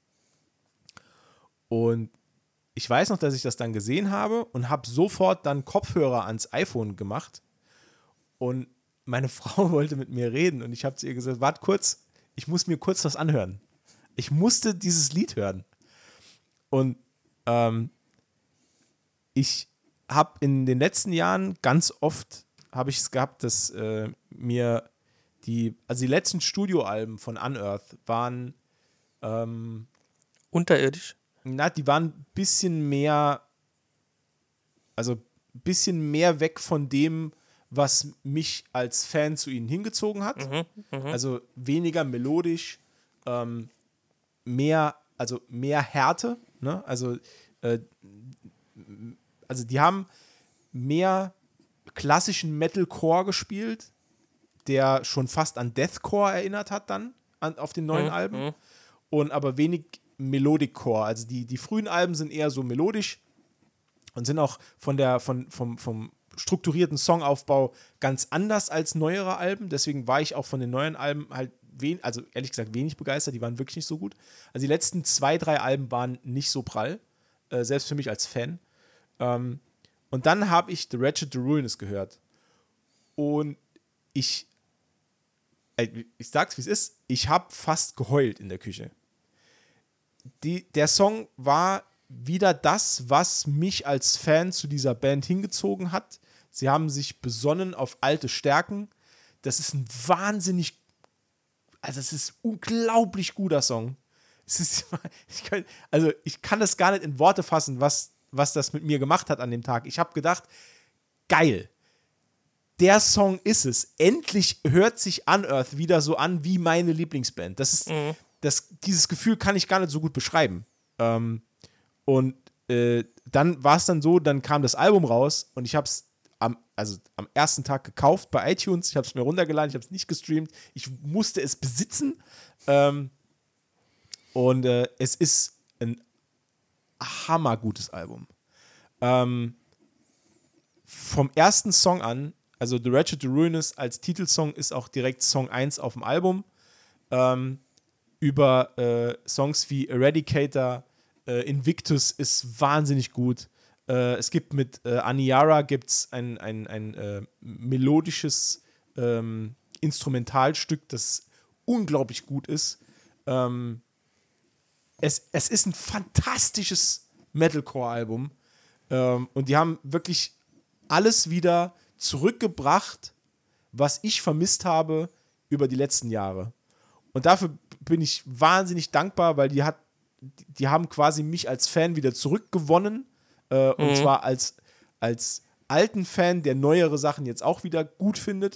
Und ich weiß noch, dass ich das dann gesehen habe und habe sofort dann Kopfhörer ans iPhone gemacht. Und meine Frau wollte mit mir reden und ich habe zu ihr gesagt, warte kurz, ich muss mir kurz was anhören. Ich musste dieses Lied hören. Und ich habe in den letzten Jahren ganz oft habe ich es gehabt, dass mir die letzten Studioalben von Unearth waren Unterirdisch? Na, die waren ein bisschen mehr, also ein bisschen mehr weg von dem, was mich als Fan zu ihnen hingezogen hat. Also weniger melodisch, mehr Härte. Ne? Äh, also die haben mehr klassischen Metalcore gespielt, der schon fast an Deathcore erinnert hat dann auf den neuen Alben. Und aber wenig Melodic-Core. Also die frühen Alben sind eher so melodisch und sind auch vom strukturierten Songaufbau ganz anders als neuere Alben. Deswegen war ich auch von den neuen Alben halt also ehrlich gesagt wenig begeistert. Die waren wirklich nicht so gut. Also die letzten 2, 3 Alben waren nicht so prall. Selbst für mich als Fan. Und dann habe ich The Wretched, The Ruinous gehört. Und ich sag's, wie es ist, ich habe fast geheult in der Küche. Der Song war wieder das, was mich als Fan zu dieser Band hingezogen hat. Sie haben sich besonnen auf alte Stärken. Das ist ein es ist unglaublich guter Song. Ich kann das gar nicht in Worte fassen, was das mit mir gemacht hat an dem Tag. Ich habe gedacht, geil. Der Song ist es. Endlich hört sich Unearth wieder so an wie meine Lieblingsband. Dieses Gefühl kann ich gar nicht so gut beschreiben. Dann war es dann so, dann kam das Album raus und ich habe es am ersten Tag gekauft bei iTunes. Ich habe es mir runtergeladen, ich habe es nicht gestreamt. Ich musste es besitzen. Es ist ein hammergutes Album. Vom ersten Song an, also The Wretched, The Ruinous als Titelsong ist auch direkt Song 1 auf dem Album. Über Songs wie Eradicator, Invictus ist wahnsinnig gut. Es gibt mit Aniara gibt's ein melodisches Instrumentalstück, das unglaublich gut ist. Es ist ein fantastisches Metalcore-Album. Und die haben wirklich alles wieder zurückgebracht, was ich vermisst habe über die letzten Jahre. Und dafür bin ich wahnsinnig dankbar, weil die haben quasi mich als Fan wieder zurückgewonnen. Und zwar als alten Fan, der neuere Sachen jetzt auch wieder gut findet.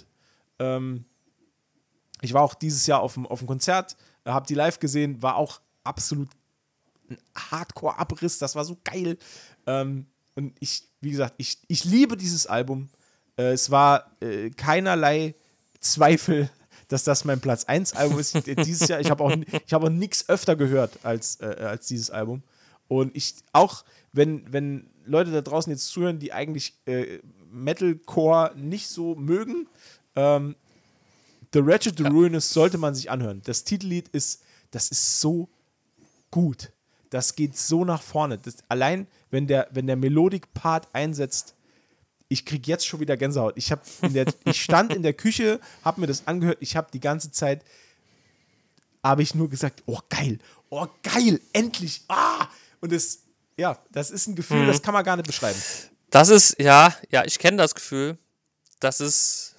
Ich war auch dieses Jahr auf dem Konzert, habe die live gesehen, war auch absolut ein Hardcore-Abriss, das war so geil. Und wie gesagt, ich liebe dieses Album. Es war keinerlei Zweifel, dass das mein Platz 1 Album ist dieses Jahr. Ich habe auch nichts öfter gehört als dieses Album. Und auch wenn Leute da draußen jetzt zuhören, die eigentlich Metalcore nicht so mögen, The Wretched, The Ruinous sollte man sich anhören. Das Titellied ist so gut. Das geht so nach vorne. Allein, wenn der Melodic-Part einsetzt, ich krieg jetzt schon wieder Gänsehaut. Ich stand in der Küche, habe mir das angehört, ich habe die ganze Zeit, habe ich nur gesagt, oh geil, endlich, Und das ist ein Gefühl, das kann man gar nicht beschreiben. Das ist, ja, ich kenne das Gefühl. Das ist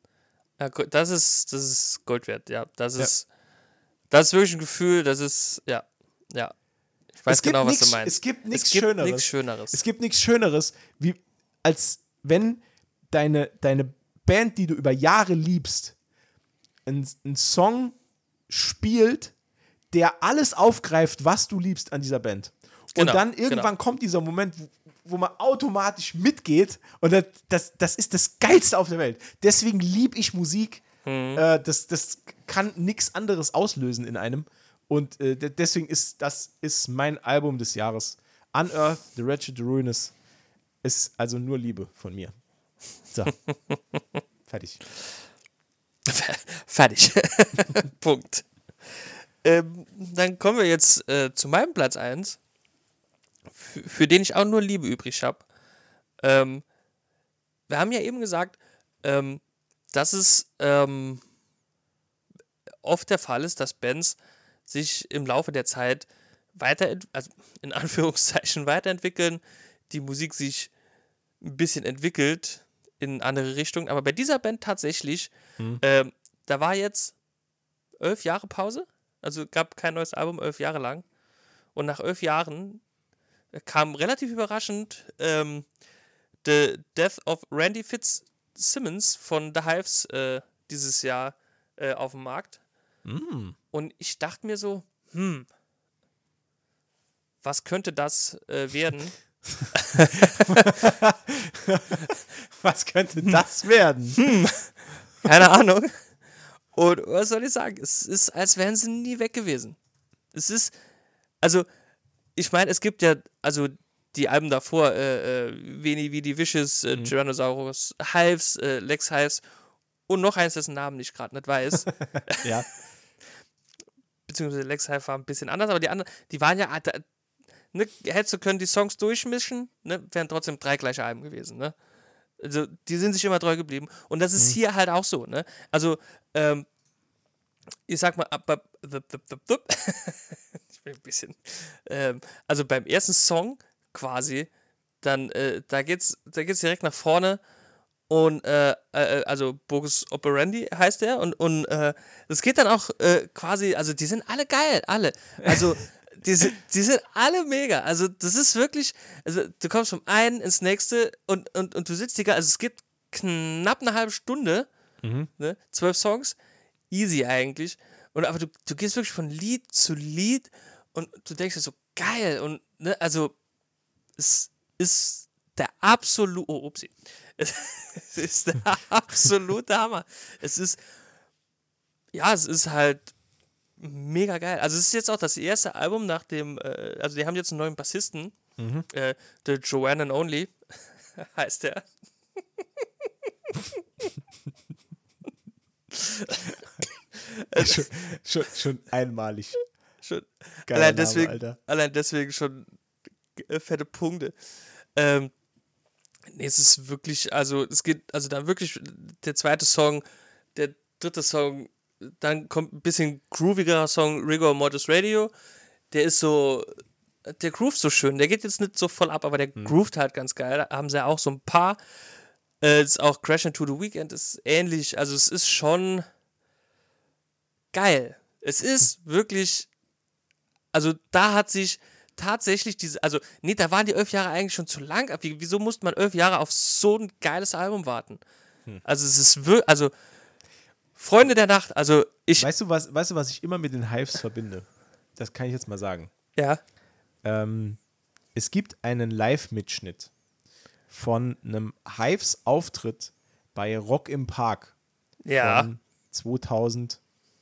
Gold wert, ja. Das ist wirklich ein Gefühl, das ist, ja. Ich weiß genau, was du meinst. Es gibt nichts Schöneres. Es gibt nichts Schöneres, als wenn deine Band, die du über Jahre liebst, einen Song spielt, der alles aufgreift, was du liebst an dieser Band. Und dann irgendwann kommt dieser Moment, wo man automatisch mitgeht und das ist das Geilste auf der Welt. Deswegen liebe ich Musik. Das kann nichts anderes auslösen in einem. Und deswegen ist mein Album des Jahres. Unearth, The Wretched, The Ruinous ist also nur Liebe von mir. So. Fertig. Fertig. Punkt. Dann kommen wir jetzt zu meinem Platz 1, für den ich auch nur Liebe übrig habe. Wir haben ja eben gesagt, dass es oft der Fall ist, dass Bands sich im Laufe der Zeit in Anführungszeichen weiterentwickeln, die Musik sich ein bisschen entwickelt in andere Richtungen, aber bei dieser Band tatsächlich, da war jetzt 11 Jahre Pause, also gab kein neues Album 11 Jahre lang Und nach 11 Jahren kam relativ überraschend The Death of Randy Fitzsimmons von The Hives dieses Jahr auf dem Markt. Und ich dachte mir so, was könnte das werden? Was könnte das werden? Keine Ahnung. Und was soll ich sagen? Es ist, als wären sie nie weg gewesen. Es ist, also, ich meine, es gibt ja, also die Alben davor, Veni Vidi Vicious, Tyrannosaurus, Hives, Lex Hives und noch eins, dessen Namen ich gerade nicht weiß. Ja. Beziehungsweise Lex Hive war ein bisschen anders, aber die anderen, die waren ja, ne, hättest du können die Songs durchmischen, ne, wären trotzdem 3 gleiche Alben gewesen, ne? Also, die sind sich immer treu geblieben. Und das ist hier halt auch so, ne? Also, ich sag mal, ich bin ein bisschen, also beim ersten Song quasi, dann, da geht's direkt nach vorne und, also Bogus Operandi heißt der und das geht dann auch quasi, also die sind alle geil, alle. Also, die sind alle mega. Also, das ist wirklich, also du kommst vom einen ins nächste und du sitzt hier, also es gibt knapp eine halbe Stunde, ne, 12 Songs, easy eigentlich. Und aber du gehst wirklich von Lied zu Lied und du denkst dir so, geil. Und, ne, also, es ist der absolute, es ist der absolute Hammer. Es ist halt mega geil. Also es ist jetzt auch das erste Album nach dem, also die haben jetzt einen neuen Bassisten, The Joanne and Only heißt der. schon einmalig. Schon. Geiler Name, Alter. Allein deswegen schon fette Punkte. Nee, es ist wirklich, also es geht, also dann wirklich der zweite Song, der dritte Song, dann kommt ein bisschen groovigerer Song, Rigor Mortis Radio. Der ist so, der groovt so schön. Der geht jetzt nicht so voll ab, aber der groovt halt ganz geil. Da haben sie auch so ein paar. Ist auch Crash Into the Weekend ist ähnlich. Also es ist schon geil. Es ist wirklich, also da hat sich tatsächlich also nee, da waren die 11 Jahre eigentlich schon zu lang. Wieso musste man 11 Jahre auf so ein geiles Album warten? Also es ist wirklich, also Freunde der Nacht, also ich... Weißt du, was ich immer mit den Hives verbinde? Das kann ich jetzt mal sagen. Ja. Es gibt einen Live-Mitschnitt von einem Hives-Auftritt bei Rock im Park von 2011.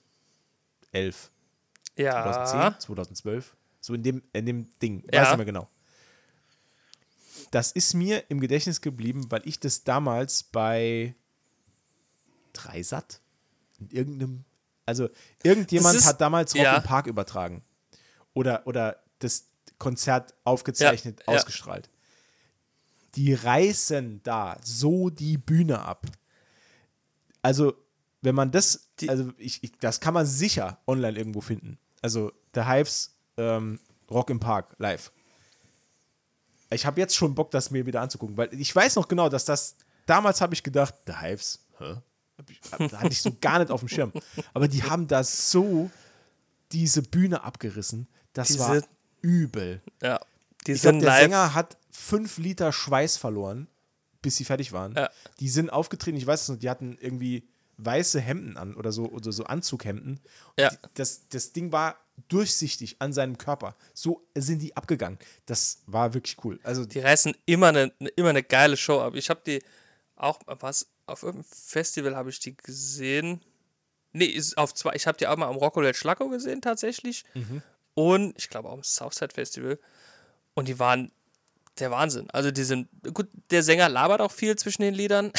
Ja. 2010, 2012. So in dem Ding. Ja. Weiß nicht mehr genau. Das ist mir im Gedächtnis geblieben, weil ich das damals bei Dreisat in irgendeinem, also irgendjemand hat damals Rock im Park übertragen. Oder das Konzert aufgezeichnet, ausgestrahlt. Die reißen da so die Bühne ab. Also, wenn man das, das kann man sicher online irgendwo finden. Also, The Hives Rock im Park live. Ich habe jetzt schon Bock, das mir wieder anzugucken, weil ich weiß noch genau, dass das, damals habe ich gedacht, The Hives, da hatte ich so gar nicht auf dem Schirm. Aber die haben da so diese Bühne abgerissen, das war übel. Ja, ich glaube, der Sänger hat 5 Liter Schweiß verloren, bis sie fertig waren. Ja. Die sind aufgetreten, ich weiß es noch, die hatten irgendwie weiße Hemden an oder so Anzughemden. Ja. Das Ding war durchsichtig an seinem Körper. So sind die abgegangen. Das war wirklich cool. Also die reißen immer eine geile Show ab. Ich habe die auch, auf irgendeinem Festival habe ich die gesehen. Nee, ich habe die auch mal am Rocco Schlacko gesehen tatsächlich. Und ich glaube auch am Southside Festival. Und die waren der Wahnsinn. Also die sind, gut, der Sänger labert auch viel zwischen den Liedern.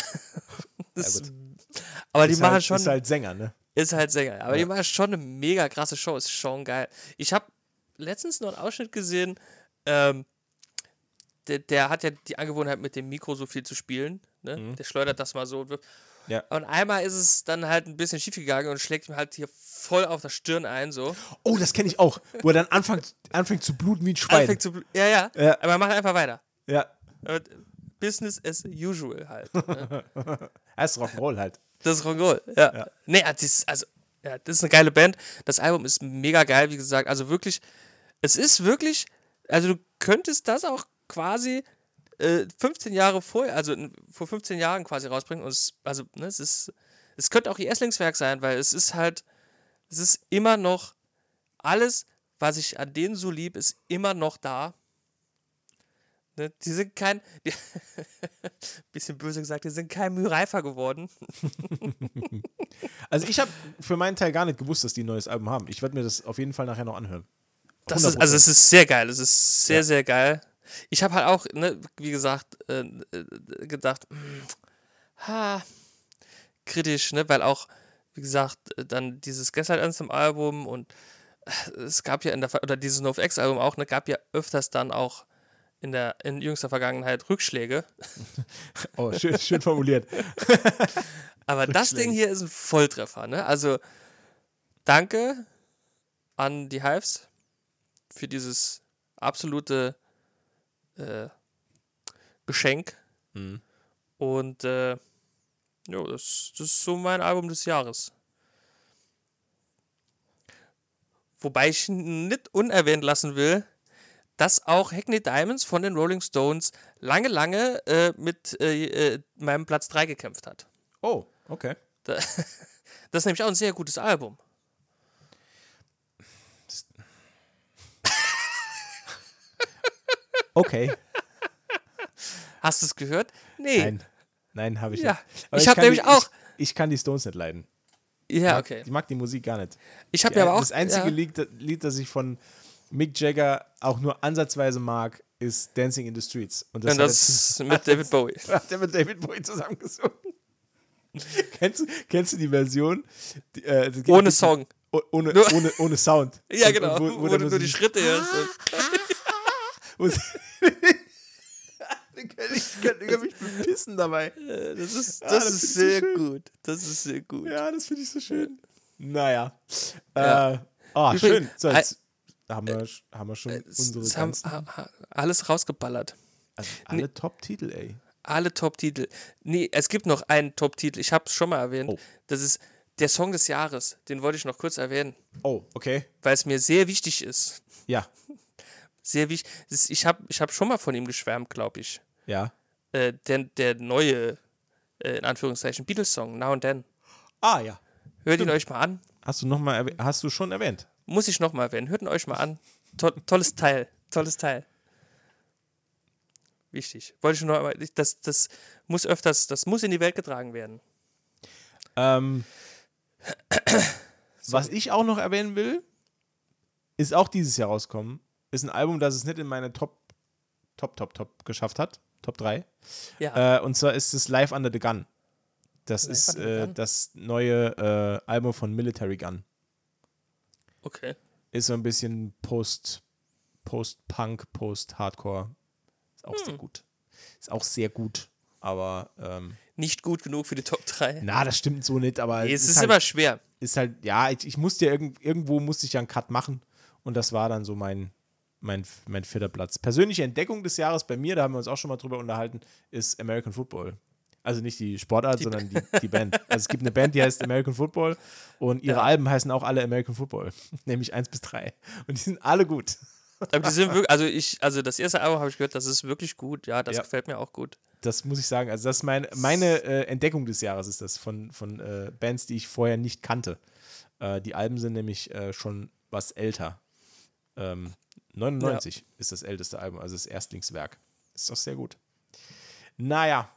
Aber die machen schon. Ist halt Sänger, ne? Ist halt Sänger. Aber die machen schon eine mega krasse Show. Ist schon geil. Ich habe letztens noch einen Ausschnitt gesehen. Der hat ja die Angewohnheit, mit dem Mikro so viel zu spielen. Ne? Der schleudert das mal so. Ja. Und einmal ist es dann halt ein bisschen schief gegangen und schlägt ihm halt hier voll auf der Stirn ein. So. Oh, das kenne ich auch. Wo er dann anfängt zu bluten wie ein Schwein. Ja. Aber er macht einfach weiter. Ja. Business as usual halt. Ne? Das ist Rock'n'Roll halt. Das ist Rock'n'Roll, ja. Nee, das ist eine geile Band. Das Album ist mega geil, wie gesagt. Also wirklich, Es ist wirklich, also du könntest das auch quasi 15 Jahre vorher, also vor 15 Jahren quasi rausbringen. Und es könnte auch ihr Erstlingswerk sein, weil es ist immer noch alles, was ich an denen so lieb, ist immer noch da. Ne? Die sind bisschen böse gesagt, die sind kein Mühe reifer geworden. Also ich habe für meinen Teil gar nicht gewusst, dass die ein neues Album haben. Ich werde mir das auf jeden Fall nachher noch anhören. Also es ist sehr geil. Es ist sehr, Ja. sehr geil. Ich habe halt auch, ne, wie gesagt, gedacht, kritisch, ne, weil auch, wie gesagt, dann dieses Gaslight Anthem Album und es gab ja oder dieses NoFX Album auch, ne, gab ja öfters dann auch in jüngster Vergangenheit Rückschläge. Oh, schön formuliert. Aber das Ding hier ist ein Volltreffer, ne? Also danke an die Hives für dieses absolute Geschenk. Mhm. Und das ist so mein Album des Jahres. Wobei ich nicht unerwähnt lassen will, dass auch Hackney Diamonds von den Rolling Stones lange mit meinem Platz 3 gekämpft hat. Oh, okay. Das ist nämlich auch ein sehr gutes Album. Okay. Hast du es gehört? Nee. Nein, habe ich Ja. nicht. Aber Ich habe nämlich auch. Ich kann die Stones nicht leiden. Ja, okay. Ich mag die Musik gar nicht. Ich habe mir aber auch. Das einzige Lied, das ich von Mick Jagger auch nur ansatzweise mag, ist Dancing in the Streets. Und das mit David Bowie. Hat er mit David Bowie zusammengesungen. Kennst du die Version? Ohne Song. Ohne Sound. Ja, genau. Wo du nur die Schritte hörst. Ich könnte mich bepissen dabei. Das ist sehr gut. Das ist sehr gut. Ja, das finde ich so schön. Naja. Ja. Schön. So, jetzt haben wir schon unsere ganzen... Alles rausgeballert. Also alle Top-Titel, ey. Alle Top-Titel. Nee, es gibt noch einen Top-Titel. Ich habe es schon mal erwähnt. Oh. Das ist der Song des Jahres. Den wollte ich noch kurz erwähnen. Oh, okay. Weil es mir sehr wichtig ist. Ja. Sehr wichtig. Ich hab schon mal von ihm geschwärmt, glaube ich. Ja. Der neue, in Anführungszeichen, Beatles-Song, Now and Then. Ah, ja. Hört ihn euch mal an. Hast du schon erwähnt? Muss ich noch mal erwähnen. Hört ihn euch mal an. Tolles Teil. Tolles Teil. Wichtig. Wollte ich nur, das muss öfters, das muss in die Welt getragen werden. Was ich auch noch erwähnen will, ist auch dieses Jahr rausgekommen. Ist ein Album, das es nicht in meine Top geschafft hat. Top 3. Ja. Und zwar ist es Live Under the Gun. Das ist das neue Album von Military Gun. Okay. Ist so ein bisschen Post-Punk, Post-Hardcore. Ist auch sehr gut. Ist auch sehr gut, aber nicht gut genug für die Top 3. Na, das stimmt so nicht, aber Nee, es ist halt, immer schwer. Ist halt, ja, ich musste ja irgendwo musste ich ja einen Cut machen und das war dann so mein vierter Platz. Persönliche Entdeckung des Jahres bei mir, da haben wir uns auch schon mal drüber unterhalten, ist American Football. Also nicht die Sportart, sondern die Band. Also es gibt eine Band, die heißt American Football und ihre Alben heißen auch alle American Football, nämlich 1 bis 3. Und die sind alle gut. Aber die sind wirklich, also das erste Album habe ich gehört, das ist wirklich gut. Ja, das gefällt mir auch gut. Das muss ich sagen. Also das ist meine Entdeckung des Jahres ist das von Bands, die ich vorher nicht kannte. Die Alben sind nämlich schon was älter. 99 ist das älteste Album, also das Erstlingswerk. Das ist doch sehr gut. Naja.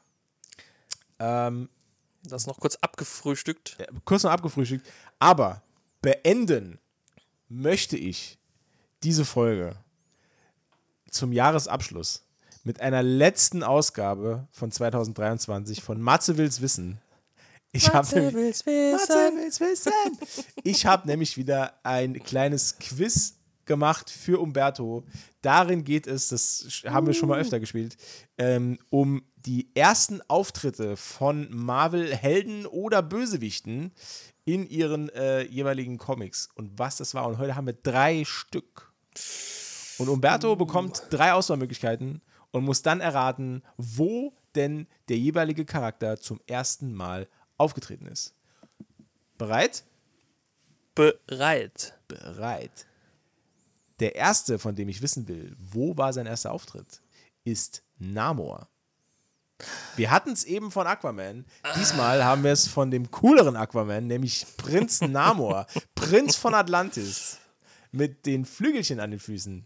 Das noch kurz abgefrühstückt. Kurz noch abgefrühstückt. Aber beenden möchte ich diese Folge zum Jahresabschluss mit einer letzten Ausgabe von 2023 von Matze will's wissen. Matze will's wissen. Ich habe nämlich wieder ein kleines Quiz gemacht für Umberto. Darin geht es, das haben wir schon mal öfter gespielt, um die ersten Auftritte von Marvel-Helden oder Bösewichten in ihren jeweiligen Comics und was das war. Und heute haben wir 3 Stück. Und Umberto bekommt 3 Auswahlmöglichkeiten und muss dann erraten, wo denn der jeweilige Charakter zum ersten Mal aufgetreten ist. Bereit? Bereit. Bereit. Der erste, von dem ich wissen will, wo war sein erster Auftritt, ist Namor. Wir hatten es eben von Aquaman. Diesmal haben wir es von dem cooleren Aquaman, nämlich Prinz Namor, Prinz von Atlantis, mit den Flügelchen an den Füßen.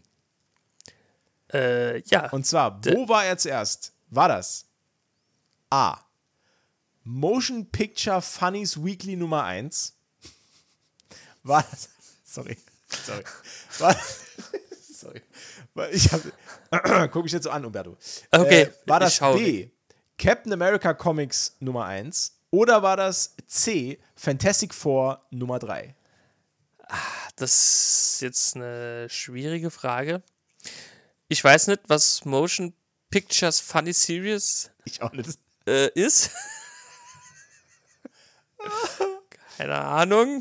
Ja. Und zwar, wo war er zuerst? War das A. Motion Picture Funnies Weekly Nummer 1? War das. Sorry. Sorry. Guck mich jetzt so an, Umberto. Okay. War das B. Captain America Comics Nummer 1? Oder war das C. Fantastic Four Nummer 3? Das ist jetzt eine schwierige Frage. Ich weiß nicht, was Motion Pictures Funny Series Ich auch nicht. Ist. Keine Ahnung.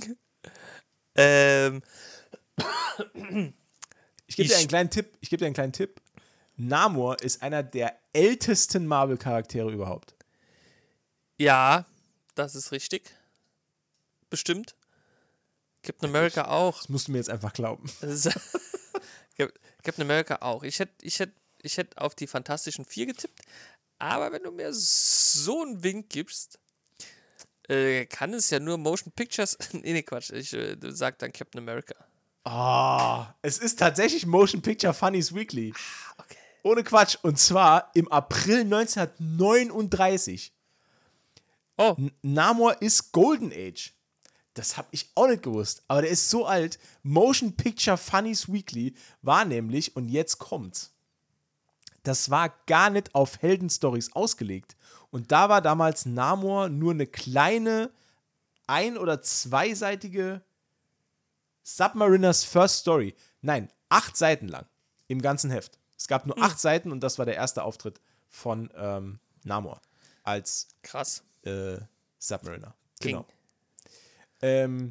Ich gebe dir einen kleinen Tipp. Namor ist einer der ältesten Marvel-Charaktere überhaupt. Ja, das ist richtig. Bestimmt. Captain America auch. Das musst du mir jetzt einfach glauben. Captain America auch. Ich hätt auf die Fantastischen Vier getippt, aber wenn du mir so einen Wink gibst, kann es ja nur Motion Pictures. Nee, Quatsch. Ich sag dann Captain America. Es ist tatsächlich Motion Picture Funnies Weekly. Okay. Ohne Quatsch. Und zwar im April 1939. Oh. Namor ist Golden Age. Das habe ich auch nicht gewusst. Aber der ist so alt. Motion Picture Funnies Weekly war nämlich, und jetzt kommt's, das war gar nicht auf Heldenstories ausgelegt. Und da war damals Namor nur eine kleine, ein- oder zweiseitige Submariners First Story. Nein, 8 Seiten lang im ganzen Heft. Es gab nur 8 Seiten und das war der erste Auftritt von Namor als Krass. Submariner. King. Genau.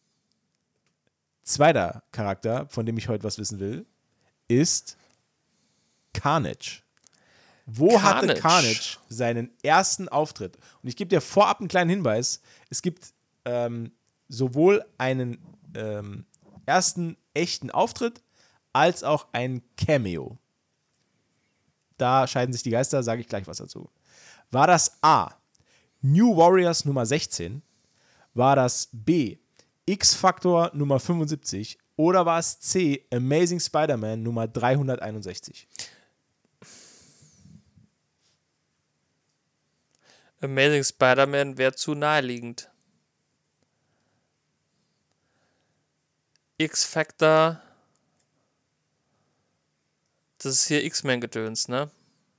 Zweiter Charakter, von dem ich heute was wissen will, ist Carnage. Wo hatte Carnage seinen ersten Auftritt? Und ich gebe dir vorab einen kleinen Hinweis. Es gibt sowohl einen ersten echten Auftritt als auch ein Cameo. Da scheiden sich die Geister, sage ich gleich was dazu. War das A. New Warriors Nummer 16? War das B. X-Factor Nummer 75? Oder war es C. Amazing Spider-Man Nummer 361? Amazing Spider-Man wäre zu naheliegend. X-Factor. Das ist hier X-Men-Gedöns, ne?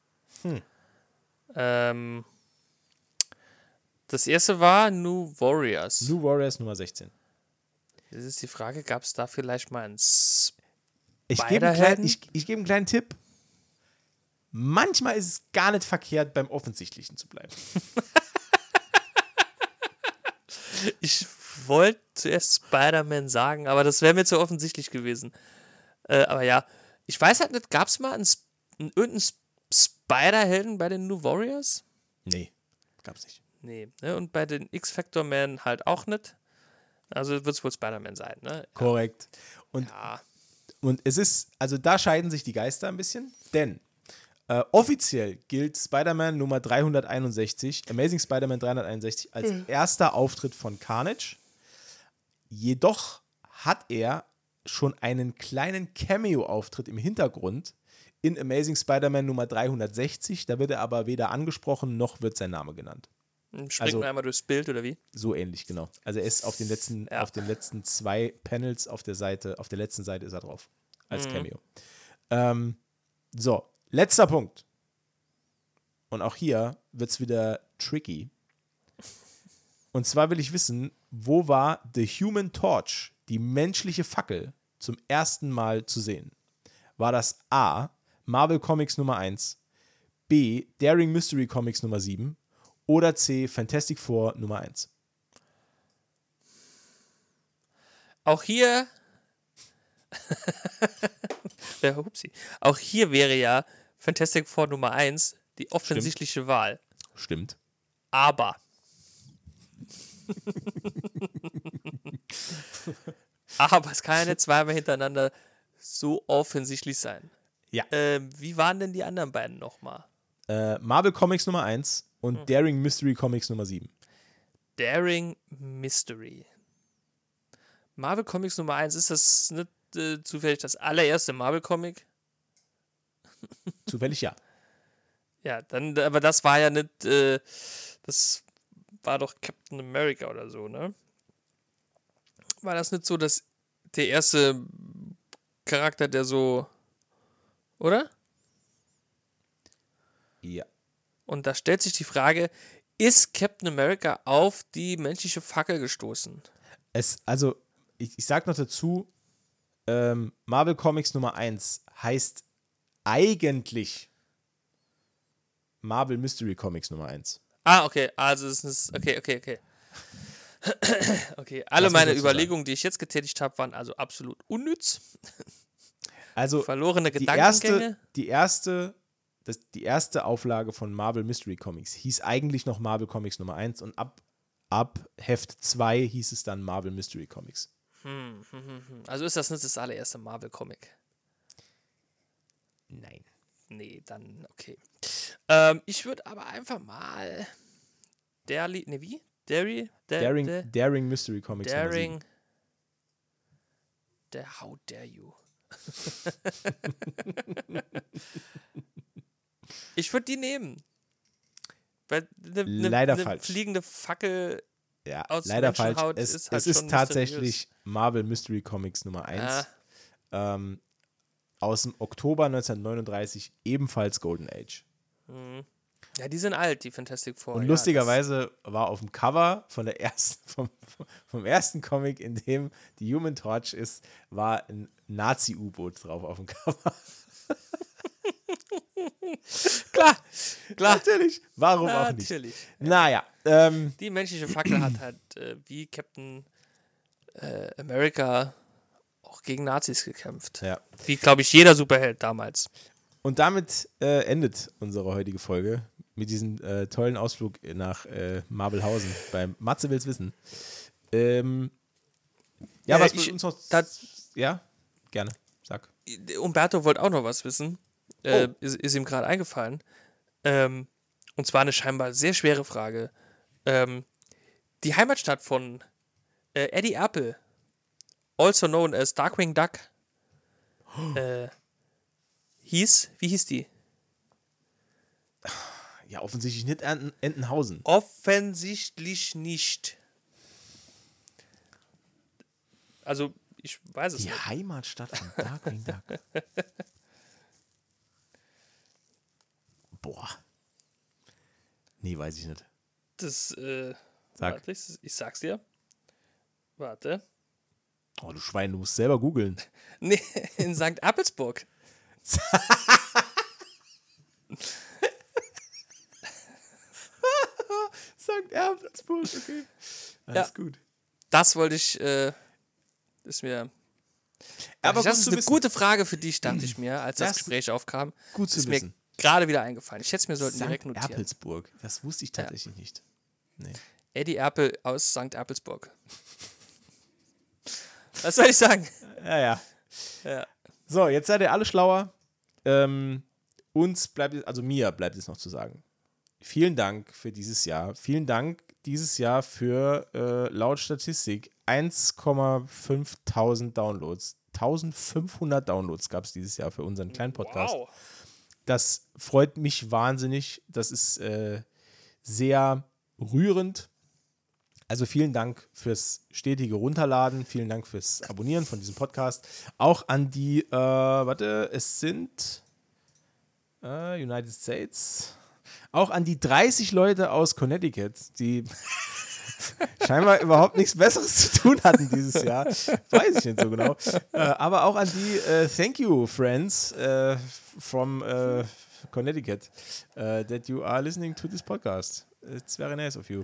Das erste war New Warriors. New Warriors Nummer 16. Jetzt ist die Frage, gab es da vielleicht mal einen Ich Spider-Helden? gebe einen kleinen Tipp. Manchmal ist es gar nicht verkehrt, beim Offensichtlichen zu bleiben. Ich wollte zuerst Spider-Man sagen, aber das wäre mir zu offensichtlich gewesen. Aber ja, ich weiß halt nicht, gab es mal irgendeinen Spider-Helden bei den New Warriors? Nee, gab's nicht. Nee, ne? Und bei den X-Factor-Man halt auch nicht. Also wird es wohl Spider-Man sein, ne? Korrekt. Und es ist, also da scheiden sich die Geister ein bisschen, denn offiziell gilt Spider-Man Nummer 361, Amazing Spider-Man 361, als erster Auftritt von Carnage. Jedoch hat er schon einen kleinen Cameo-Auftritt im Hintergrund in Amazing Spider-Man Nummer 360. Da wird er aber weder angesprochen, noch wird sein Name genannt. Springt man einmal durchs Bild, oder wie? So ähnlich, genau. Also er ist auf den letzten 2 Panels auf der letzten Seite ist er drauf. Als Cameo. So, letzter Punkt. Und auch hier wird es wieder tricky. Und zwar will ich wissen, wo war The Human Torch, die menschliche Fackel, zum ersten Mal zu sehen? War das A. Marvel Comics Nummer 1, B. Daring Mystery Comics Nummer 7 oder C. Fantastic Four Nummer 1? Auch hier Auch hier wäre ja Fantastic Four Nummer 1 die offensichtliche Wahl. Stimmt. Aber es kann ja nicht zweimal hintereinander so offensichtlich sein. Ja. Wie waren denn die anderen beiden nochmal? Marvel Comics Nummer 1 und Daring Mystery Comics Nummer 7. Daring Mystery. Marvel Comics Nummer 1, ist das nicht zufällig das allererste Marvel-Comic? Zufällig ja. Ja, dann, aber das war ja nicht, das war doch Captain America oder so, ne? War das nicht so, dass der erste Charakter, der so, oder? Ja. Und da stellt sich die Frage, ist Captain America auf die menschliche Fackel gestoßen? Ich sag noch dazu, Marvel Comics Nummer 1 heißt eigentlich Marvel Mystery Comics Nummer 1. Ah, okay, also es ist, okay. Okay, alle meine Überlegungen, die ich jetzt getätigt habe, waren also absolut unnütz. Also verlorene Gedankengänge. Die erste Auflage von Marvel Mystery Comics hieß eigentlich noch Marvel Comics Nummer 1 und ab Heft 2 hieß es dann Marvel Mystery Comics. Also ist das nicht das allererste Marvel-Comic? Nein. Nee, dann okay. Ich würde aber einfach mal wie? Daring Mystery Comics Daring. How dare you? Ich würde die nehmen. Weil leider falsch. Fliegende Fackel aus leider falsch. Menschenhaut Es halt ist schon tatsächlich Marvel Mystery Comics Nummer 1. Aus dem Oktober 1939, ebenfalls Golden Age. Ja, die sind alt, die Fantastic Four. Und lustigerweise war auf dem Cover vom ersten Comic, in dem die Human Torch ist, war ein Nazi-U-Boot drauf auf dem Cover. Klar. Natürlich. Warum auch nicht? Natürlich. Naja. Die menschliche Fackel hat halt wie Captain America auch gegen Nazis gekämpft. Ja. Wie, glaube ich, jeder Superheld damals. Und damit endet unsere heutige Folge mit diesem tollen Ausflug nach Marbelhausen beim Matze will's wissen. Was wir uns noch... Ja, gerne. Sag. Umberto wollte auch noch was wissen. Ist ihm gerade eingefallen. Und zwar eine scheinbar sehr schwere Frage. Die Heimatstadt von Eddie Apple, also known as Darkwing Duck, wie hieß die? Ja, offensichtlich nicht Entenhausen. Offensichtlich nicht. Also, ich weiß es nicht. Die Heimatstadt von Darkwing Duck. Boah. Nee, weiß ich nicht. Das, Sag. Warte, ich sag's dir. Warte. Oh, du Schwein, du musst selber googeln. Nee, in St. Appelsburg. St. Appelsburg, okay. Alles gut. Das wollte ich, ist mir... Aber das ist eine gute Frage für dich, dachte ich mir, als das Gespräch aufkam. Gut zu wissen. Mir gerade wieder eingefallen. Ich hätte es mir direkt notieren. St. Appelsburg, das wusste ich tatsächlich nicht. Nee. Eddie Apple aus St. Appelsburg. Was soll ich sagen? Ja. So, jetzt seid ihr alle schlauer. Mir bleibt es noch zu sagen. Vielen Dank für dieses Jahr. Vielen Dank dieses Jahr für laut Statistik 1.500 Downloads. 1500 Downloads gab es dieses Jahr für unseren kleinen Podcast. Wow. Das freut mich wahnsinnig. Das ist sehr rührend. Also vielen Dank fürs stetige Runterladen. Vielen Dank fürs Abonnieren von diesem Podcast. Auch an die, es sind United States. Auch an die 30 Leute aus Connecticut, die scheinbar überhaupt nichts Besseres zu tun hatten dieses Jahr. Weiß ich nicht so genau. Aber auch an die Thank you, friends from Connecticut, that you are listening to this podcast. It's very nice of you.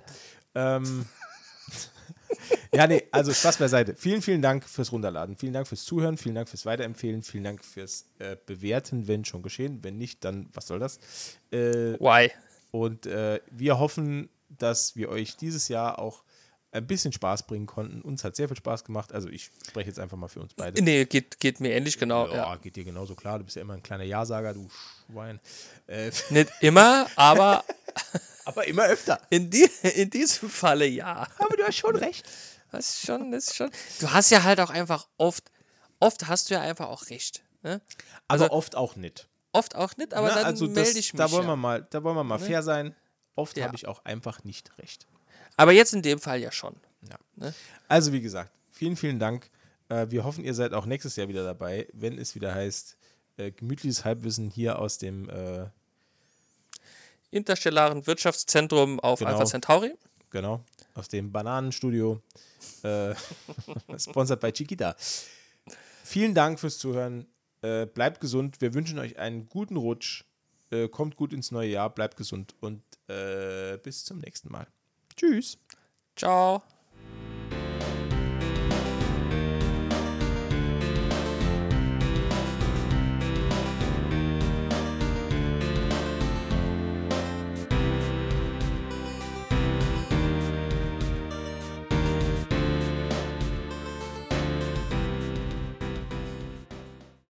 Ja, nee, also Spaß beiseite. Vielen, vielen Dank fürs Runterladen. Vielen Dank fürs Zuhören. Vielen Dank fürs Weiterempfehlen. Vielen Dank fürs Bewerten, wenn schon geschehen. Wenn nicht, dann was soll das? Why? Und wir hoffen, dass wir euch dieses Jahr auch ein bisschen Spaß bringen konnten. Uns hat sehr viel Spaß gemacht. Also ich spreche jetzt einfach mal für uns beide. Nee, geht mir ähnlich, genau. Ja, geht dir genauso klar. Du bist ja immer ein kleiner Ja-Sager, du Schwein. Nicht immer, aber Aber immer öfter. in diesem Falle ja. Aber du hast schon recht. Das ist schon. Du hast ja halt auch einfach oft hast du ja einfach auch recht. Ne? Aber Also, oft auch nicht. oft auch nicht, aber Na, dann also melde ich mich. da wollen ja. wir mal fair sein. Oft Ja. habe ich auch einfach nicht recht. Aber jetzt in dem Fall ja schon. Ja. Ne? Also wie gesagt, vielen, vielen Dank. Wir hoffen, ihr seid auch nächstes Jahr wieder dabei, wenn es wieder heißt, gemütliches Halbwissen hier aus dem Interstellaren Wirtschaftszentrum auf Genau. Alpha Centauri. Genau, aus dem Bananenstudio. Sponsored bei Chiquita. Vielen Dank fürs Zuhören. Bleibt gesund. Wir wünschen euch einen guten Rutsch. Kommt gut ins neue Jahr. Bleibt gesund und bis zum nächsten Mal. Tschüss. Ciao.